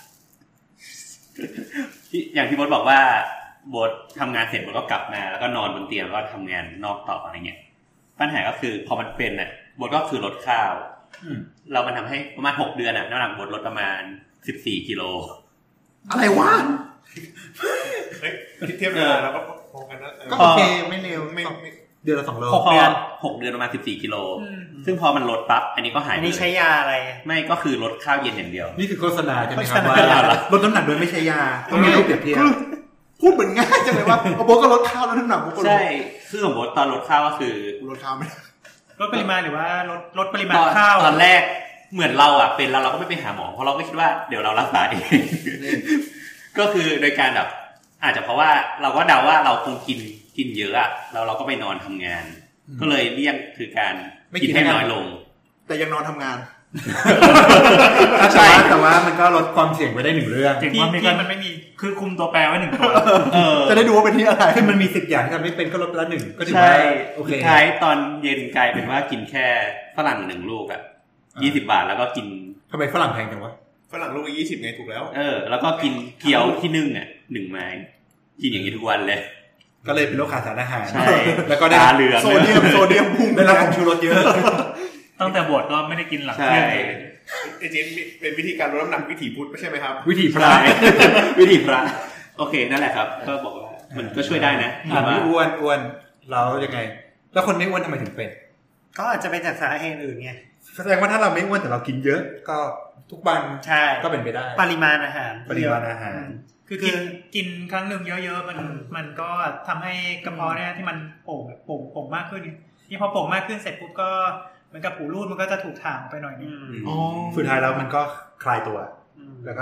อย่างที่โบ๊ทบอกว่าโบ๊ททำงานเสร็จโบ๊ทก็กลับมาแล้วก็นอนบนเตียงแล้วก็ทำงานนอกต่ออะไรเงี้ยปัญหาก็คือพอมันเป็นน่ะโบ๊ทก็คือลดข้าวเรามันทำให้ประมาณ6 เดือนน่ะน้ำหนักโบ๊ทลดประมาณ14 กิโลอะไรวะเทียบกันแล้วก็พอกันนะก็โอเคไม่เร็วไม่เดือนละ2 โล 6 เดือนประมาณ14 กิโลซึ่งพอมันลดปั๊บอันนี้ก็หายอันนี้ใช้ยาอะไรไม่ก็คือลดข้าวเย็นอย่างเดียวนี่คือโฆษณาใช่ไหมครับว่าลดน้ำหนักโดยไม่ใช้ยาต้องมีรูปเปรียบเทียบพูดเหมือนง่ายจังเลยว่าโบ๊ทก็ลดข้าวแล้วน้ำหนักโบ๊ทก็ลดใช่คือของโบ๊ทตอนลดข้าวก็คือลดข้าวไม่ลดปริมาณหรือว่าลดปริมาณข้าวตอนแรกเหมือนเราอ่ะเป็นแล้วเราก็ไม่ไปหาหมอเพราะเราก็คิดว่าเดี๋ยวเรารักษาเองก็คือโดยการแบบอาจจะเพราะว่าเราก็เดาว่าเราคงกินเยอะอ่ะแล้วเราก็ไปนอนทำงานก็เลยเลี่ยงคือการกินให้น้อยลงแต่ยังนอนทำงานใช่แต่ว่ามันก็ลดความเสี่ยงไปได้1 เรื่องที่มันไม่มีคือคุมตัวแปรไว้1 ตัวจะได้ดูว่าเป็นที่อะไรคือมันมี10 อย่างที่ทำไม่เป็นก็ลดละ1ก็ถือว่าโอเคท้ายตอนเย็นกลายเป็นว่ากินแค่ฝรั่ง1 ลูกอ่ะ20 บาทแล้วก็กินทำไมฝรั่งแพงจังวะฝรั่งลูก20ไงถูกแล้วแล้วก็กินเกี๊ยวที่นึ่งอ่ะ1 ไม้กินอย่างนี้ทุกวันเลยก็เลยเป็นโรคขาดสารอาหารใช่แล้วก็ได้โซเดียมพุ่งได้รับผงชูรสเยอะตั้งแต่บวชก็ไม่ได้กินหลังเที่ยงไอ้เจนเป็นวิธีการลดน้ำหนักวิถีพุทธไม่ใช่ไหมครับวิถีพระโอเคนั่นแหละครับก็บอกว่ามันก็ช่วยได้นะไม่อ้วนแล้วยังไงแล้วคนไม่อ้วนทำไมถึงเป็นก็อาจจะเป็นจากสาเหตุอื่นไงแสดงว่าถ้าเราไม่อ้วนแต่เรากินเยอะก็ทุกวันก็เป็นไปได้ปริมาณอาหารคือกินครั้งหนึ่งเยอะๆมันก็ทำให้กระเพาะเนี่ยที่มันโป่งมากขึ้นนี่พอโป่งมากขึ้นเสร็จปุ๊บก็เหมือนกับหูรูดมันก็จะถูกถ่างไปหน่อยนึงสุดท้ายแล้วมันก็คลายตัวแล้วก็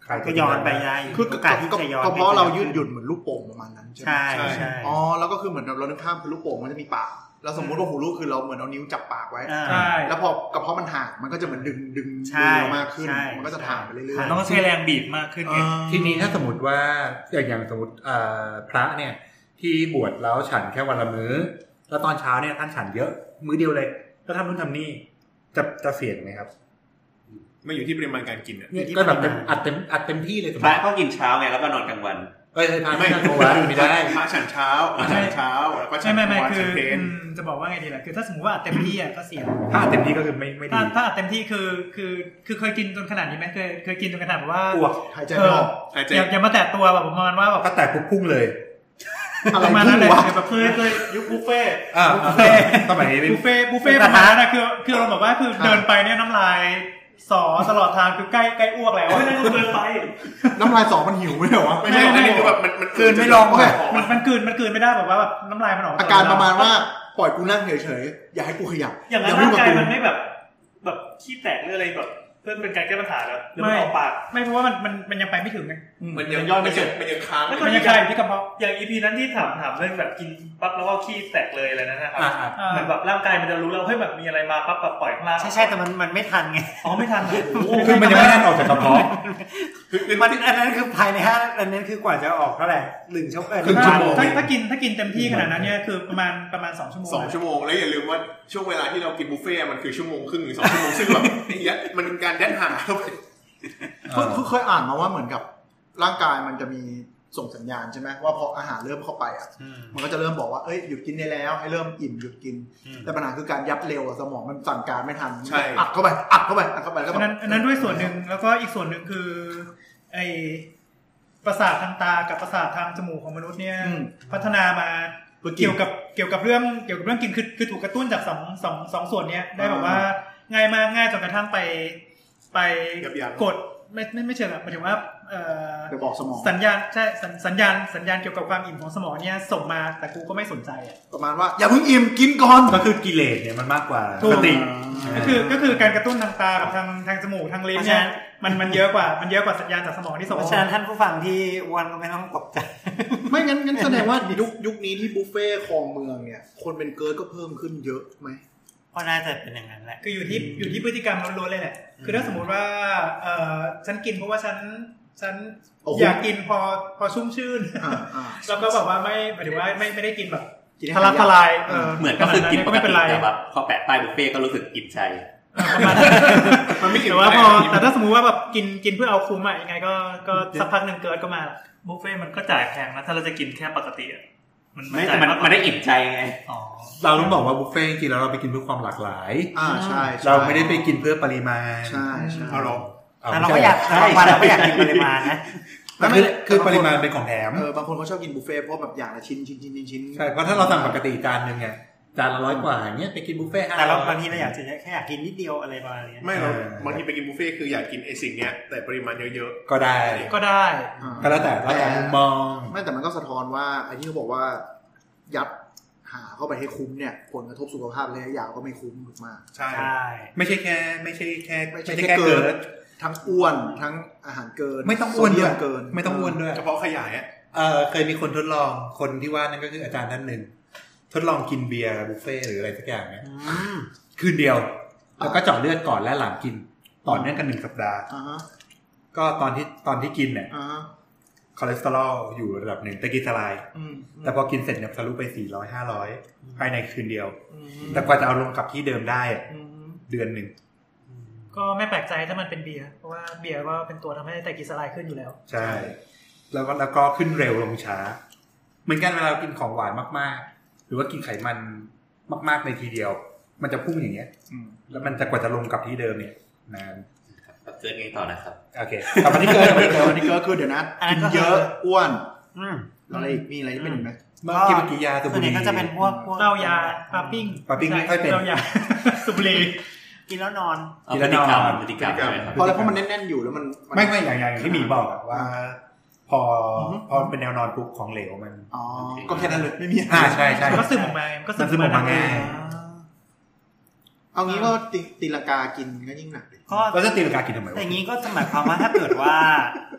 ก็ย้อนไปได้คือก็เพราะเรายืดหยุ่นเหมือนลูกโป่งประมาณนั้นใช่ไหมใช่อ๋อแล้วก็คือเหมือนเรานึกภาพคือลูกโป่งมันจะมีปากแล้วสมมติว่าหูรูดคือเราเหมือนเอานิ้วจับปากไว้แล้วพอกระเพาะมันห่างมันก็จะเหมือนดึงเรามากขึ้นมันก็จะถ่างไปเรื่อยๆต้องใช้แรงบีบมากขึ้นไงทีนี้ถ้าสมมติว่าอย่างสมมติพระเนี่ยที่บวชแล้วฉันแค่วันละมื้อแล้วตอนเช้าเนี่ยท่านฉันเยอะมื้อเดียวเลยแล้วทำนู่นทำนี่จะเสี่ยงไหมครับไม่อยู่ที่ปริมาณการกินก็แบบอัดเต็มที่เลยพระก็กินเช้าไงแล้วก็นอนกลางวันพระไม่โทรวะไม่ได้พระฉันเช้าแล้วก็ฉันไม่คือจะบอกว่าไงดีล่ะคือถ้าสมมติว่าอัดเต็มที่อ่ะก็เสี่ยงถ้าอัดเต็มที่ก็คือไม่ดีถ้าอัดเต็มที่คือเคยกินจนขนาดนี้ไหมเคยกินจนขนาดแบบว่าอ้วกหายใจไม่ออกอย่ามาแตะตัวแบบประมาณว่าแบบก็แตะปุ๊บพุ่งเลยประมาณนั้นเลยแบบเคยยุคบุฟเฟ่สมัยนี้บุฟเฟ่ประมาณนั้นคือเราบอกว่าคือเดินไปเนี่ยน้ำลายสอตลอดทางคือใกล้อ้วกแล้วนั่นก็เกินไปน้ำลายสอมันหิวไม่เหรอวะไม่ใช่อันนี้คือแบบมันกลืนไม่ลงมันกลืนไม่ได้แบบว่าแบบน้ำลายมันออกอาการประมาณว่าปล่อยกูนั่งเฉยๆอย่าให้กูขยับอย่างนั้นร่างกายมันไม่แบบขี้แตกหรืออะไรแบบเพื่อเป็นการแก้ปัญหาแล้วหรือไม่ออกปากไม่เพราะว่ามันยังไปไม่ถึงไงมันยังย่อยมันยังค้างมันยังคายอยู่ที่กระเพาะอย่าง EP นั้นที่ถามเรื่องแบบกินปั๊บแล้วก็ขี้แตกเลยอะไรนั่นนะครับเหมือนแบบร่างกายมันจะรู้แล้วเฮ้ยแบบมีอะไรมาปั๊บปล่อยข้างล่างใช่แต่มันไม่ทันไงไม่ทันคือมันยังไม่ทันออกจากกระเพาะมันอันนั้นคือภายใน5อันนั้นคือกว่าจะออกเท่าไหร่1 ชั่วโมงถ้ากินเต็มที่ขนาดนั้นเนี่ยคือประมาณ2 ชั่วโมง 2 ชั่วโมงแล้วอย่าลืมว่าช่วงเวลาที่เรากินบุฟเฟ่มันคือ1.5 ชั่วโมงถึง2 ชั่วโมงซึ่งแบบมันเป็นการยัดหาเข้าไปเคยอ่านมาว่าเหมือนกับร่างกายมันจะมีส่งสัญญาณใช่ไหมว่าพออาหารเริ่มเข้าไปอ่ะมันก็จะเริ่มบอกว่าเอ้ยหยุดกินได้แล้วให้เริ่มอิ่มหยุดกินแต่ปัญหาคือการยัดเร็วสมองมันสั่งการไม่ทันอัดเข้าไปแล้วก็นั้นด้วยส่วนหนึ่งแล้วก็อีกส่วนหนึ่งคือไอประสาททางตากับประสาททางจมูกของมนุษย์เนี่ยพัฒนามาเกี่ยวกับเรื่องกินคือถูกกระตุ้นจากสองส่วนนี้ได้แบบว่าง่ายจนกระทั่งไปกดไม่เชิงหมายถึงว่าไปบอกสมองสัญญาณใช่สัญญาณเกี่ยวกับความอิ่มของสมองเนี่ยส่งมาแต่กูก็ไม่สนใจอ่ะประมาณว่าอย่าเพิ่งอิ่มกินก่อนก็คือกิเลสเนี่ยมันมากกว่าสติก็คือการกระตุ้นทางตากับทางจมูกทางลิ้นเนี่ยมันเยอะกว่าสัญญาณจากสมองที่ส่งเพราะฉะนั้นท่านผู้ฟังที่วันก็ไม่ต้องตกใจไม่งั้นแสดงว่ายุคนี้ที่บุฟเฟ่คลองเมืองเนี่ยคนเป็นเกิร์ลก็เพิ่มขึ้นเยอะไหมก็น่าจะเป็นอย่างนั้นแหละคืออยู่ที่พฤติกรรมล้วนๆเลยแหละคือถ้าสมมติว่าฉันกินเพราะว่าฉันอยากกินพอชุ่มชื่นแล้วก็แบบว่าไม่หมายถึงว่าไม่ได้กินแบบทะลักทลายเหมือนก็คือกินปกติแต่แบบพอแปะป้ายบุฟเฟ่ก็รู้สึกอิ่มใจมันไม่อิ่มแต่ว่าแต่ถ้าสมมุติว่าแบบกินเพื่อเอาคุ้มอ่ะยังไงก็สักพักนึงเกิดก็มาบุฟเฟ่มันก็จ่ายแพงนะถ้าเราจะกินแค่ปกติมันได้อิ่มใจไงเราต้องบอกว่าบุฟเฟ่จริงๆแล้วเราไปกินเพื่อความหลากหลายใช่เราไม่ได้ไปกินเพื่อปริมาณใช่เราก็อยากกินปริมาณนะคือปริมาณเป็นของแถมบางคนเขาชอบกินบุฟเฟ่เพราะแบบอย่างละชิ้นใช่เพราะถ้าเราสั่งปกติจานนึงไงจานละ100 กว่าอย่างเงี้ยไปกินบุฟเฟ่แต่เราบางทีเราอยากจะแค่อยากกินนิดเดียวอะไรประมาณนี้ไม่เราบางทีไปกินบุฟเฟ่คืออยากกินไอ้สิ่งเนี้ยแต่ปริมาณเยอะๆก็ได้ก็แล้วแต่มุมมองไม่แต่มันก็สะท้อนว่าไอ้ที่เขาบอกว่ายัดหาเข้าไปให้คุ้มเนี่ยผลกระทบสุขภาพระยะยาวก็ไม่คุ้มมากใช่ไม่ใช่แค่เกินทั้งอ้วนทั้งอาหารเกินไม่ต้องอ้วนด้วยไม่ต้องอ้วนด้วยเฉพาะขยายเคยมีคนทดลองคนที่ว่านั่นก็คืออาจารย์ท่านหนึ่งทดลองกินเบียร์บุฟเฟ่หรืออะไรสักอย่างเนี่ยคืนเดียวแล้วก็เจาะเลือดก่อนและหลังกินต่อเนื่องกัน1 สัปดาห์ก็ตอนที่กินเนี่ยคอเลสเตอรอลอยู่ระดับหนึ่งแต่กินสลายแต่พอกินเสร็จเนี่ยทะลุไป400-500ภายในคืนเดียวแต่กว่าจะเอาลงกลับที่เดิมได้เดือนนึงก็ไม่แปลกใจถ้ามันเป็นเบียร์เพราะว่าเบียร์ก็เป็นตัวทำให้ไตรกลีเซอไรด์ขึ้นอยู่แล้วใช่แล้วก็ขึ้นเร็วลงช้าเหมือนกันเวลากินของหวานมากๆหรือว่ากินไขมันมากๆในทีเดียวมันจะพุ่งอย่างเงี้ยแล้วมันจะกว่าจะลงกลับที่เดิมเนี่ยนานเกิดไงต่อนะครับโอเคกลับมาที่เกิดคือเดี๋ยวนะกินเยอะอ้วนอะไรอีกมีอะไรที่เป็นอีกไหมกินกี่ยาส่วนใหญ่ก็จะเป็นพวกเหล้ายาปาปิ้งไม่ค่อยเป็นเหล้ายาสุบลีกินแล้วนอนพฤติกรรมเพราะมันแน่นๆอยู่แล้วมันไม่อย่างที่มีบอกว่าพอเป็นแนวนอนปุ๊บของเหลวมันก็แค่นั้นเลยไม่มีใช่ก็ซึมออกมาก็ซึมออกมาง่ายเอางี้ก็ตีลังกากินก็ยิ่งหนักก็จะตีลังกากินทำไมแต่อย่างนี้ก็หมายความว่าถ้าเกิดว่า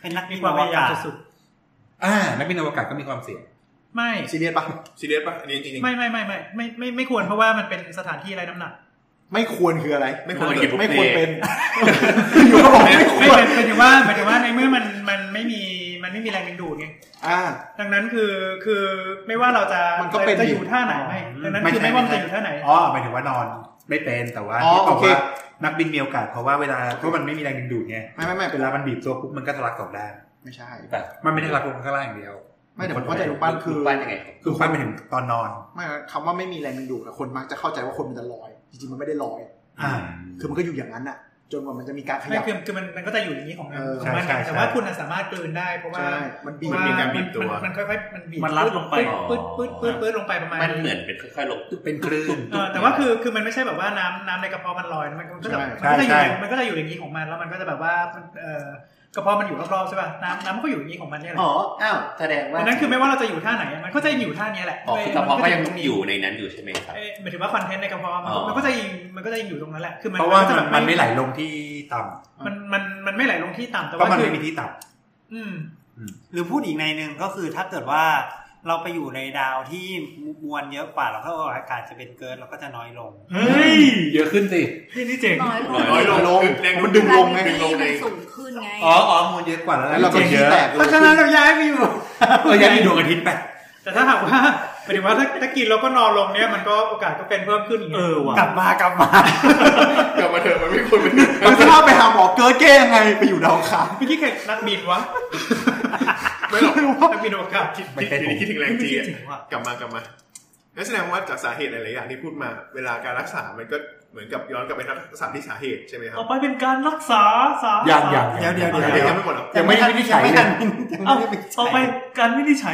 เป็นนักบินความพยายามสุดนักบินอวกาศก็มีความเสี่ยงไม่ซีเรียสป่ะอันนี้จริงๆไม่ควรเพราะว่ามันเป็นสถานที่ไร้น้ำหนักไม่ควรคืออะไรไม่ควรเป็นอยู่ก็บอกไม่ควรเป็นอย่างว่าหมายถึงว่าในเมื่อมันไม่มีแรงดึงดูดไงดังนั้นคือไม่ว่าเราจะอยู่ท่าไหนไม่ดังนั้นคือไม่ว่าจะอยู่ท่าไหนหมายถึงว่านอนไม่เป็นแต่ว่าที่บอกว่านักบินมีโอกาสเพราะว่าเวลาเพราะมันไม่มีแรงดึงดูดไงไม่เวลามันบีบตัวปุ๊บมันก็ทะลักออกได้ไม่ใช่มันไม่ได้ทะลักลงข้างล่างอย่างเดียวไม่แต่ผมเข้าใจลูกปั้นคือยังไงคือปั้นไปถึงตอนนอนไม่คำว่าไม่มีแรงดึงดูดคนมักจะเข้าใจว่าคนมันจะลอยจริงๆมันไม่ได้ลอยคือมันก็อยู่อย่างนั้นน่ะจนกว่ามันจะมีการขยับคือมันก็จะอยู่อย่างนี้ของมันแต่ว่าคุณสามารถกลืนได้เพราะว่ามันมีการบีบตัวมันค่อยๆมันบีบมันลัดลงไปปื๊ดลงไปประมาณมันเหมือนเป็นค่อยๆลงเป็นคลื่นแต่ว่าคือมันไม่ใช่แบบว่าน้ำในกระเพาะมันลอยมันก็จะมันก็จะอยู่อย่างนี้ของมันแล้วมันก็จะแบบว่ากระเพาะมันอยู่รอบๆใช่ป่ะน้ำมันก็อยู่อย่างนี้ของมันเนี่ยแหละแสดงว่านั้นคือไม่ว่าเราจะอยู่ท่าไหนมันก็จะอยู่ท่านี้แหละกระเพาะก็ยังอยู่ในนั้นอยู่ใช่ไหมครับหมายถึงว่าคอนเทนต์ในกระเพาะมันก็จะอยู่ตรงนั้นแหละคือเพราะว่ามันไม่ไหลลงที่ต่ำมันไม่ไหลลงที่ต่ำแต่ว่ามันไม่มีที่ต่ำหรือพูดอีกในนึงก็คือถ้าเกิดว่าเราไปอยู่ในดาวที่มวลเยอะกว่าเราก็อากาศจะเป็นเกินเราก็จะน้อยลงเฮ้ยเยอะขึ้นสินี่เจ๋งน้อยลงมันดึงลงไงสูงขึ้นไงมวลเยอะกว่าแล้วเราก็เยอะเพราะฉะนั้นเราย้ายไปอยู่ย้ายไปดวงอาทิตย์ไปแต่ถ้าหากว่าหมายถึงว่าถ้ากินแล้วก็นอนลงเนี้ยมันก็โอกาสก็เป็นเพิ่มขึ้นอย่างเงี้ยว่ะกลับมาเถอะมันไม่ควรเป็นมันจะพาไปหาหมอเกิดแก้ยังไงไปอยู่ดาวค้างไม่คิดแค่นักบินวะไม่หรอกนักบินอวกาศคิดถึงแรงจีกลับมานั่นแสดงว่าจากสาเหตุอะไรอย่างที่พูดมาเวลาการรักษามันก็เหมือนกับย้อนกลับไปรักษาที่สาเหตุใช่ไหมครับต่อไปเป็นการรักษาอย่างเดี๋ยวยังไม่หมดหรอกยังไม่ได้วินิจฉัยต่อไปการวินิจฉัย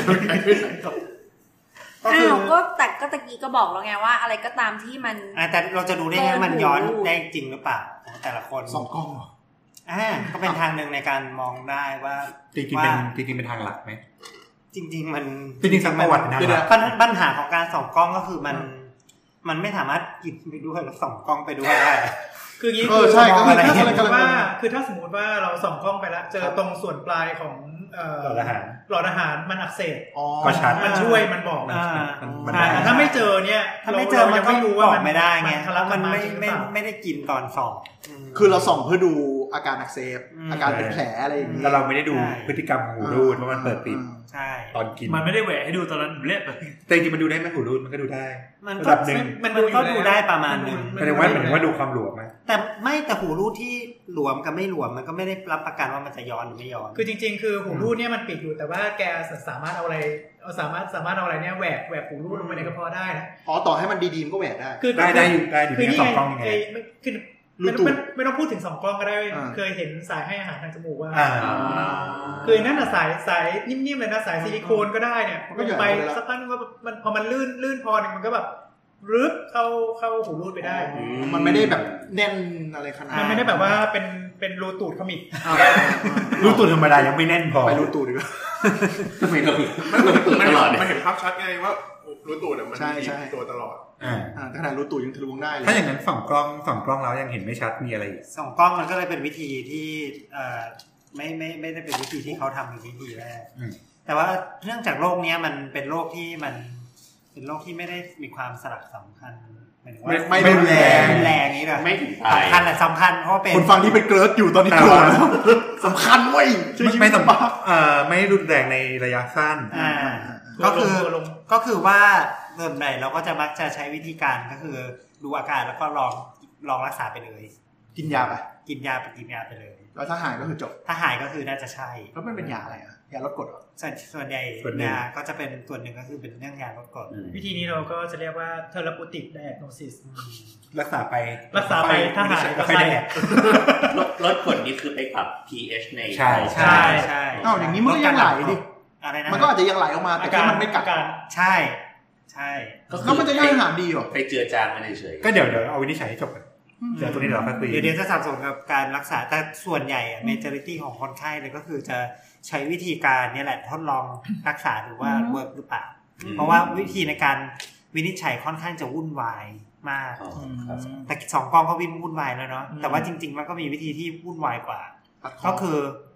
ก็แต่ก็ตะกี้ก็บอกแล้วไงว่าอะไรก็ตามที่มันแต่เราจะดูได้ไงมันย้อนได้จริงหรือเปล่าแต่ละคน 2 กล้องก็เป็นทางหนึ่งในการมองได้ว่าจริงเป็นทางหลักไหมจริงๆมันจริงสังประวัตินะปัญหาของการส่องกล้องก็คือมันไม่สามารถกินไปด้วยแล้วส่องกล้องไปด้วยได้คืออย่างนี้ใช่ก็คือถ้าสมมติว่าเราส่องกล้องไปแล้วเจอตรงส่วนปลายของหลอดอาหารมันอักเสบก็ชัดมันช่วยมันบอกถ้าไม่เจอเนี่ยถ้าไม่เจอมันไม่รู้ว่ามันไม่ได้ไงมันไม่ได้กินตอนส่องคือเราส่องเพื่อดูอาการอักเสบอาการเป็นแผลอะไรอย่างนี้แล้วเราไม่ได้ดูพฤติกรรมหูรูดว่ามันเปิดปิดใช่ตอนกินมันไม่ได้แหวะให้ดูตอนนั้นเละแต่จริงมันดูได้ไหมหูรูดมันก็ดูได้มันก็ดูได้ประมาณนึงแต่ว่าดูความหลวมไหมแต่หูรูดที่หลวมกับไม่หลวมมันก็ไม่ได้รับประกันว่ามันจะย้อนหรือไม่ย้อนคือจริงๆคือหูรูดเนี่ยมันปิดอยู่แต่ว่าแกสามารถเอาอะไรสามารถเอาอะไรเนี่ยแหวกหูรูดลงไปในกระเพาะได้นะต่อให้มันดีๆมันก็แหวกได้ได้อยู่ใน2 กล้องไงคือไม่ต้องพูดถึง2 กล้องก็ได้เคยเห็นสายให้อาหารทางจมูกว่าคือนั่นน่ะสายนิ่มๆเลยนะสายซิลิโคนก็ได้เนี่ยลงไปสักพักนึงว่ามันพอมันลื่นพอนึงมันก็แบบรึบเข้าหูรูดไปได้มันไม่ได้แบบแน่นอะไรขนาดมันไม่ได้แบบว่าเป็นรูตูดขมิบรูตูดธรรมดายังไม่แน่นพอไปรูตูดดีกว่าไม่เห็นภาพชัดไงว่ารูตูดมันมีตัวตลอดขนาดรูตูดยังทะลวงได้เลยถ้าอย่างนั้น2 กล้องแล้วยังเห็นไม่ชัดมีอะไรอีก 2 กล้องมันก็เลยเป็นวิธีที่ไม่ได้เป็นวิธีที่เขาทำวิธีแรกแต่ว่าเนื่องจากโรคนี้มันเป็นโรคที่มันเป็นโรคที่ไม่ได้มีความสลักสำคัญไม่รุนแรงนี้เลยไม่ถึงสำคัญแต่สำคัญเพราะเป็นคนฟังที่เป็นเกิร์ดอยู่ตอนนี้โกรธแล้วสำคัญเว้ยไม่สำคัญไม่รุนแรงในระยะสั้นก็คือว่าส่วนใหญ่เราก็จะมักจะใช้วิธีการก็คือดูอาการแล้วก็ลองรักษาไปเลยกินยาไปไปเลยแล้วถ้าหายก็คือจบถ้าหายก็คือน่าจะใช่แล้วมันเป็นยาอะไรอ่ะยาลดกรดเหรอส่วนใหญ่ยาก็จะเป็นส่วนหนึ่งก็คือเป็นเรื่องยาลดกรดวิธีนี้เราก็จะเรียกว่า therapeutic diagnosis รักษาไปถ้าหายก็ไม่ได้ลดกรดนี่คือไปปรับ pH ในใช่อย่างนี้มันก็ยังไหลดิมันก็อาจจะยังไหลออกมาแต่แค่มันไม่กัดใช่แล้วมันจะย่อยอาหารดีหรอไปเจือจางมันเฉยก็เดี๋ยวเอาวินิจฉัยให้จบกันเดี๋ยวตัวนี้เราค่อยคุยเดี๋ยวจะสับสนกับการรักษาแต่ส่วนใหญ่ majority ของคนไข้เลยก็คือจะใช้วิธีการนี่แหละทดลองรักษาดูว่าเวิร์กหรือเปล่าเพราะว่าวิธีในการวินิจฉัยค่อนข้างจะวุ่นวายมากแต่2 กล้องก็วุ่นวายแล้วเนาะแต่ว่าจริงๆมันก็มีวิธีที่วุ่นวายกว่าก็คือ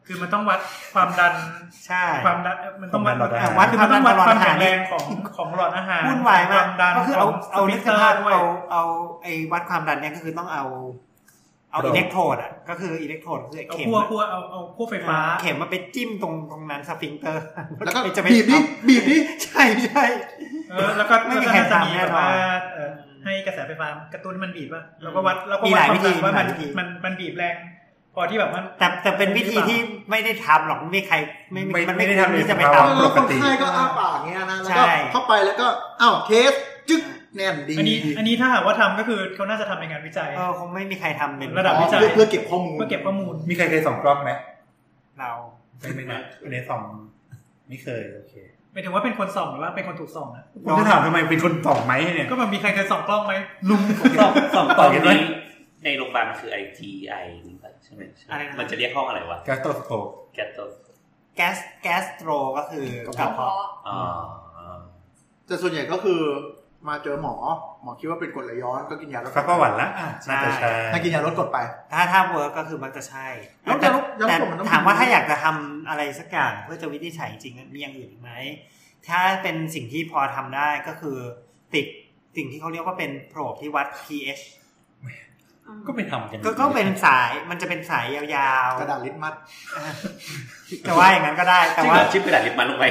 คือมันต้องวัดความดันใช่ความดันมันต้องวัดคือมันต้องวัดความแข็งแรงของหลอดอาหารวุ่นวายมากก็คือเอานึกสภาพเอาไอ้วัดความดันเนี่ยก็คือต้องเอาอิเล็กโทรดอ่ะก็คืออิเล็กโทรดคือเข็มเอาขั้วไฟฟ้าเข็มมาไปจิ้มตรงนั้นสฟิงเตอร์แล้วก็บีบดิใช่แล้วก็ไม่มีใครทำแน่นอนให้กระแสไฟฟ้ากระตุ้นมันบีบป่ะแล้วก็วัดความดันว่ามันบีบแรงพอที่แบบมันแต่เป็นวิธีที่ไม่ได้ทำหรอกไม่ใครมันไม่ได้ทำที่จะไปทำปกติใช่ก็อ้าปากเงี้ยนะแล้วก็เข้าไปแล้วก็อ้าวเทสจึ๊กแน่นดีอันนี้ถ้าหากว่าทำก็คือเขาน่าจะทำในงานวิจัยคงไม่มีใครทำเป็นระดับวิจัยเพื่อเก็บข้อมูลมีใครเคยส่องกล้องไหมเราไม่นะอันนี้ส่องไม่เคยโอเคหมายถึงว่าเป็นคนส่องหรือว่าเป็นคนถูกส่องนะผมจะถามทำไมเป็นคนส่องไหมเนี่ยก็มันมีใครเคยส่องกล้องไหมลุงส่องกล้องนี้ในโรงพยาบาลมันคือ ITI ใช่ไหมมันจะเรียกห้องอะไรวะแกสโตรสโคปแก๊สโตรก็คือกระเพาะแต่ส่วนใหญ่ก็คือมาเจอหมอคิดว่าเป็นกรดไหลย้อนก็กินยาลดก็ประวัติละใช่ถ้ากินยาลดกรดไปถ้าเวิร์กก็คือมันจะใช่แต่ถามว่าถ้าอยากจะทำอะไรสักอย่างเพื่อจะวินิจฉัยจริงมีอย่างอื่นไหมถ้าเป็นสิ่งที่พอทำได้ก็คือติดสิ่งที่เขาเรียกว่าเป็นโพรบที่วัด pH ก็ไปทำกันก็เป็นสายมันจะเป็นสายยาวๆกระดาษลิตมัสแต่ว่าอย่างนั้นก็ได้แต่ว่าชิปกระดาษลิตมัสลงไป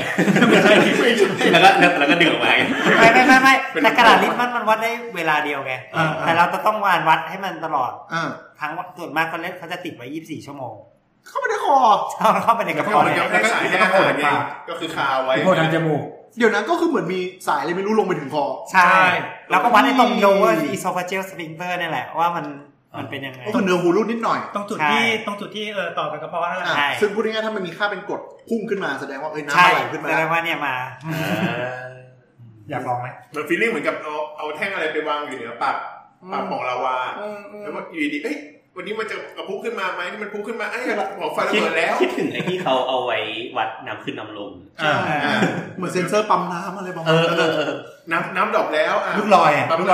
แล้วก็ดึงออกมาไม่แต่กระดาษลิตมัสมันวัดได้เวลาเดียวไงแต่เราต้องวัดให้มันตลอดทั้งส่วนมากเขาจะติดไว้24ชั่วโมงเข้าไปในคอเข้าไปในกระเพาะยังไม่สายแน่ก็คือคาไว้โพทางจมูกเดี๋ยวนั้นก็คือเหมือนมีสายอะไรไม่รู้ลงไปถึงคอใช่แล้วก็วัดในตรงโลว์esophageal sphincter นี่แหละว่ามันเป็นยังไงก็คือเนื้อหูรูดนิดหน่อยตรงจุดที่ต่อกับกระเพาะนั่นแหละซึ่งพูดง่ายๆถ้ามันมีค่าเป็นกรดพุ่งขึ้นมาแสดงว่าน้ำไหลขึ้นมาแสดงว่าเนี่ยมาอยากลองไหมมันฟีลลิ่งเหมือนกับเอาแท่งอะไรไปวางอยู่เหนือปากของลาวาแล้วว่าอยู่ดีวันนี้มันจะกระพุ้งขึ้นมาไหมมันพุ่งขึ้นมาหัวไฟระเบิดแล้วคิดถึงไอ้ที่เขาเอาไว้วัดน้ำขึ้นน้ำลงเหมือนเซ็นเซอร์ปั๊มน้ำอะไรประมาณนั้นน้ำดรอปแล้วลูกลอย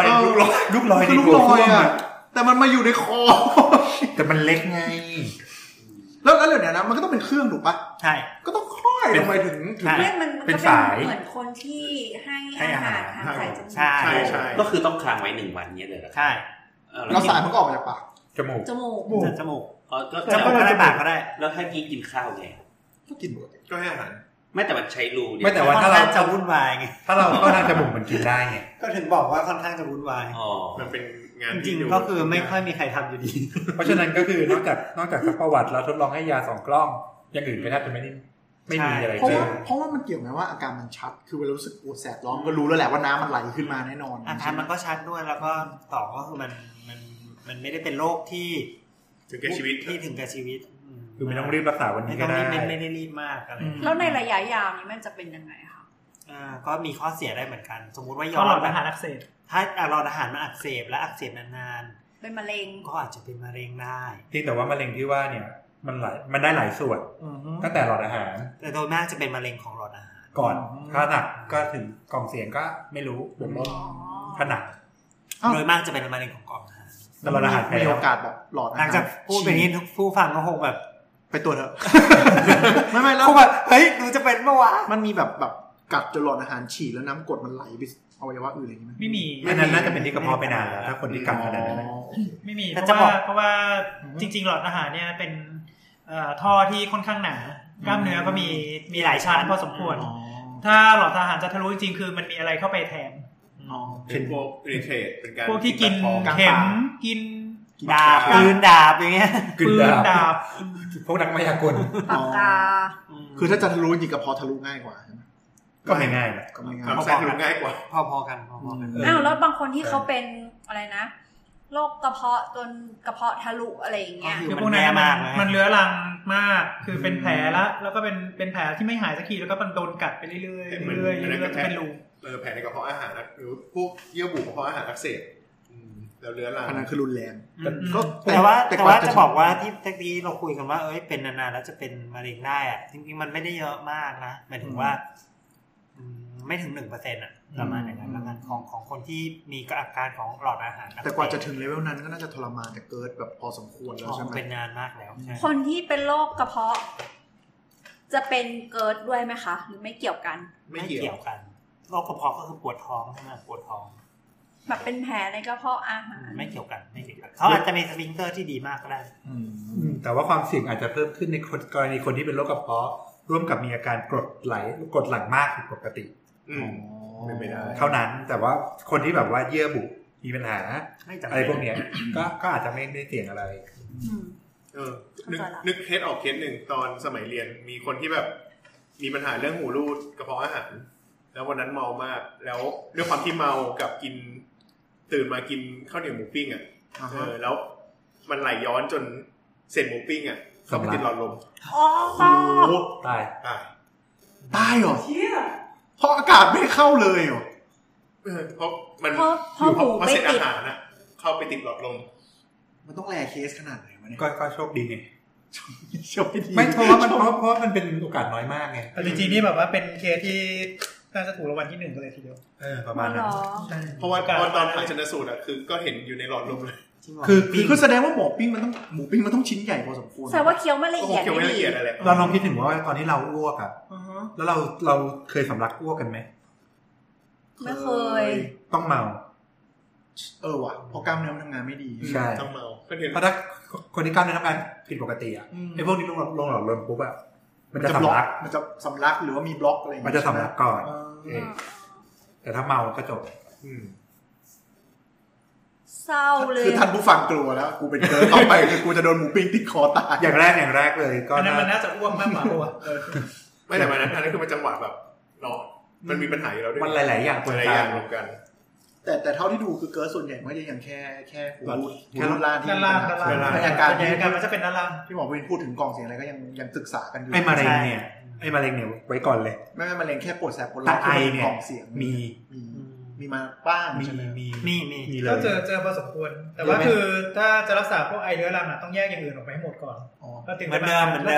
แต่มันมาอยู่ในคอแต่มันเล็กไงแล้วเดี๋ยวนะมันก็ต้องเป็นเครื่องถูกปะใช่ก็ต้องค่อยลงไปถึงมันเป็นสายเหมือนคนที่ให้อาหารทางสายจมูกใช่ก็คือต้องค้างไว้1วันนี้เลยใช่แล้วสายมันก็ออกมาจากปากจมูกก็ได้ปากก็ได้แล้วถ้ากินข้าวไงก็กินหมดก็ให้อาหารไม่แต่มันใช้รูไม่แต่ว่าถ้าเราจะวุ่นวายไงถ้าเราก็ทางจมูกมันกินได้ไงก็ถึงบอกว่าค่อนข้างจะวุ่นวายมันเป็นงานจริงก็คือไม่ค่อยมีใครทำอยู่ดีเพราะฉะนั้นก็คือนอกจากสักประวัติเราทดลองให้ยา2กล้องอย่างอื่นก็แทบจะไม่มีอะไรเพราะว่ามันเกี่ยวไหมว่าอาการมันชัดคือเวลารู้สึกปวดแสบร้อนก็รู้แล้วแหละว่าน้ำมันไหลขึ้นมาแน่นอนอาการมันก็ชัดด้วยแล้วก็ต่อก็คือมันไม่ได้เป็นโรคที่ถึงแก่ชีวิตคือไม่ต้องรีบรักษาวันนี้ก็ได้ไม่ได้รีบมากอะไรแล้วในระยะยาวนี้มันจะเป็นยังไงคะก็มีข้อเสียได้เหมือนกันสมมุติว่าหลอดอาหารอักเสบถ้าหลอดอาหารมันอักเสบและอักเสบนานๆเป็นมะเร็งก็อาจจะเป็นมะเร็งได้ที่แต่ว่ามะเร็งที่ว่าเนี่ยมันได้หลายส่วนตั้งแต่หลอดอาหารแต่โดยมากจะเป็นมะเร็งของหลอดอาหารก่อนถ้าหนักก็ถึงกล่องเสียงก็ไม่รู้บวกลบถ้าหนักโดยมากจะเป็นมะเร็งของกล่องอาหารแต่หลอดอาหารมีโอกาสแบบหลอดอาหารหลังจากพูดแบบนี้ทุกผู้ฟังก็คงแบบไปตัวเถอะไม่แล้วแบบเฮ้ยดูจะเป็นเมื่อวานมันมีแบบกัดจนหลอดอาหารฉี่แล้วน้ำกรดมันไหลไปอวัยวะอื่นอะไรอย่างงี้ไม่มีอันนั้นน่าจะเป็นที่กระเพาะไปนานแล้วถ้าคนที่กัดขนาดนั้นไม่มีเพราะว่าจริงๆหลอดอาหารเนี่ยเป็นท่อที่ค่อนข้างหนากล้ามเนื้อก็มีหลายชั้นพอสมควรถ้าหลอดอาหารจะทะลุจริงๆคือมันมีอะไรเข้าไปแทนเป็นพวกอิริเทตเป็นการพวกที่กินเข็มกินดาบปืนดาบอย่างเงี้ยปืนดาบพวกนักมายากลปากกาคือถ้าจะทะลุจริงๆก็พอทะลุง่ายกว่าก็ไม่ง่ายนะก็ไม่ง่ายทะลุง่ายกว่าพอกันแล้วบางคนที่เขาเป็นอะไรนะโรคกระเพาะจนกระเพาะทะลุอะไรอย่างเงี้ยคือพวกนั้นมันเรื้อรังมากคือเป็นแผลแล้วก็เป็นแผลที่ไม่หายสักทีแล้วก็มันโดนกัดไปเรื่อยๆเป็นรูแผลในกระเพาะอาหารหรือพวกเยื่อบุกระเพาะอาหารอักเสบแล้วเรื้อรังอันนั้นคือรุนแรงแต่ว่าจะบอกว่าที่ตะกี้เราคุยกันว่าเป็นนานๆแล้วจะเป็นมะเร็งได้อะจริงๆมันไม่ได้เยอะมากนะหมายถึงว่าไม่ถึง 1% อ่ะประมาณอย่างนั้นแล้วกันของคนที่มีอาการของหลอดอาหารแต่กว่าจะถึงเลเวลนั้นก็น่าจะทรมานแต่เกิดแบบพอสมควรแล้วใช่ไหมเป็นนานมากแล้วคนที่เป็นโรคกระเพาะจะเป็นเกิร์ดด้วยไหมคะหรือไม่เกี่ยวกันไม่เกี่ยวกันโรคกระเพาะก็คือปวดท้องใช่ไหมปวดท้องแบบเป็นแผลในกระเพาะอาหารไม่เกี่ยวกันเขาอาจจะมีสฟิงเกอร์ที่ดีมากก็ได้แต่ว่าความเสี่ยงอาจจะเพิ่มขึ้นในกรณีคนที่เป็นโรคกระเพาะร่วมกับมีอาการกรดหลั่งมากผิดปกติไม่ได้เท่านั้นแต่ว่าคนที่แบบว่าเยื่อบุมีปัญหาอะไรพวกเนี้ยก็อาจจะไม่ได้เสี่ยงอะไรนึกเคสออกเคสหนึ่งตอนสมัยเรียนมีคนที่แบบมีปัญหาเรื่องหูรูดกระเพาะอาหารแล้ววันนั้นเมามากแล้วด้วยความที่เมากับกินตื่นมากินข้าวเหนียวหมูปิ้งแล้วมันไหลย้อนจนเศษหมูปิ้งเข้าไปติดหลอดลมตายเหรอเพราะอากาศไม่เข้าเลยเหรอเพราะมันอยู่เพราะเศษอาหารเข้าไปติดหลอดลมมันต้องแลเคสขนาดไหนวะเนี่ยก็โชคดีไงโชคดีไม่เพราะว่ามันเป็นโอกาสน้อยมากไงแต่จริงๆนี่แบบว่าเป็นเคสที่น่าจะถูกรางวัลที่1กันเลยทีเดียวประมาณนั้นเพราะว่าตอนผ่าชันสูตรคือก็เห็นอยู่ในหลอดลมเลยคือแสดงว่าหมูปิ้งมันต้องชิ้นใหญ่พอสมควรแสดงว่าเคี้ยวไม่ละเอียดอะไรเราลองคิดถึงว่าตอนที่เราอ้วกแล้วเราเคยสำลักอ้วกกันไหมไม่เคยต้องเมาว่ะเพราะกล้ามเนื้อมันทำงานไม่ดีใช่ต้องเมาเพราะถ้าคนที่กล้ามเนื้อทำงานผิดปกติไอ้พวกนี้ลงหลอดลมปุ๊บมันจะสำลักหรือว่ามีบล็อกอะไรมันจะสำลักก่อนแต่ถ้าเมาก็จบเศร้าเลยคือท่านผู้ฟังกลัวแล้วกูเป็นเกิร์ลต่อไปคือกูจะโดนหมูปิ้งติดคอตายอย่างแรกเลยก็อันนั้นมันน่าจะอ้วกมากกว่าไม่แต่มันนั้นคือมันจังหวะแบบเนาะมันมีปัญหาอยู่แล้วด้วยมันหลายๆอย่างรวมกันแต่เท่าที่ดูคือเกิร์ลส่วนใหญ่ไม่ได้ยังแค่หูล่างที่ล่างอาการมันจะเป็นด้านล่างที่หมอวินพูดถึงกล่องเสียงอะไรก็ยังศึกษากันอยู่ไอ้มะเร็งเนี่ยไว้ก่อนเลยไม่มะเร็งแค่ปวดแสบปวดร้อนกล่องเสียงมีมาบ้างมีเลยก็เจอพอสมควรแต่ว่าคือถ้าจะรักษาพวกไอเรื้อรังต้องแยกอย่างอื่นออกไปให้หมดก่อนก็ถึงจะ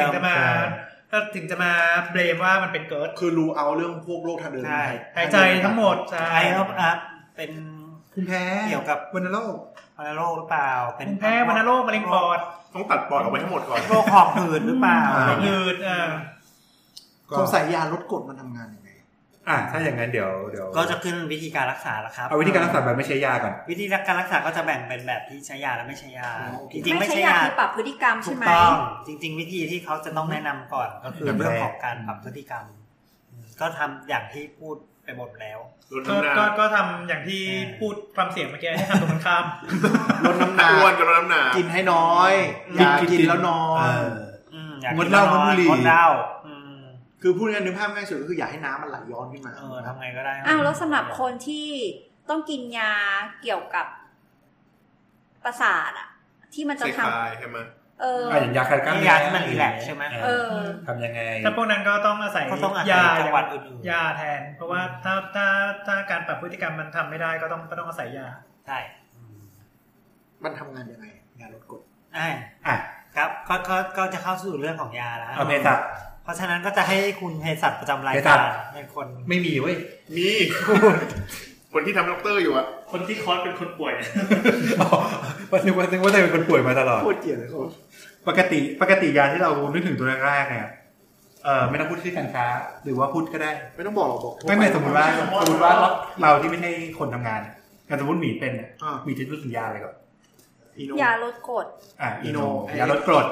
มาเบลมว่ามันเป็นเกิร์ดคือรู้เอาเรื่องพวกโรคทางเดินหายใจทั้งหมดใช่เป็นภูมิแพ้เกี่ยวกับวัณโรคหรือเปล่าเป็นภูมิแพ้วัณโรคมะเร็งปอดต้องตัดปอดออกไปทั้งหมดก่อนโรคหอบหืดหรือเปล่าหืดสงสัยยาลดกรดมันทำงานยังไงถ้าอย่างนั้นเดี๋ยวก็จะขึ้นวิธีการรักษาแล้วครับเอาวิธีการรักษาแบบไม่ใช้ยาก่อนวิธีการรักษาก็จะแบ่งเป็นแบบที่ใช้ยาและไม่ใช้ยาจริงๆไม่ใช้ยาคือปรับพฤติกรรมใช่ไหมจริงๆวิธีที่เขาจะต้องแนะนำก่อนก็คือเรื่องของการปรับพฤติกรรมก็ทำอย่างที่พูดไปหมดแล้วก็ทำอย่างที่พูดความเสี่ยงเมื่อกี้ให้ทำตรงกันข้ามลดน้ำหนักอ้วนกับลดน้ำหนักกินให้น้อยอย่ากินแล้วนอนงดเหล้างดบุหรี่คือพูดง่ายๆนึกภาพง่ายสุดก็คืออยากให้น้ำมันไหลย้อนขึ้นมาทำไงก็ได้แล้วสำหรับคนที่ต้องกินยาเกี่ยวกับประสาทที่มันจะทำใช่ไหมอย่างยาคลายกล้ามเนื้อยาที่มันรีแลกซ์ใช่ไหมทำยังไงถ้าพวกนั้นก็ต้องอาศัยยาจังหวัดอื่นยาแทนเพราะว่าถ้าการปรับพฤติกรรมมันทำไม่ได้ก็ต้องอาศัยยาใช่มันทำงานยังไงยาลดกรดครับก็จะเข้าสู่เรื่องของยาแล้วเภสัชเพราะฉะนั้นก็จะให้คุณเภสัชประจำรายการเป็นคนไม่มีเว้ยมีคนที่ทำด็อกเตอร์อยู่คนที่คอร์สเป็นคนป่วยว่านึกว่าจะเป็นคนป่วยมาตลอดโคตรเกลียดเลยปกติยาที่เรานึกถึงตัวแรกๆเนี่ยไม่ต้องพูดชื่อการค้าหรือว่าพูดก็ได้ไม่ต้องบอกหรอกไม่สมมติว่าเราที่ไม่ใช่คนทำงานอย่างสมมติหมีเป็นมีจะรู้ถึงยาอะไรก่อนยาลดกรดอีโนยาลดกรด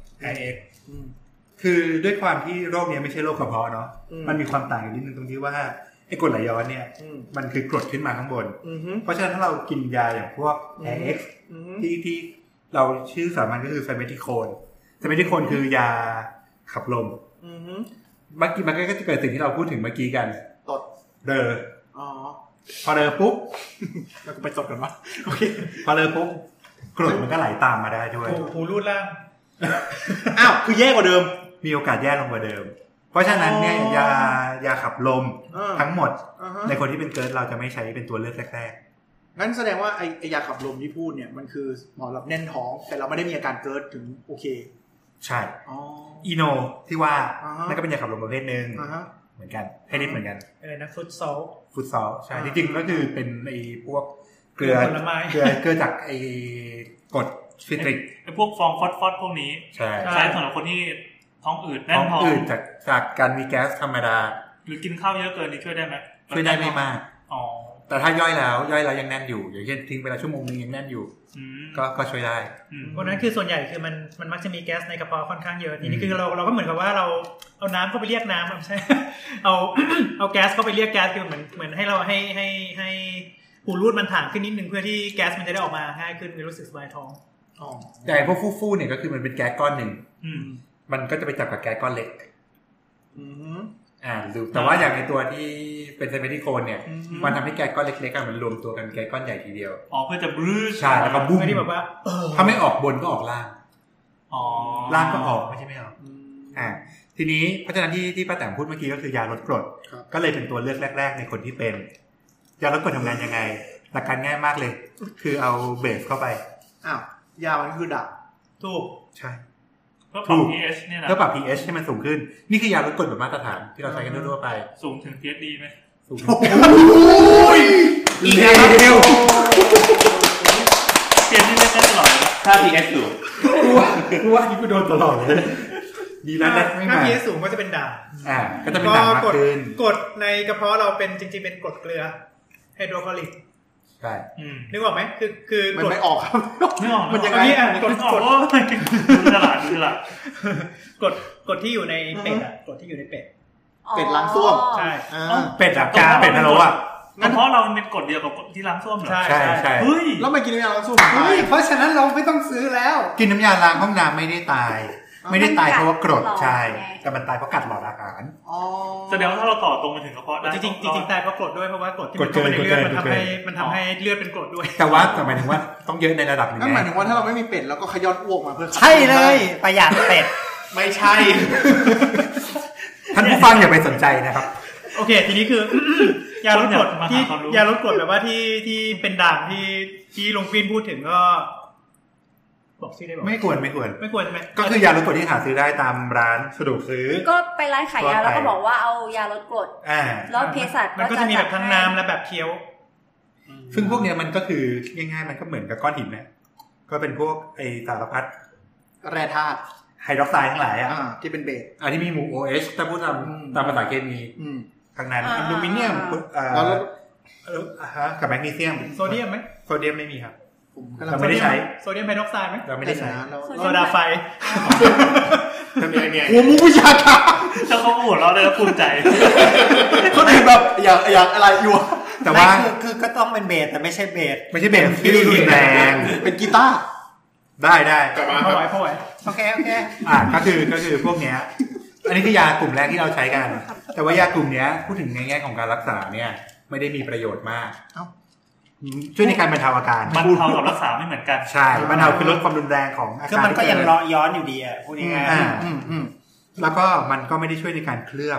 IX คือด้วยความที่โรคนี้ไม่ใช่โรคกระเพาะเนาะมันมีความต่างนิดนึงตรงที่ว่าไอ้กรดไหลย้อนเนี่ยมันคือกรดขึ้นมาข้างบนเพราะฉะนั้นถ้าเรากินยาอย่างพวก IX ที่เราชื่อสามัญก็คือไซเมทิโคนคือยาขับลมเมื่อกี้มันก็จะเกิดสิ่งที่เราพูดถึงเมื่อกี้กันตดพอเดอปุ๊บแล้วกูไปตดกันวะโอเคพอเดอปุ๊บกรดมันก็ไหลตามมาได้ด้วยหูรูดล่างคือแย่กว่าเดิมมีโอกาสแย่ลงกว่าเดิมเพราะฉะนั้นเนี่ยยาขับลมทั้งหมดในคนที่เป็นเกิร์ลเราจะไม่ใช้เป็นตัวเลือกแรกๆงั้นแสดงว่าไอยาขับลมที่พูดเนี่ยมันคือหมอรับแน่นท้องแต่เราไม่ได้มีอาการเกิร์ลถึงโอเคใช่อีโนที่ว่านั่นก็เป็นยาขับลมประเภทนึงเหมือนกันให้นิดเหมือนกันนะฟุตซอลใช่จริงๆก็คือเป็นไอ้พวกเกลือจากไอ้กรดซิตริกไอ้พวกฟองฟอสพวกนี้ใช่สำหรับคนที่ท้องอืดแน่นท้องอืดจากการมีแก๊สธรรมดาหรือกินข้าวเยอะเกินนี่ช่วยได้ไหมช่วยได้ไม่มากอ๋อแต่ถ้าย่อยแล้วยังแน่นอยู่อย่างเช่นทิ้งไปแล้วชั่วโมงนึงยังแน่นอยู่ก็ช่วยได้เพราะนั้นคือส่วนใหญ่คือมันมักจะมีแก๊สในกระเพาะค่อนข้างเยอะทีนี้คือเราก็เหมือนกับว่าเราเอาน้ำเข้าไปเรียกน้ำไม่ใช่ เอาแก๊สเข้าไปเรียกแก๊สคือเหมือนให้เราให้หูรูดมันถ่างขึ้นนิดนึงเพื่อที่แก๊สมันจะได้ออกมาง่ายขึ้นรู้สึกสบายท้องแต่พวกฟู่ๆเนี่ยก็คือมันเป็นแก๊สก้อนหนึ่งมันก็จะไปจับกับแก๊สก้อนเล็กแต่ว่าอย่างในตัวที่เป็นไซเมทิโคนเนี่ยมันทำให้แก๊สก้อนเล็กๆมันรวมตัวกันแก๊สก้อนใหญ่ทีเดียวเพื่อจะบลื้อใช่แล้วก็บุ้มที่แบบว่าถ้าไม่ออกบนก็ออกล่างล่างก็ออกไม่ออกทีนี้เพราะฉะนั้นที่ป้าแต๋มพูดเมื่อกี้ก็คือยาลดกรดก็เลยเป็นตัวเลือกแรกๆในคนที่เป็นยาลดกรดทำงานยังไงหลักการง่ายมากเลยคือเอาเบสเข้าไปยามันคือดับถูกใช่เพื่อปรับ pH เนี่ยนะเพื่อปรับ pH ให้มันสูงขึ้นนี่คือยาลดกรดแบบมาตรฐานที่เราใช้กันทั่วไปสูงถึง pH ดีไหมสูงเร็วเปลี่ยนที่เล่นได้ตลอดถ้า pH สูงรู้ว่านี่กูโดนตลอดเลยดีนะถ้า pH สูงก็จะเป็นด่างก็จะเป็นด่างมากขึ้นกรดในกระเพาะเราเป็นจริงๆเป็นกรดเกลือไฮโดรคลอริกใช่นึกออกไหมคือมันไม่ออกครับไม่ออกมันยังไงกดตลาดกดที่อยู่ในเป็ดกดที่อยู่ในเป็ดล้างส้วมใช่เป็ดกาเป็ดพะโล้กระเพาะเราเป็นกดเดียวกับที่ล้างส้วมเหรอใช่เฮ้ยแล้วไม่กินน้ำยาล้างส้วมเพราะฉะนั้นเราไม่ต้องซื้อแล้วกินน้ำยาล้างห้องน้ำไม่ได้ตายเพราะว่ากรดใช่แต่มันตายเพราะกัดหลอดอาหารแสดงว่าถ้าเราต่อตรงไปถึงกระเพาะได้จริงตายเพราะกรดด้วยเพราะว่ากรดที่มันเข้าไปในเลือดมันทำให้เลือดเป็นกรดด้วยแต่ว่าหมายถึงว่าต้องเยอะในระดับนึงนั่นหมายถึงว่าถ้าเราไม่มีเป็ดเราก็ขย้อนอ้วกมาเพื่อใช่เลยประหยัดเป็ดไม่ใช่ท่านผู้ฟังอย่าไปสนใจนะครับโอเคทีนี้คือยาลดกรดแบบว่าที่เป็นด่างที่ลุงฟินพูดถึงก็บอกชื่อได้บอกไม่ควรใช่ไหมก็คือยาลดกรดที่หาซื้อได้ตามร้านสะดวกซื้อก็ไปร้านขายยาแล้วก็บอกว่าเอายาลดกรดแล้วเภสัชมันก็จะมีแบบทั้งน้ำและแบบเคี้ยวซึ่งพวกเนี้ยมันก็คือง่ายๆมันก็เหมือนกับก้อนหินนะก็เป็นพวกไอสารพัดแร่ธาตุไฮดรอกไซด์ทั้งหลายที่เป็นเบสที่มีหมู่ OH ถ้าพูดตามภาษาเคมีทางนั้นอลูมิเนียมกับแมกนีเซียมโซเดียมไหมโซเดียมไม่มีครับเราไม่ได้ใช้โซเดียมไฮดรอกไซด์ไหมเราไม่ได้ใช้โซดาไฟทำยังไงหัวมุกวิชาการเจ้าเขาหัวเราะเลยแล้วภูมิใจเขาถึงแบบอยากอะไรอยู่แต่ว่าคือก็ต้องเป็นเบสแต่ไม่ใช่เบสที่รุนแรงเป็นกีตาร์ได้กลับมาพ่อไหวโอเคก็คือพวกเนี้ยอันนี้คือยากลุ่มแรกที่เราใช้กันแต่ว่ายากลุ่มเนี้ยพูดถึงในแง่ของการรักษาเนี่ยไม่ได้มีประโยชน์มากช่วยในการบรรเทาอาการบรรเทากับรักษาไม่เหมือนกันใช่บรรเทาคือลดความรุนแรงของอาการคือมันก็ยังย้อนอยู่ดีอ่ะพูดง่ายๆแล้วก็มันก็ไม่ได้ช่วยในการเคลือบ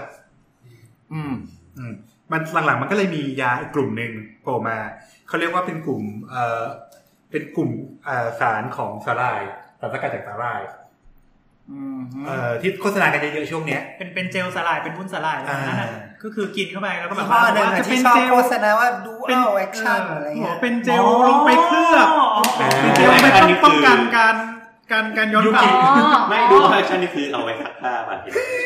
มันหลังๆมันก็เลยมียาอีกกลุ่มนึงโผล่มาเขาเรียกว่าเป็นกลุ่มสารของสาหร่ายสารสกัดจากสาหร่ายที่โฆษณากันเยอะๆช่วงเนี้ยเป็นเจลสาหร่ายเป็นวุ้นสาหร่ายนั่นน่ะก็คือกินเข้าไปแล้วก็แบบว่าจะเป็นเจลโฆษณาว่าดูเอาแอคชั่นอะไรเงี้ยเป็นเจลลงไปเคลือบเป็นเจลไปป้องกันการย้อนกลับไม่ดูแอคชั่นนี่คือเอาไว้ขัดผ้าป่ะ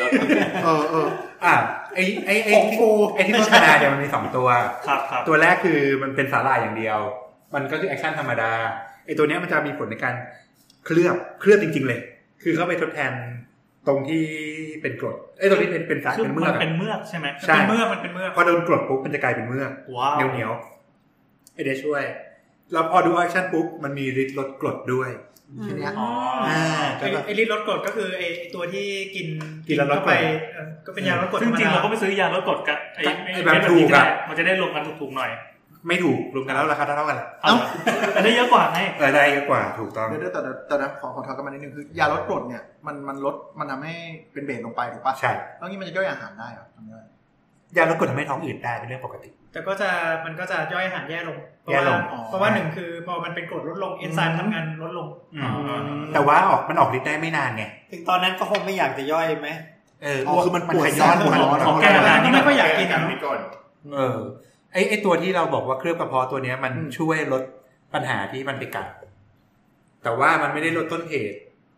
ไอ้ที่โฆษณาเนี่ยมันมี2ตัวตัวแรกคือมันเป็นสาหร่ายอย่างเดียวมันก็คือแอคชั่นธรรมดาไอ้ตัวเนี้ยมันจะมีผลในการเคลือบจริงๆเลยคือเข้าไปทดแทนตรงที่เป็นกรดตรงที่เป็นสารเป็นเมือกเป็นเมือกใช่ไหมเป็นเมือกมันเป็นเมือกพอโดนกรดปุ๊บมันจะกลายเป็นเมือกเหนียวไอ้เดช่วยแล้วพอดูแอคชั่นปุ๊บมันมีฤทธิ์ลดกรดด้วยใช่ไหมไอ้ฤทธิ์ลดกรดก็คือไอ้ตัวที่กินแล้วลดไปก็เป็นยาลดกรดจริงๆเราก็ไปซื้อยาลดกรดกับไอ้แบบถูกมันจะได้รวมกันถูกๆหน่อยไม่ถูกรวมกันแล้วราคาเท่ากันแต่ได้เยอะกว่าไงได้เยอะกว่าถูกต้องแต่นะขอทอกันมานิดนึงคือยาลดกรดเนี่ยมันลดมันทำให้เป็นเบสลงไปถูกป่ะใช่แล้วนี่มันจะย่อยอาหารได้เหรอทำได้ยาลดกรดทำให้ท้องอืดได้เป็นเรื่องปกติแต่มันก็จะย่อยอาหารแย่ลงเพราะว่า1คือพอมันเป็นกรดลดลงเอนไซม์ทำงานลดลงแต่ว่ามันออกฤทธิ์ได้ไม่นานไงถึงตอนนั้นก็คงไม่อยากจะย่อยไหมคือมันปวดย้อนของแก้อาการนี่ไม่ค่อยอยากกินนี่ก่อนไอ้ตัวที่เราบอกว่าเคลือบกระเพาะตัวนี้มันช่วยลดปัญหาที่มันไปกัดแต่ว่ามันไม่ได้ลดต้นเหตุ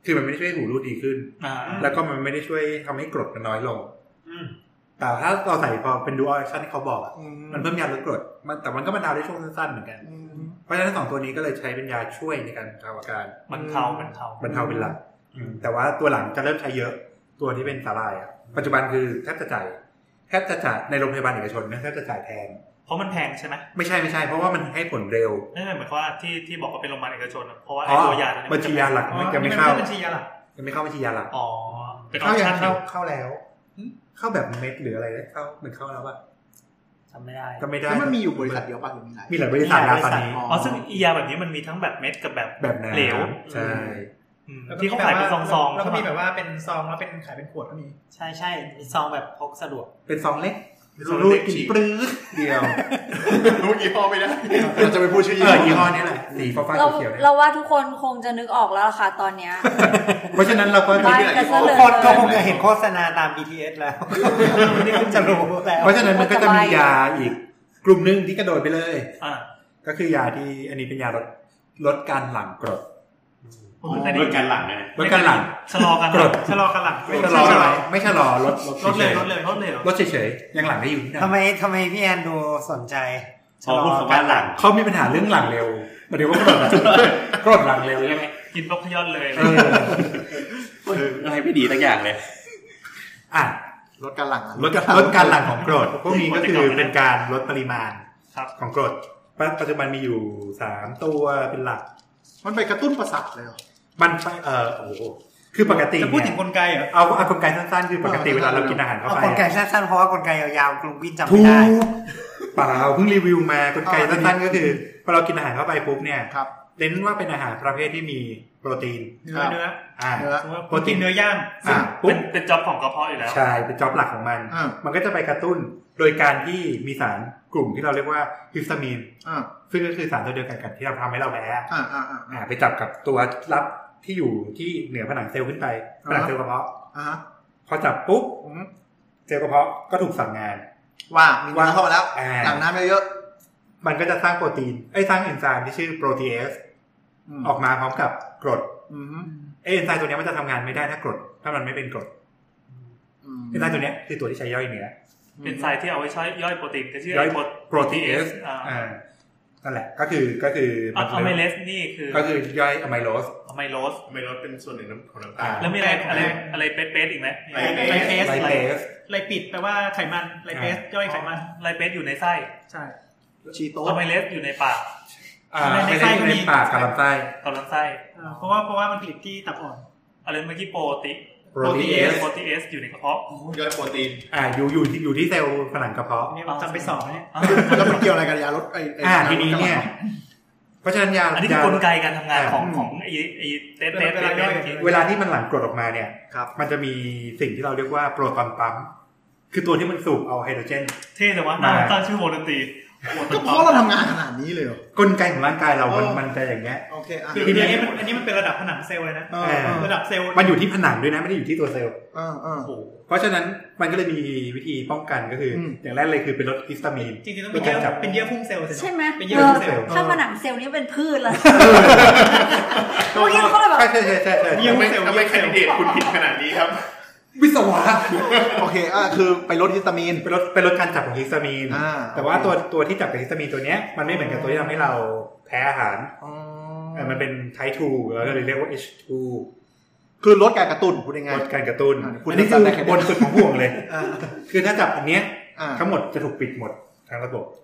คือมันไม่ได้ช่วยหูรูดดีขึ้นแล้วก็มันไม่ได้ช่วยทำให้กรดมันน้อยลงแต่ถ้าเราใส่พอเป็นดูอัลแอคชั่นที่เขาบอกมันเพิ่มยาลดกรดแต่มันก็บรรเทาได้ช่วงสั้นๆเหมือนกันเพราะฉะนั้น2ตัวนี้ก็เลยใช้เป็นยาช่วยในการบรรเทาอาการบรรเทาเป็นหลักแต่ว่าตัวหลังจะเริ่มใช้เยอะตัวที่เป็นสาลายปัจจุบันคือแทบจะจ่ายในโรงพยาบาลเอกชนนะแทบจะจ่ายแพงเพราะมันแพงใช่ไหมไม่ใช่เพราะว่ามันให้ผลเร็วไม่หมายความว่าที่บอกว่าเป็นโรงพยาบาลเอกชนเพราะว่าไอ้ตัวยาบัญชียาหลักยังไม่เข้าบัญชียาหลักยังไม่เข้าบัญชียาหลักอ๋อเป็นออปชั่นเข้าแล้วเข้าแบบเม็ดหรืออะไรเข้ามันเข้าแล้วป่ะจำไม่ได้แล้วมันมีอยู่บริษัทเดียวป่ะหรือมีหลายบริษัทยาตอนนี้ซึ่งยาแบบนี้มันมีทั้งแบบเม็ดกับแบบเหลวใช่ที่เขาขายเป็นซองๆแล้วก็มีแบบว่าเป็นซองแล้วเป็นขายเป็นขวดก็มีใช่มีซองแบบพกสะดวกเป็นซองเล็กรูดกินปลื้อเดียวรู้กี่ห้อไม่ได้เราจะไปพูดชื่อยี่ห้อนี้แหละสีฟ้าเขียวเราว่าทุกคนคงจะนึกออกแล้วค่ะตอนเนี้ยเพราะฉะนั้นเราก็คนก็คงจะเห็นโฆษณาตาม BTS แล้วนี่คุณจะรู้แล้วเพราะฉะนั้นมันก็จะมียาอีกกลุ่มนึงที่กระโดดไปเลยก็คือยาที่อันนี้เป็นยาลดการหลั่งกรดลดการหลั่งนะลดการหลั่งชะลอการหลั่งไม่ชะลอลดเฉยๆยังหลั่งได้อยู่ทำไมพี่แอนดูสนใจชะลอการหลั่งเขามีปัญหาเรื่องหลั่งเร็วหมายถึงว่ากรดหลั่งเร็วใช่ไหมกินปุ๊บขย้อนเลยอะไรไม่ดีสักอย่างเลยลดการหลั่งของกรดพวกนี้ก็คือเป็นการลดปริมาณของกรดปัจจุบันมีอยู่3ตัวเป็นหลักมันไปกระตุ้นประสาทเลยเหรอมันไปโอ้โหคือปกติจะพูดถึงกลไกเหรอเอากลไกสั้นๆคือปกติเวลาเรากินอาหารเข้าไปกลไกสั้นๆเพราะว่ากลไกยาวๆกลุ่มวินจำไม่ได้เปล่าเพิ่งรีวิวมากลไกสั้นๆก็คือพอเรากินอาหารเข้าไปปุ๊บเนี่ยเน้นว่าเป็นอาหารประเภทที่มีโปรตีนเนื้อโปรตีนเนื้อย่างเป็นจ็อบของกระเพาะอยู่แล้วใช่เป็นจ็อบหลักของมันก็จะไปกระตุ้นโดยการที่มีสารกลุ่มที่เราเรียกว่าฮิสตามีนซึ่งก็คือสารตัวเดียวกันที่เราทำให้เราแพ้ไปจับกับตัวรับที่อยู่ที่เหนือผนังเซลล์ขึ้นไปผนังเซลล์กระเพาะพอจับปุ๊บเซลล์กระเพาะก็ถูกสั่งงานว่ามีน้ำเข้ามาแล้วหลั่งน้ำเยอะมันก็จะสร้างโปรตีนสร้างเอนไซม์ที่ชื่อโปรตีเอสออกมาพร้อมกับกรดเอนไซม์ตัวนี้มันจะทำงานไม่ได้ถ้ามันไม่เป็นกรดเอนไซม์ตัวนี้คือตัวที่ใช้ย่อยเนื้อเป็นไซม์ที่เอาไว้ใช้ย่อยโปรตีนจะชื่อโปรตีเอสนั่นแหละก็คืออะไมเลสนี่คือก็คือย่อยอะไมโลสเป็นส่วนหนึ่งของน้ำตาลแล้วมีอะไรเป๊ะๆอีกไหมไลปิดแปลว่าไขมันไลเปสย่อยไขมันไลเปสอยู่ในไส้ใช่ชีโตอะไมเลสอยู่ในปากในไส้ก็มีปากกับลำไส้เพราะว่ามันผลิตที่ตับอ่อนอะไรเมื่อกี้โปรตีเอสอยู่ในกระเพาะย่อยโปรตีนอยู่ที่เซลล์ผนังกระเพาะนี่จำไปสอบเนี่ยแล้วมันเกี่ยวอะไรกับยาลดทีนี้เนี่ยเพราะฉะนั้นยาอันนี้คือกลไกการทำงานของไอ้เต้เวลาที่มันหลั่งกรดออกมาเนี่ยมันจะมีสิ่งที่เราเรียกว่าโปรตอนปั๊มคือตัวที่มันสูบเอาไฮโดรเจนเท่แต่ว่าตั้งชื่อวงดนตรีก็เพราะเราทำงานขนาดนี้เลยกลไกของร่างกายเรามันจะอย่างเงี้ยโอเคคืออันนี้มันเป็นระดับผนังเซลล์เลยนะระดับเซลล์มันอยู่ที่ผนังด้วยนะไม่ได้อยู่ที่ตัวเซลล์เพราะฉะนั้นมันก็เลยมีวิธีป้องกันก็คืออย่างแรกเลยคือเป็นลดฮิสตามีนจริงๆต้องเป็นเยื่อหุ้มเซลล์ใช่ไหมเป็นเยื่อหุ้มเซลล์ถ้าผนังเซลล์นี้เป็นพืชเลยเมื่อกี้เขาเลยแบบใช่เยื่อหุ้มเซลล์ไม่แคนดิเดตคุณผิดขนาดนี้ครับวิศวะโอเคคือไปลดฮิสตามีนไปลดการจับของฮิสตามีนแต่ว่าตัวที่จับกับฮิสตามีนตัวเนี้ยมันไม่เหมือนกับตัวที่ทำให้เราแพ้อาหารมันเป็นไทป์ 2แล้วก็เลยเรียกว่า H2 คือลดการกระตุ้นพูดง่ายๆลดการกระตุ้นอันนี้คือบนสุดของห่วงเลยคือถ้าจับอันเนี้ยทั้งหมดจะถูกปิดหมดทั้งระบบ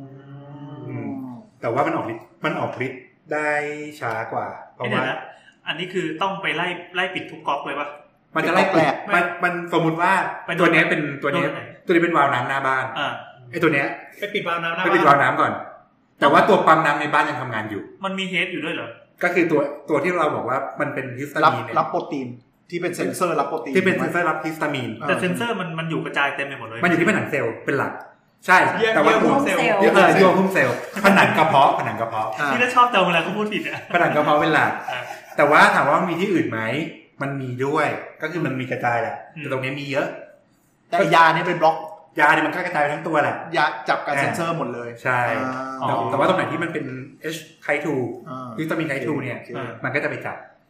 แต่ว่ามันออกฤทธิ์ได้ช้ากว่าเพราะว่าอันนี้คือต้องไปไล่ปิดทุกก๊อกเลยป่ะมันจะไล่แปลกมันสมมุติว่าตัวนี้เป็นวาล์วน้ำหน้าบ้านไอ้ตัวเนี้ยไปปิดวาล์วน้ำหน้าบ้านไปปิดวาล์วน้ำก่อนแต่ว่าตัวปั๊มน้ำในบ้านยังทำงานอยู่มันมีเฮดอยู่ด้วยเหรอก็คือตัวที่เราบอกว่ามันเป็นฮิสตามีนรับโปรตีนที่เป็นเซนเซอร์รับโปรตีนที่เป็นเซนเซอร์รับฮิสตามีนแต่เซนเซอร์มันอยู่กระจายเต็มไปหมดเลยมันอยู่ที่ผนังเซลล์เป็นหลักใช่แต่ว่าหุ้มเซลล์เยื่อหุ้มเซลล์ผนังกระเพาะที่น่าชอบเจอเวลาเขาพูดผิดอ่ะผนังกระเพาะเป็นหลักแต่ว่าถามว่ามีที่อื่นไหมมันมีด้วยก็คือมันมีกระจายแหละแต่ตรงนี้มีเยอะแต่ยาเนี่ยเป็นบล็อกยาเนี่ยมันก็กระจายทั้งตัวแหละยาจับการเซนเซอร์หมดเลยใช่แต่ว่าตรงไหนที่มันเป็น H type 2ฮิสตามีน type 2เนี่ยมันก็จะไปจับ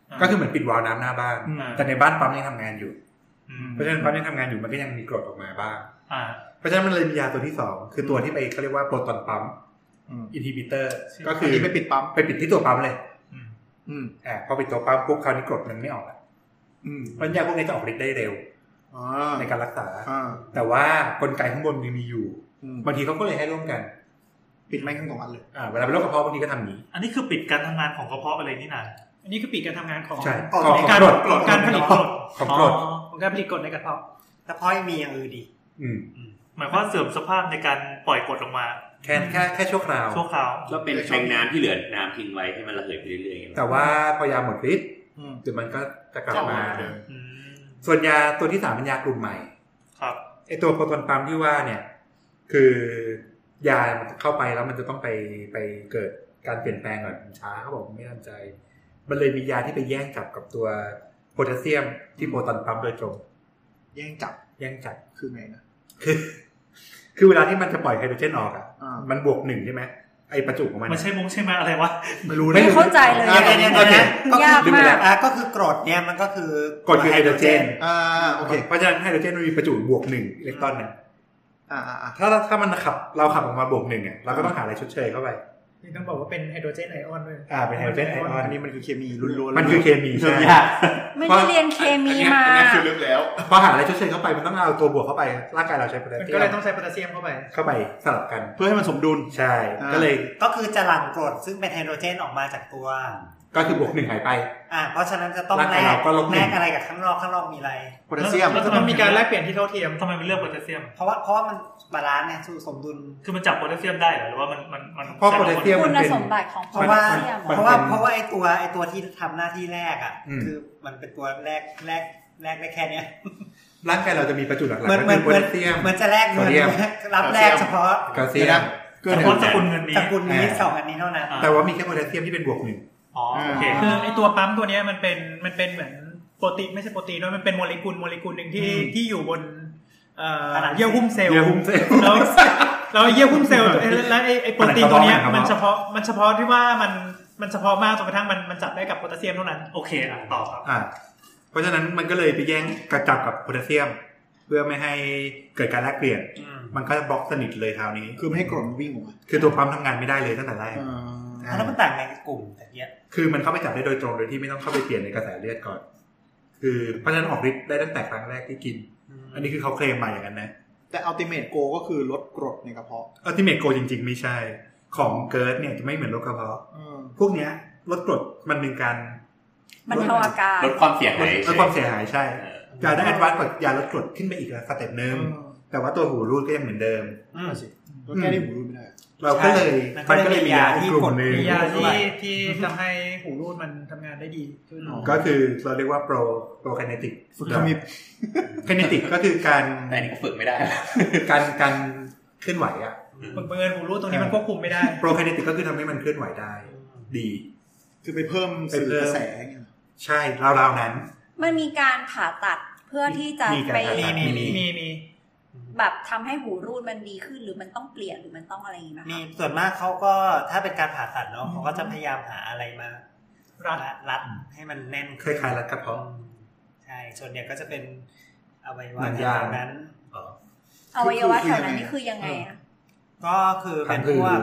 ก็คือเหมือนปิดวาล์วน้ำหน้าบ้านแต่ในบ้านปั๊มยังทำงานอยู่เพราะฉะนั้นปั๊มยังทำงานอยู่มันก็ยังมีกรดออกมาบ้างเพราะฉะนั้นมันเลยมียาตัวที่2คือตัวที่ไปเขาเรียกว่าโปรตอนปั๊มอินฮิบิเตอร์ก็คือที่ไปปิดปั๊มไปปิดที่ตัวปั๊มเลยพอปิดตัวปั๊มปุ๊บคราวนี้กรดมันไม่ออกแล้วเพราะยาพวกนี้จะออกฤทธิ์ได้เร็วในการรักษาแต่ว่ากลไกข้างบนยังมีอยู่บางทีเขาก็เลยให้ร่วมกันปิดไม่ทั้ง2อันเลยเวลาเป็นโรคกระเพาะบางทีก็ทำนี้อันนี้คือปิดการทำงานของกระเพาะอะไรนี่นะอันนี้คือปิดการทำงานของการผลิตกรดของกรดของการผลิตกรดในกระเพาะกระเพาะมีอย่างอื่นดีหมายความว่าเสื่อมสภาพในการปล่อยกรดออกมาแค่ชั่วคราวแล้วเป็นแทงน้ำที่เหลือน้ำทิ้งไว้ให้มันระเหยไปเรื่อยๆแต่ว่าพอยาหมดฤทธิ์เดี๋ยวมันก็จะกลับมาส่วนยาตัวที่3เป็นยากลุ่มใหม่ครับไอตัวโปรตอนปั๊มที่ว่าเนี่ยคือยามันเข้าไปแล้วมันจะต้องไปเกิดการเปลี่ยนแปลงก่อนช้าเขาบอกไม่ทันใจมันเลยมียาที่ไปแย่งจับกับตัวโพแทสเซียมที่โปรตอนปั๊มโดยตรงแย่งจับคือไงนะคือเวลาที่มันจะปล่อยไฮโดรเจนออกมันบวก1ใช่ไหมไอประจุของมันมันใช่มุ้งใช่ไหมอะไรวะไม่เข้าใจเลยยากมากก็คือกรดเนี่ยมันก็คือกรดคือไฮโดรเจนโอเคเพราะฉะนั้นไฮโดรเจนมันมีประจุบวก1อิเล็กตรอนเนี่ยถ้ามันเราขับออกมาบวก1เนี่ยเราก็ต้องหาอะไรชดเชยเข้าไปนี่ต้องบอกว่าเป็นไฮโดรเจนไอออนด้วยเป็นไฮโดรเจนไอออนอันนี้มันคือเคมีล้วนๆมันคือเคมีใช่ไม่ได้เรียนเคมีมาอันนั้นคือลึกแล้วพอหาอะไรชดเชยเข้าไปมันต้องเอาตัวบวกเข้าไปร่างกายเราใช้โพแทสเซียมก็เลยต้องใช้โพแทสเซียมเข้าไปสลับกันเพื่อให้มันสมดุลใช่ก็คือจะหลั่งกรดซึ่งเป็นไฮโดรเจนออกมาจากตัวก็คือบวก1หายไปเพราะฉะนั้นจะต้องแลกอะไรกับข้างนอกมีอะไรโพแทสเซียมแล้วมันมีการแลกเปลี่ยนที่เท่าเทียมทำไมมันเลือกโพแทสเซียมเพราะว่ามันบาลานซ์เนี่ยสมดุลคือมันจับโพแทสเซียมได้หรือว่ามันเพราะโพแทสเซียมคุณสมบัติของเพราะว่าไอตัวที่ทำหน้าที่แรกคือมันเป็นตัวแรกได้แค่นี้ร่างกายเราจะมีประจุหลักๆก็คือโพแทสเซียมเหมือนจะแลกเงินรับแลกเฉพาะแคลเซียมเฉพาะสกุลเงินนี้ 2อันนี้เท่านั้นแต่ว่ามีแค่โพแทสเซียมที่เป็นบวก1 โอเคคือไอตัวปั๊มตัวนี้มันเป็นเหมือนโปรตีนไม่ใช่โปรตีนด้วยมันเป็นโมเลกุลนึงที่อยู่บนเยื่อหุ้มเซลล์แล้วเยื่อหุ้มเซลล์แล้วไอโปรตีนตัวนี้มันเฉพาะที่ว่ามันเฉพาะมากจนกระทั่งมันจับได้กับโพแทสเซียมเท่านั้นโอเคต่อครับเพราะฉะนั้นมันก็เลยไปแย่งกระจับกับโพแทสเซียมเพื่อไม่ให้เกิดการแลกเปลี่ยนมันก็จะบล็อกสนิทเลยคราวนี้คือไม่ให้กรดวิ่งออกมาคือตัวปั๊มทำงานไม่ได้เลยตั้งแต่แรกแล้วมันต่างในกลุ่มแต่เนี้ยคือมันเข้าไปจับได้โดยตรงโดยที่ไม่ต้องเข้าไปเปลี่ยนในกระแสเลือดก่อนคือเพราะฉะนั้นออกฤทธิ์ได้ตั้งแต่ครั้งแรกที่กินอันนี้คือเขาเคลมมาอย่างนั้นนะแต่อัลติเมทโกก็คือลดกรดในกระเพาะอัลติเมทโกจริงๆไม่ใช่ของเกิร์ดเนี่ยจะไม่เหมือนลดกระเพาะพวกเนี้ยลดกรดมันเป็นการมันเท่าอาการลดความเสียหายใช่ยาได้แอดวานซ์กว่ายาลดกรดขึ้นไปอีกสเต็ปนึงแต่ว่าตัวหูรูดก็ยังเหมือนเดิมก็แก้ที่หูรูดไม่ได้เราก็เลยมันก็เลยมียาที่กลุ่มนึงมียาที่ทำให้หูรูดมันทำงานได้ดีขึ้นก็คือเราเรียกว่าโปรไคเนติกฝึกไคเนติกก็คือการแต่นี่ก็ฝึกไม่ได้การเคลื่อนไหวอ่ะบังเอิญหูรูดตรงนี้มันควบคุมไม่ได้โปรไคเนติกก็คือทำให้มันเคลื่อนไหวได้ดีคือไปเพิ่มสื่อกระแสใช่ราวๆนั้นมันมีการผ่าตัดเพื่อที่จะไปมีแบบทำให้หูรูดมันดีขึ้นหรือมันต้องเปลี่ยนหรือมันต้องอะไรอย่างนี้ไหมมีส่วนมากเขาก็ถ้าเป็นการผ่าตัดเนาะเขาก็จะพยายามหาอะไรมารัดให้มันแน่นคล้ายๆรัดกระเพาะใช่ส่วนใหญ่ก็จะเป็นอวัยวะแถวนั้นอวัยวะแถวนั้นนี่คือยังไงอ่ะก็คือเป็นพวก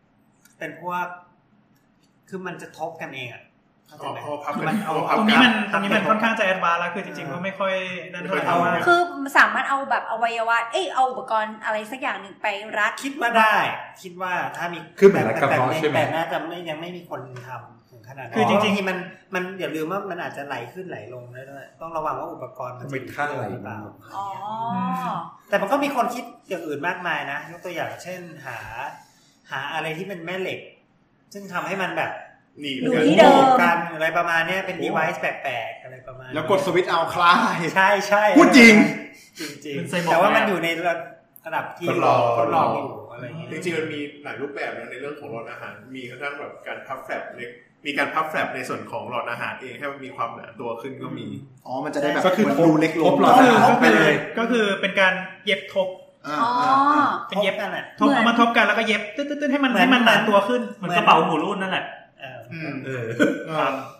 คือมันจะทบกันเองอ่ะตรงนี้มันค่อนข้างจะแอดวานซ์แล้วคือจริงๆก็ไม่ค่อยนั่นเท่าไหร่คือสามารถเอาแบบอวัยวะเอาอุปกรณ์อะไรสักอย่างหนึ่งไปรัดคิดว่าได้คิดว่าถ้ามีคือแบบกระเพาะใช่ไหมแต่น่าจะยังไม่มีคนทำถึงขนาดนั้นคือจริงๆมันอย่าลืมว่ามันอาจจะไหลขึ้นไหลลงได้ด้วยต้องระวังว่าอุปกรณ์มันเป็นค่าไหลเปล่าแต่มันก็มีคนคิดอย่างอื่นมากมายนะยกตัวอย่างเช่นหาอะไรที่เป็นแม่เหล็กซึ่งทำให้มันแบบอยู่ที่เดิมกันอะไรประมาณนี้เป็น device แปลกๆอะไรประมาณแล้วกดสวิตช์เอาคลายใช่พูดจริงแต่ว่ามันอยู่ในระดับที่ทดลองอยู่อะไรอย่างเงี้ยจริงๆมันมีหลายรูปแบบนะในเรื่องของหลอดอาหารมีกระทั่งแบบการพับแฟลปมีการพับแฟลปในส่วนของหลอดอาหารเองให้มันมีความหนาตัวขึ้นก็มีมันจะได้แบบมันดูเล็กลงหลอดอาหารไปเลยก็คือเป็นการเย็บทบเป็นเย็บกันแหละทบมาทบกันแล้วก็เย็บตึ๊ดๆให้มันหนาตัวขึ้นเหมือนกระเป๋าหูรูดนั่นแหละ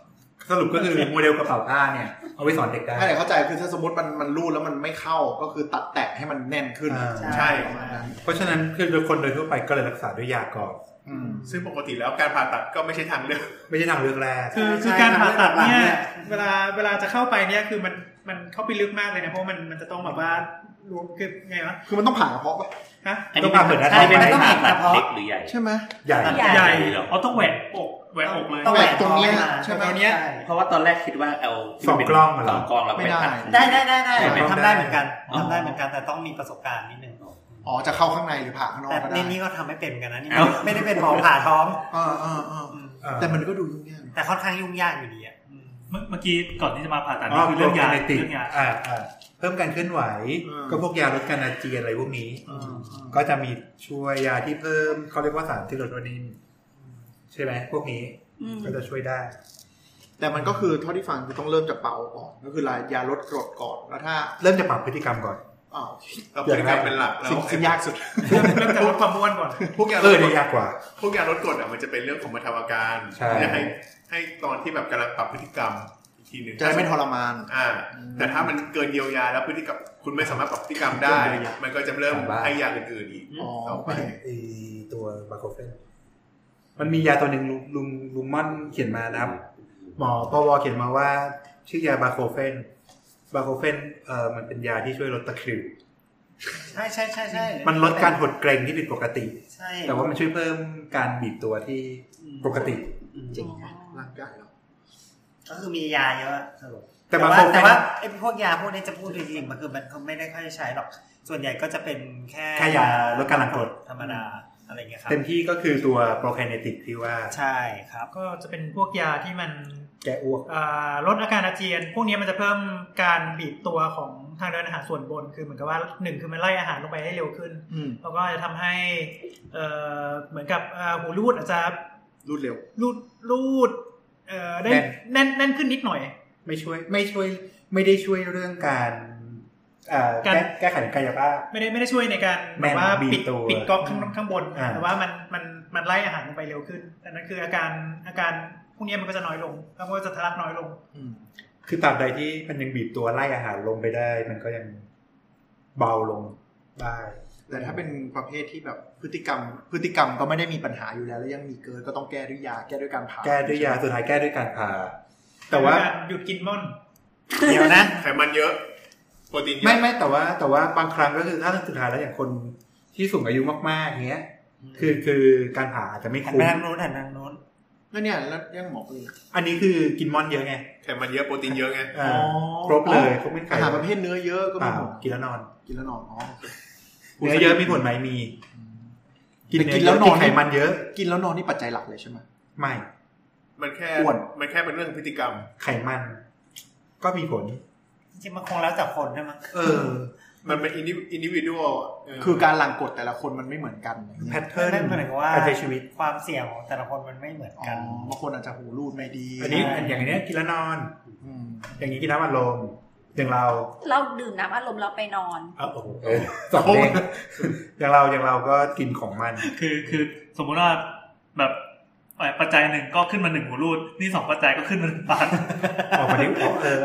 สรุปก็คือโมเดลกระเป๋าผ้าเนี่ยเอาไว้สอนเด็กได้เข้าใจคือถ้าสมมติมันรูดแล้วมันไม่เข้าก็คือตัดแตะให้มันแน่นขึ้นใช่เพราะฉะนั้นคือคนโดยทั่วไปก็เลยรักษาด้วยยาก่อนซึ่งปกติแล้วการผ่าตัดก็ไม่ใช่ทางเลือกแรกคือการผ่าตัดเนี่ยเวลาจะเข้าไปเนี่ยคือมันเข้าไปลึกมากเลยนะเพราะมันจะต้องแบบว่ารู้คือไงวะคือมันต้องผ่ากระเพาะป่ะฮะต้องผ่าเปิดได้ไม่ต้องผ่าตัดเล็กหรือใหญ่ใช่ไหมใหญ่เขาต้องแหวกอกเลยต้องแหวกตรงนี้ใช่ไหมตรงนี้เพราะว่าตอนแรกคิดว่าเอา 2 กล้องเราไม่ได้ทำได้เหมือนกันแต่ต้องมีประสบการณ์นิดนึงจะเข้าข้างในหรือผ่าข้างนอกก็ได้แต่นี่ก็ทำไม่เป็นกันนะนี่ไม่ได้เป็นหมอผ่าท้องแต่มันก็ดูยุ่งยากแต่ค่อนข้างยุ่งยากอยู่ดีอ่ะเมื่อกี้ก่อนที่จะมาผ่าตัดนี่คือเรื่องยาเพิ่มการเคลื่อนไหวก็พวกยาลดการอาเจียนอะไรพวกนี้ก็จะมีช่วยยาที่เพิ่มเขาเรียกว่าสารที่ลดโทนินใช่ไหมพวกนี้ก็จะช่วยได้แต่มันก็คือเท่าที่ฟังคือต้องเริ่มจากเบาก่อนก็คือยาลดกรดก่อนแล้วถ้าเริ่มจากปรับพฤติกรรมก่อนพฤติกรรมเป็นหลักแล้วสิ่งยากสุดเริ่มจากลดความอ้วนก่อนพวกยายากกว่าพวกยาลดกรดมันจะเป็นเรื่องของบรรเทาอาการจะให้ตอนที่แบบกำลังปรับพฤติกรรมอีกทีนึงจะไม่ทรมานแต่ถ้ามันเกินเยียวยาแล้วพฤติกรรมคุณไม่สามารถปรับพฤติกรรมได้มันก็จะเริ่มให้ยาอื่นๆอีกต่อไปตัวบาโคเฟนมันมียาตัวหนึ่งลุงม่อนเขียนมานะครับหมอปวเขียนมาว่าชื่อยาบาโคเฟนมันเป็นยาที่ช่วยลดตะคริวใช่มันลดการหดเกร็งที่ผิดปกติแต่ว่ามันช่วยเพิ่มการบีบตัวที่ปกติจริงร่างกายเราก็คือมียาเยอะแต่ว่าไอ้พวกยาพวกนี้จะพูดจริงๆมันคือมันไม่ได้ค่อยใช้หรอกส่วนใหญ่ก็จะเป็นแค่ยาลดการหลั่งกรดธรรมดาอะไรเงี้ยครับเต็มที่ก็คือตัวโปรไคเนติกที่ว่าใช่ครับก็จะเป็นพวกยาที่มันแก้อ้วกลดอาการอาเจียนพวกนี้มันจะเพิ่มการบีบตัวของทางเดินอาหารส่วนบนคือเหมือนกับว่า1คือมันไล่อาหารลงไปให้เร็วขึ้นแล้วก็จะทำให้เหมือนกับหูรูดอาจจะรูดเร็วรูดได้แน่นขึ้นนิดหน่อยไม่ได้ช่วยเรื่องการแก้ไขกายภาพไม่ได้ช่วยในการแบบว่าปิดก๊อกข้างบนแต่ว่ามันไล่อาหารลงไปเร็วขึ้นแต่นั่นคืออาการพวกนี้มันก็จะน้อยลงแล้วก็จะทะลักน้อยลงคือตราบใดที่มันยังบีบตัวไล่อาหารลงไปได้มันก็ยังเบาลงได้แต่ถ้าเป็นประเภทที่แบบพฤติกรรมก็ไม่ได้มีปัญหาอยู่แล้วยังมีเกินก็ต้องแก้ด้วยยาแก้ด้วยการผ่าแก้ด้วยยาสุดท้ายแก้ด้วยการผ่าแต่ว่าหยุดกินม่อนเดี๋ยวนะไขมันเยอะโปรตีนไม่แต่ว่าบางครั้งก็คือถ้าสุดท้ายแล้วอย่างคนที่สูงอายุมากๆเงี้ยคือการผ่าอาจจะไม่คุ้มทางโน้นแล้วเนี่ยแล้วยังหมอเลยอันนี้คือกินม่อนเยอะไงไขมันเยอะโปรตีนเยอะไงครบเลยครบไม่ไขอาหารประเภทเนื้อเยอะก็มีผลกินแล้วนอนเนื้อเยอะมีผลไหมมีกินแล้วนอนไขมันเยอะกินแล้วนอนนี่ปัจจัยหลักเลยใช่ไหมไม่มันแค่เป็นเรื่องพฤติกรรมไขมันก็มีผลจริงๆมันคงแล้วแต่คนใช่ไหมมันเป็นindividual คือการหลั่งกรดแต่ละคนมันไม่เหมือนกันแพทเทิร์นนั่นหมายความว่าการใช้ชีวิตความเสี่ยงของแต่ละคนมันไม่เหมือนกันบางคนอาจจะหูรูดไม่ดีอันนี้อย่างนี้กินแล้วนอนอย่างนี้กินน้ำอัดลมอย่างเราดื่มน้ำอัดลมเราไปนอนโอ้โหสองเองอย่างเราก็กินของมันคือสมมุติว่าแบบปัจจัยหนึ่งก็ขึ้นมา1หูรูดนี่2ปัจจัยก็ขึ้นมา1ปากออกมาที่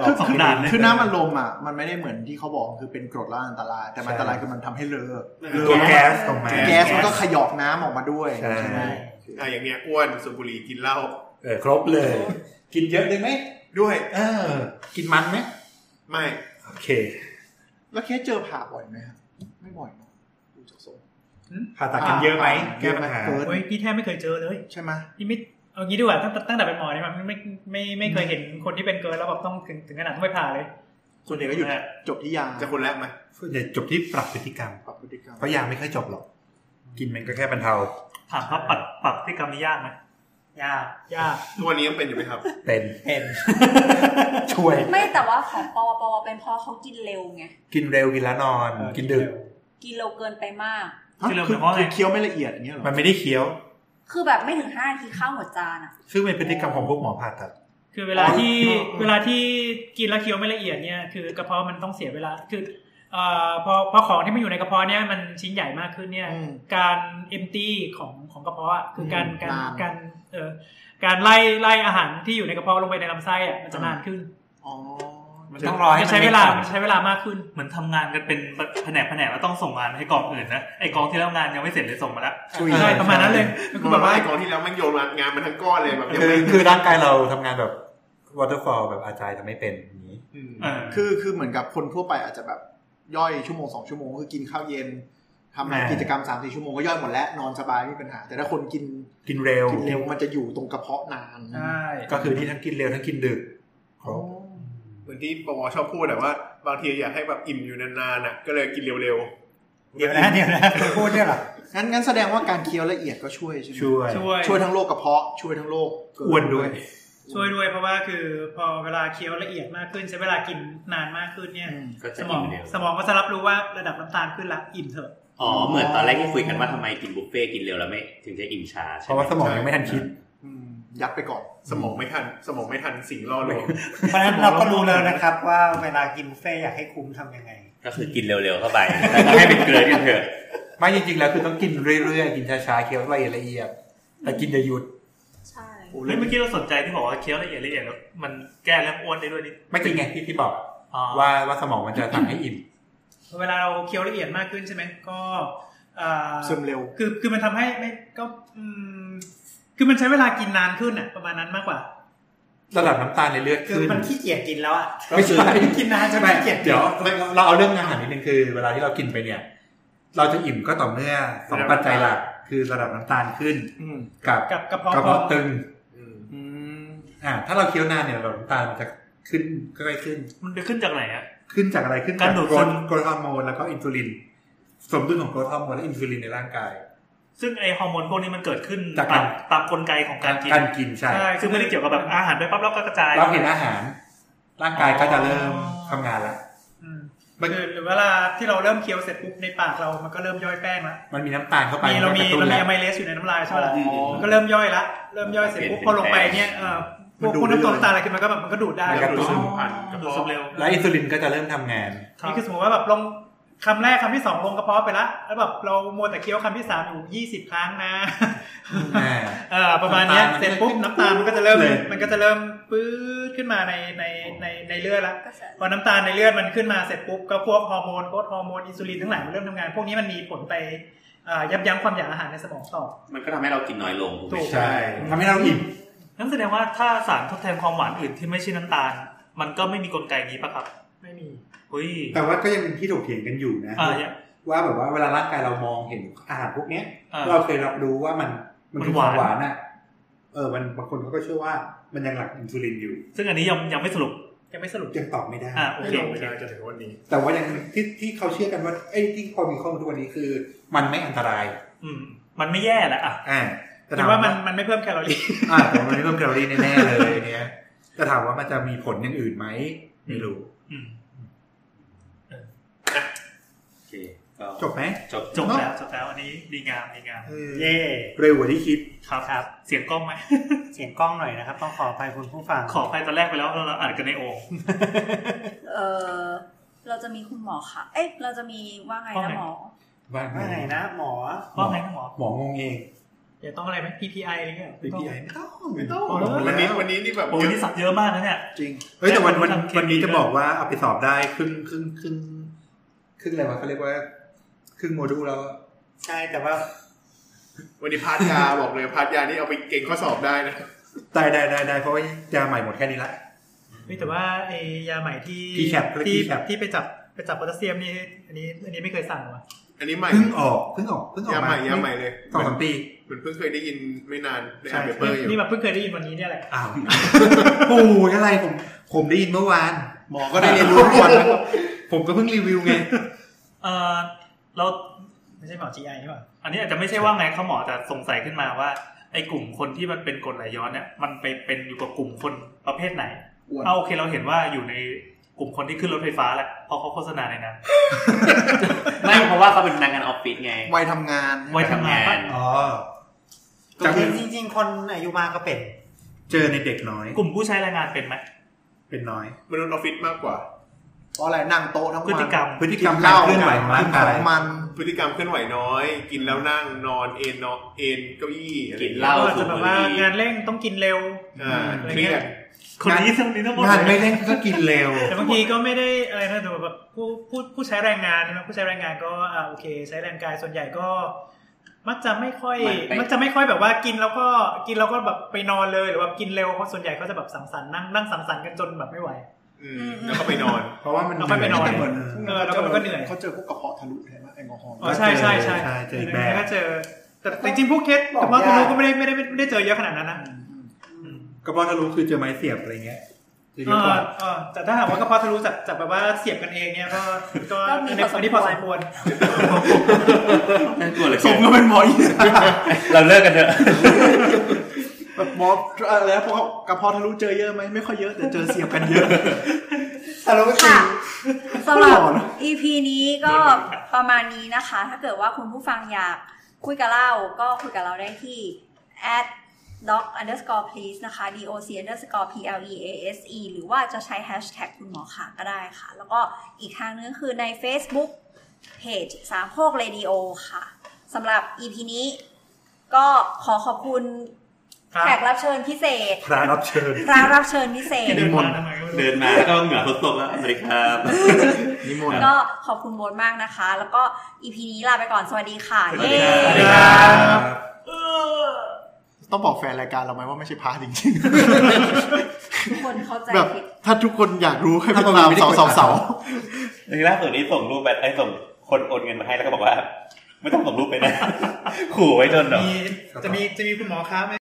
2ด่านคือน้ำอัดลมมันไม่ได้เหมือนที่เขาบอกคือเป็นกรดและอันตรายแต่อันตรายคือมันทำให้เลอะตัวแก๊สออกมาแก๊สมันก็ขยอกน้ำออกมาด้วยใช่ไหมอย่างเงี้ยอ้วนสูบบุหรี่กินเหล้าครบเลยกินเยอะได้ไหมด้วยกินมันไหมไม่โอเคแล้วเคสเจอผ่าบ่อยไหมครับไม่บ่อยนะดูจากทรงผ่าตัดกันเยอะไหมแก้ปัญหาโอ้ยพี่แทบไม่เคยเจอเลยใช่ไหมพี่ไม่เอางี้ดีกว่าตั้งแต่เป็นหมอเนี่ยมันไม่เคยเห็นคนที่เป็นเกินแล้วแบบต้องถึงขนาดต้องไปผ่าเลยส่วนใหญ่ก็หยุดจบที่ยาจะคนแรกไหมส่วนใหญ่จบที่ปรับพฤติกรรมเพราะยาไม่ค่อยจบหรอกกินมันก็แค่บรรเทาถามว่าปรับพฤติกรรมนี่ยากไหมยากตัวนี้ยังเป็นอยู่ไหมครับเป็นช่วยไม่แต่ว่าของปวเป็นเพราะเขากินเร็วไงกินเร็วกินแล้วนอนกินดึกกินเร็วเกินไปมากคือเคี้ยวไม่ละเอียดอย่างเงี้ยหรอมันไม่ได้เคี้ยวคือแบบไม่ถึง5นาทีข้าวหมดจานอ่ะซึ่งเป็นพฤติกรรมของพวกหมอผ่าตัดคือเวลาที่กินแล้วเคี้ยวไม่ละเอียดเนี่ยคือกระเพาะมันต้องเสียเวลาคือพอของที่มันอยู่ในกระเพาะเนี่ยมันชิ้นใหญ่มากขึ้นเนี่ยการ empty ของกระเพาะคือการไล่อาหารที่อยู่ในกระเพาะลงไปในลำไส้อ่ะมันจะนานขึ้นมันต้องรอให้ใช้เวลามากขึ้นเหมือนทำงานกันเป็นแผนกแล้วต้องส่งงานให้กองอื่นนะไอกองที่แล้วงานยังไม่เสร็จเลยส่งมาแล้วใช่ประมาณนั้นเลยคือแบบว่าไอกองที่แล้วมันโยนงานมันทั้งก้อนเลยแบบคือร่างกายเราทำงานแบบ waterfall แบบอาจารย์จะไม่เป็นอย่างนี้คือเหมือนกับคนทั่วไปอาจจะแบบย่อยชั่วโมง2ชั่วโมงคือกินข้าวเย็นทำกิจกรรม 3-4 ชั่วโมงก็ย่อยหมดแล้วนอนสบายไม่มีปัญหาแต่ถ้าคนกินเร็วมันจะอยู่ตรงกระเพาะนานใช่ก็คือที่ทั้งกินเร็วทั้งกินดึกเหมือนที่ปวชอบพูดแต่ว่าบางทีอยากให้แบบอิ่มอยู่นานๆน่ะก็เลยกินเร็วๆเดี๋ยวนะพูดเนี่ยหรองั้นแสดงว่าการเคี้ยวละเอียดก็ช่วยใช่ไหมช่วยทั้งโรคกระเพาะช่วยทั้งโรคอ้วนด้วยช่วยด้วยเพราะว่าคือพอเวลาเคี้ยวละเอียดมากขึ้นใช้เวลากินนานมากขึ้นเนี่ยสมองก็จะรับรู้ว่าระดับน้ำตาลขึ้นละอิ่มเถอะเหมือนตอนแรกที่คุยกันว่าทำไมกินบุฟเฟ่กินเร็วแล้วไม่ถึงจะอิ่มช้าเพราะว่าสมองยังไม่ทันคิดยัดไปก่อนสมองไม่ทันสิ่งล่อลวงเพราะฉะนั้นเราก็รู้แล้วนะครับว่าเวลากินบุฟเฟ่อยากให้คุ้มทำยังไงก็คือกินเร็วๆเข้าไปแล้วก็ให้เป็นเกลือกันเถอะไม่จริงๆแล้วคือต้องกินเรื่อยๆกินช้าๆเคี้ยวละเอียดแต่กินอย่าหยุดใช่เมื่อกี้เราสนใจที่บอกว่าเคี้ยวละเอียดแล้วมันแก้เรื่องอ้วนได้ด้วยนี่ไม่จริงไงที่บอกว่าสมองมันจะสั่งให้อิ่มเวลาเราเคี้ยวละเอียดมากขึ้นใช่ไหมก็ซึมเร็วคือมันทำให้ไม่ก็คือมันใช้เวลากินนานขึ้นอ่ะประมาณนั้นมากกว่าระดับน้ำตาลในเลือดคือมันขี้เกียจกินแล้วอ่ะไม่ใช่กินนานจะไม่ขี้เกียจเดี๋ยวเราเอาเรื่องอาหารนิดนึงคือเวลาที่เรากินไปเนี่ยเราจะอิ่มก็ต่อเมื่อ2ปัจจัยหลักคือระดับน้ำตาลขึ้นกับกระเพาะตึงถ้าเราเคี้ยวนานเนี่ยระดับน้ำตาลมันจะขึ้นค่อยๆขึ้นมันจะขึ้นจากไหนอ่ะขึ้นจากอะไรขึ้นจากโกรทฮอร์โมนแล้วก็อินซูลินสมดุลของโกรทฮอร์โมนและอินซูลินในร่างกายซึ่งไอฮอร์โมนพวกนี้มันเกิดขึ้นตามกลไกของการกินใช่ซึ่งไม่ได้เกี่ยวกับแบบอาหารไปปั๊บแล้วก็กระจายเราเห็นอาหารร่างกายก็จะเริ่มทำงานแล้วหรือเวลาที่เราเริ่มเคี้ยวเสร็จปุ๊บในปากเรามันก็เริ่มย่อยแป้งแล้วมันมีน้ำตาลเข้าไปเรามีอะไมเลสอยู่ในน้ำลายใช่ไหมมันก็เริ่มย่อยละเริ่มย่อยเสร็จปุ๊บพอลงไปเนี่ยพวกน้ำตาลอะไรขึ้นมันก็ดูดได้กระตุ้นเร็วแล้วอินซูลินก็จะเริ่มทำงานนี่คือสมมติว่าแบบลงคำแรกคำที่2ลงกระเพาะไปแล้วแบบเรามัวแต่เคี้ยวคำที่3อยู่20ครั้งนะประมาณนี้เสร็จปุ๊บน้ำตาลมันก็จะเริ่มปื๊ดขึ้นมาในเลือดแล้วพอน้ำตาลในเลือดมันขึ้นมาเสร็จปุ๊บก็พวกฮอร์โมนโกรทฮอร์โมนอินซูลินทั้งหลายมันเริ่มทำงานพวกนี้มันมีผลไปยับยั้งความอยากอาหารในสมองต่อมันก็ทำให้เรากินน้อยลงใช่ทำให้เราอิ่มนั่นแสดงว่าถ้าสารทดแทนความหวานอื่นที่ไม่ใช่น้ำตาลมันก็ไม่มีกลไกนี้ป่ะครับไม่มีแต่ว่าก็ยังเป็นที่ถกเถียงกันอยู่นะว่าแบบว่าเวลาร่างกายเรามองเห็นอาหารพวกนี้เราเคยรับรู้ว่ามันคือความหวานอ่ะมันบางคนเขาก็เชื่อว่ามันยังหลั่งอินซูลินอยู่ซึ่งอันนี้ยังไม่สรุปยังตอบไม่ได้โอเคไม่ได้จะถึงวันนี้แต่ว่ายังที่เขาเชื่อกันว่าที่พอมีข้อมูลทุกวันนี้คือมันไม่อันตรายมันไม่แย่แหละแต่ว่ามันไม่เพิ่มแคลอรี่แต่มันไม่เพิ่มแคลอรี่แน่ๆเลยเนี่ยจะถามว่ามันจะมีผลอย่างอื่นไหมไม่รู้จบไหมจบแล้วอันนี้ดีงามเย่เร็วกว่าที่คิดครับเสียงกล้องไหมเสียงกล้องหน่อยนะครับต้องขออภัยคุณผู้ฟังขออภัยตอนแรกไปแล้วเราอ่านกันในโอ่งเราจะมีคุณหมอค่ะเราจะมีว่าไงนะหมอว่าไงนะหมอว่าไงนะหมองงเองอย่าต้องอะไรไหม PPI อะไรเงี้ย PPI ไม่ต้องวันนี้นี่แบบนี่สับเยอะมากนะเนี่ยจริงแต่วันนี้จะบอกว่าเอาไปสอบได้ครึ่งอะไรวะเขาเรียกว่าครึ่งโมดูลแล้วใช่แต่ว่าวันนี้พาร์ทยาบอกเลยพาร์ทยานี่เอาไปเก่งข้อสอบได้นะได้เพราะว่ายาใหม่หมดแค่นี้ละแต่ว่าไอ้ยาใหม่ที่ไปจับโพแทสเซียมนี่อันนี้ไม่เคยสั่งหรออันนี้ใหม่เพิ่งออกยาใหม่เลย 2-3 ปีเพิ่งเคยได้ยินไม่นานในอ่านเปเปอร์อยู่นี่แบบเพิ่งเคยได้ยินวันนี้เนี่ยแหละอ้าวโอ้ยอะไรผมได้ยินเมื่อวานหมอก็ได้เรียนรู้ทุกวันนะครับผมก็เพิ่งรีวิวไงเราไม่ใช่หมอ GI ใช่ป่ะอันนี้อาจจะไม่ใช่ว่าไงเขาหมอจะสงสัยขึ้นมาว่าไอ้กลุ่มคนที่มันเป็นกรดไหลย้อนเนี่ยมันไปเป็นอยู่กับกลุ่มคนประเภทไหนโอเคเราเห็นว่าอยู่ในกลุ่มคนที่ขึ้นรถไฟฟ้าแหละเพราะเขาโฆษณาในนั้นไม่เพราะว่าเขาเป็นพนักงานออฟฟิศไงวัยทำงานจริงคนอายุมากก็เป็นเจอในเด็กน้อยกลุ่มผู้ใช้แรงงานเป็นไหมเป็นน้อยมนุษย์ออฟฟิศมากกว่าเพราะอะไรนั่งโต๊ะทั้งวันพฤติกรรมการเคลื่อนไหวของร่างกายมันพฤติกรรมเคลื่อนไหวน้อยกินแล้วนั่งนอนเอนเก้าอี้กินเหล้าจะแบบว่างานเร่งต้องกินเร็วเครียดคนนี้ต้องงานไม่เร่งก็กินเร็วแต่บางทีก็ไม่ได้อะไรนะดูแบบผู้ใช้แรงงานใช่ไหมผู้ใช้แรงงานก็โอเคใช้แรงกายส่วนใหญ่ก็มักจะไม่ค่อยแบบว่ากินแล้วก็แบบไปนอนเลยหรือว่ากินเร็วเพราะส่วนใหญ่เขาจะแบบสังสรรค์นั่งสังสรรค์กันจนแบบไม่ไหวแล้วก็ไปนอนเพราะว่ามันไปนอนแล้วก็มันก็เหนื่อยเขาเจอพวกกระเพาะทะลุใช่ไหมแอลกอฮอล์ใช่เจอแบบก็เจอแต่จริงๆพวกเคสกระเพาะทะลุก็ไม่ได้เจอเยอะขนาดนั้นนะกระเพาะทะลุคือเจอไม้เสียบอะไรเงี้ยแต่ถ้าหากว่ากระเพาะทะลุจากแบบว่าเสียบกันเองเนี่ยก็อันนี้พอสมควรนั่นกลัวเลยสมก็เป็นหมออีกเราเลิกกันเถอะแบบหมอแล้วพวกกระเพาะทะลุเจอเยอะไหมไม่ค่อยเยอะแต่เจอเสียบกันเยอะค่ะสำหรับ EP นี้ก็ประมาณนี้นะคะถ้าเกิดว่าคุณผู้ฟังอยากคุยกับเราก็คุยกับเราได้ที่ @doc_please นะคะ doc_please หรือว่าจะใช้ hashtag คุณหมอค่ะก็ได้ค่ะแล้วก็อีกทางนึงคือใน Facebook Page สามโคก Radio ค่ะสำหรับ EP นี้ก็ขอบคุณแขกรับเชิญพิเศษพระรับเชิญพิเศษเดินมาก็เหงื่อตกแล้วสวัสดีครับนิมนต์ก็ขอบคุณโบ๊ทมากนะคะแล้วก็ EP นี้ลาไปก่อนสวัสดีค่ะสวัสดีครับต้องบอกแฟนรายการเราไหมว่าไม่ใช่พระจริงๆทุกคนเข้าใจผิดถ้าทุกคนอยากรู้ให้ไปตามเสาในล่าสุดนี้ส่งรูปแบบส่งคนโอนเงินมาให้แล้วก็บอกว่าไม่ต้องส่งรูปไปนะขู่ไว้จนเนาะจะมีคุณหมอค้าไหม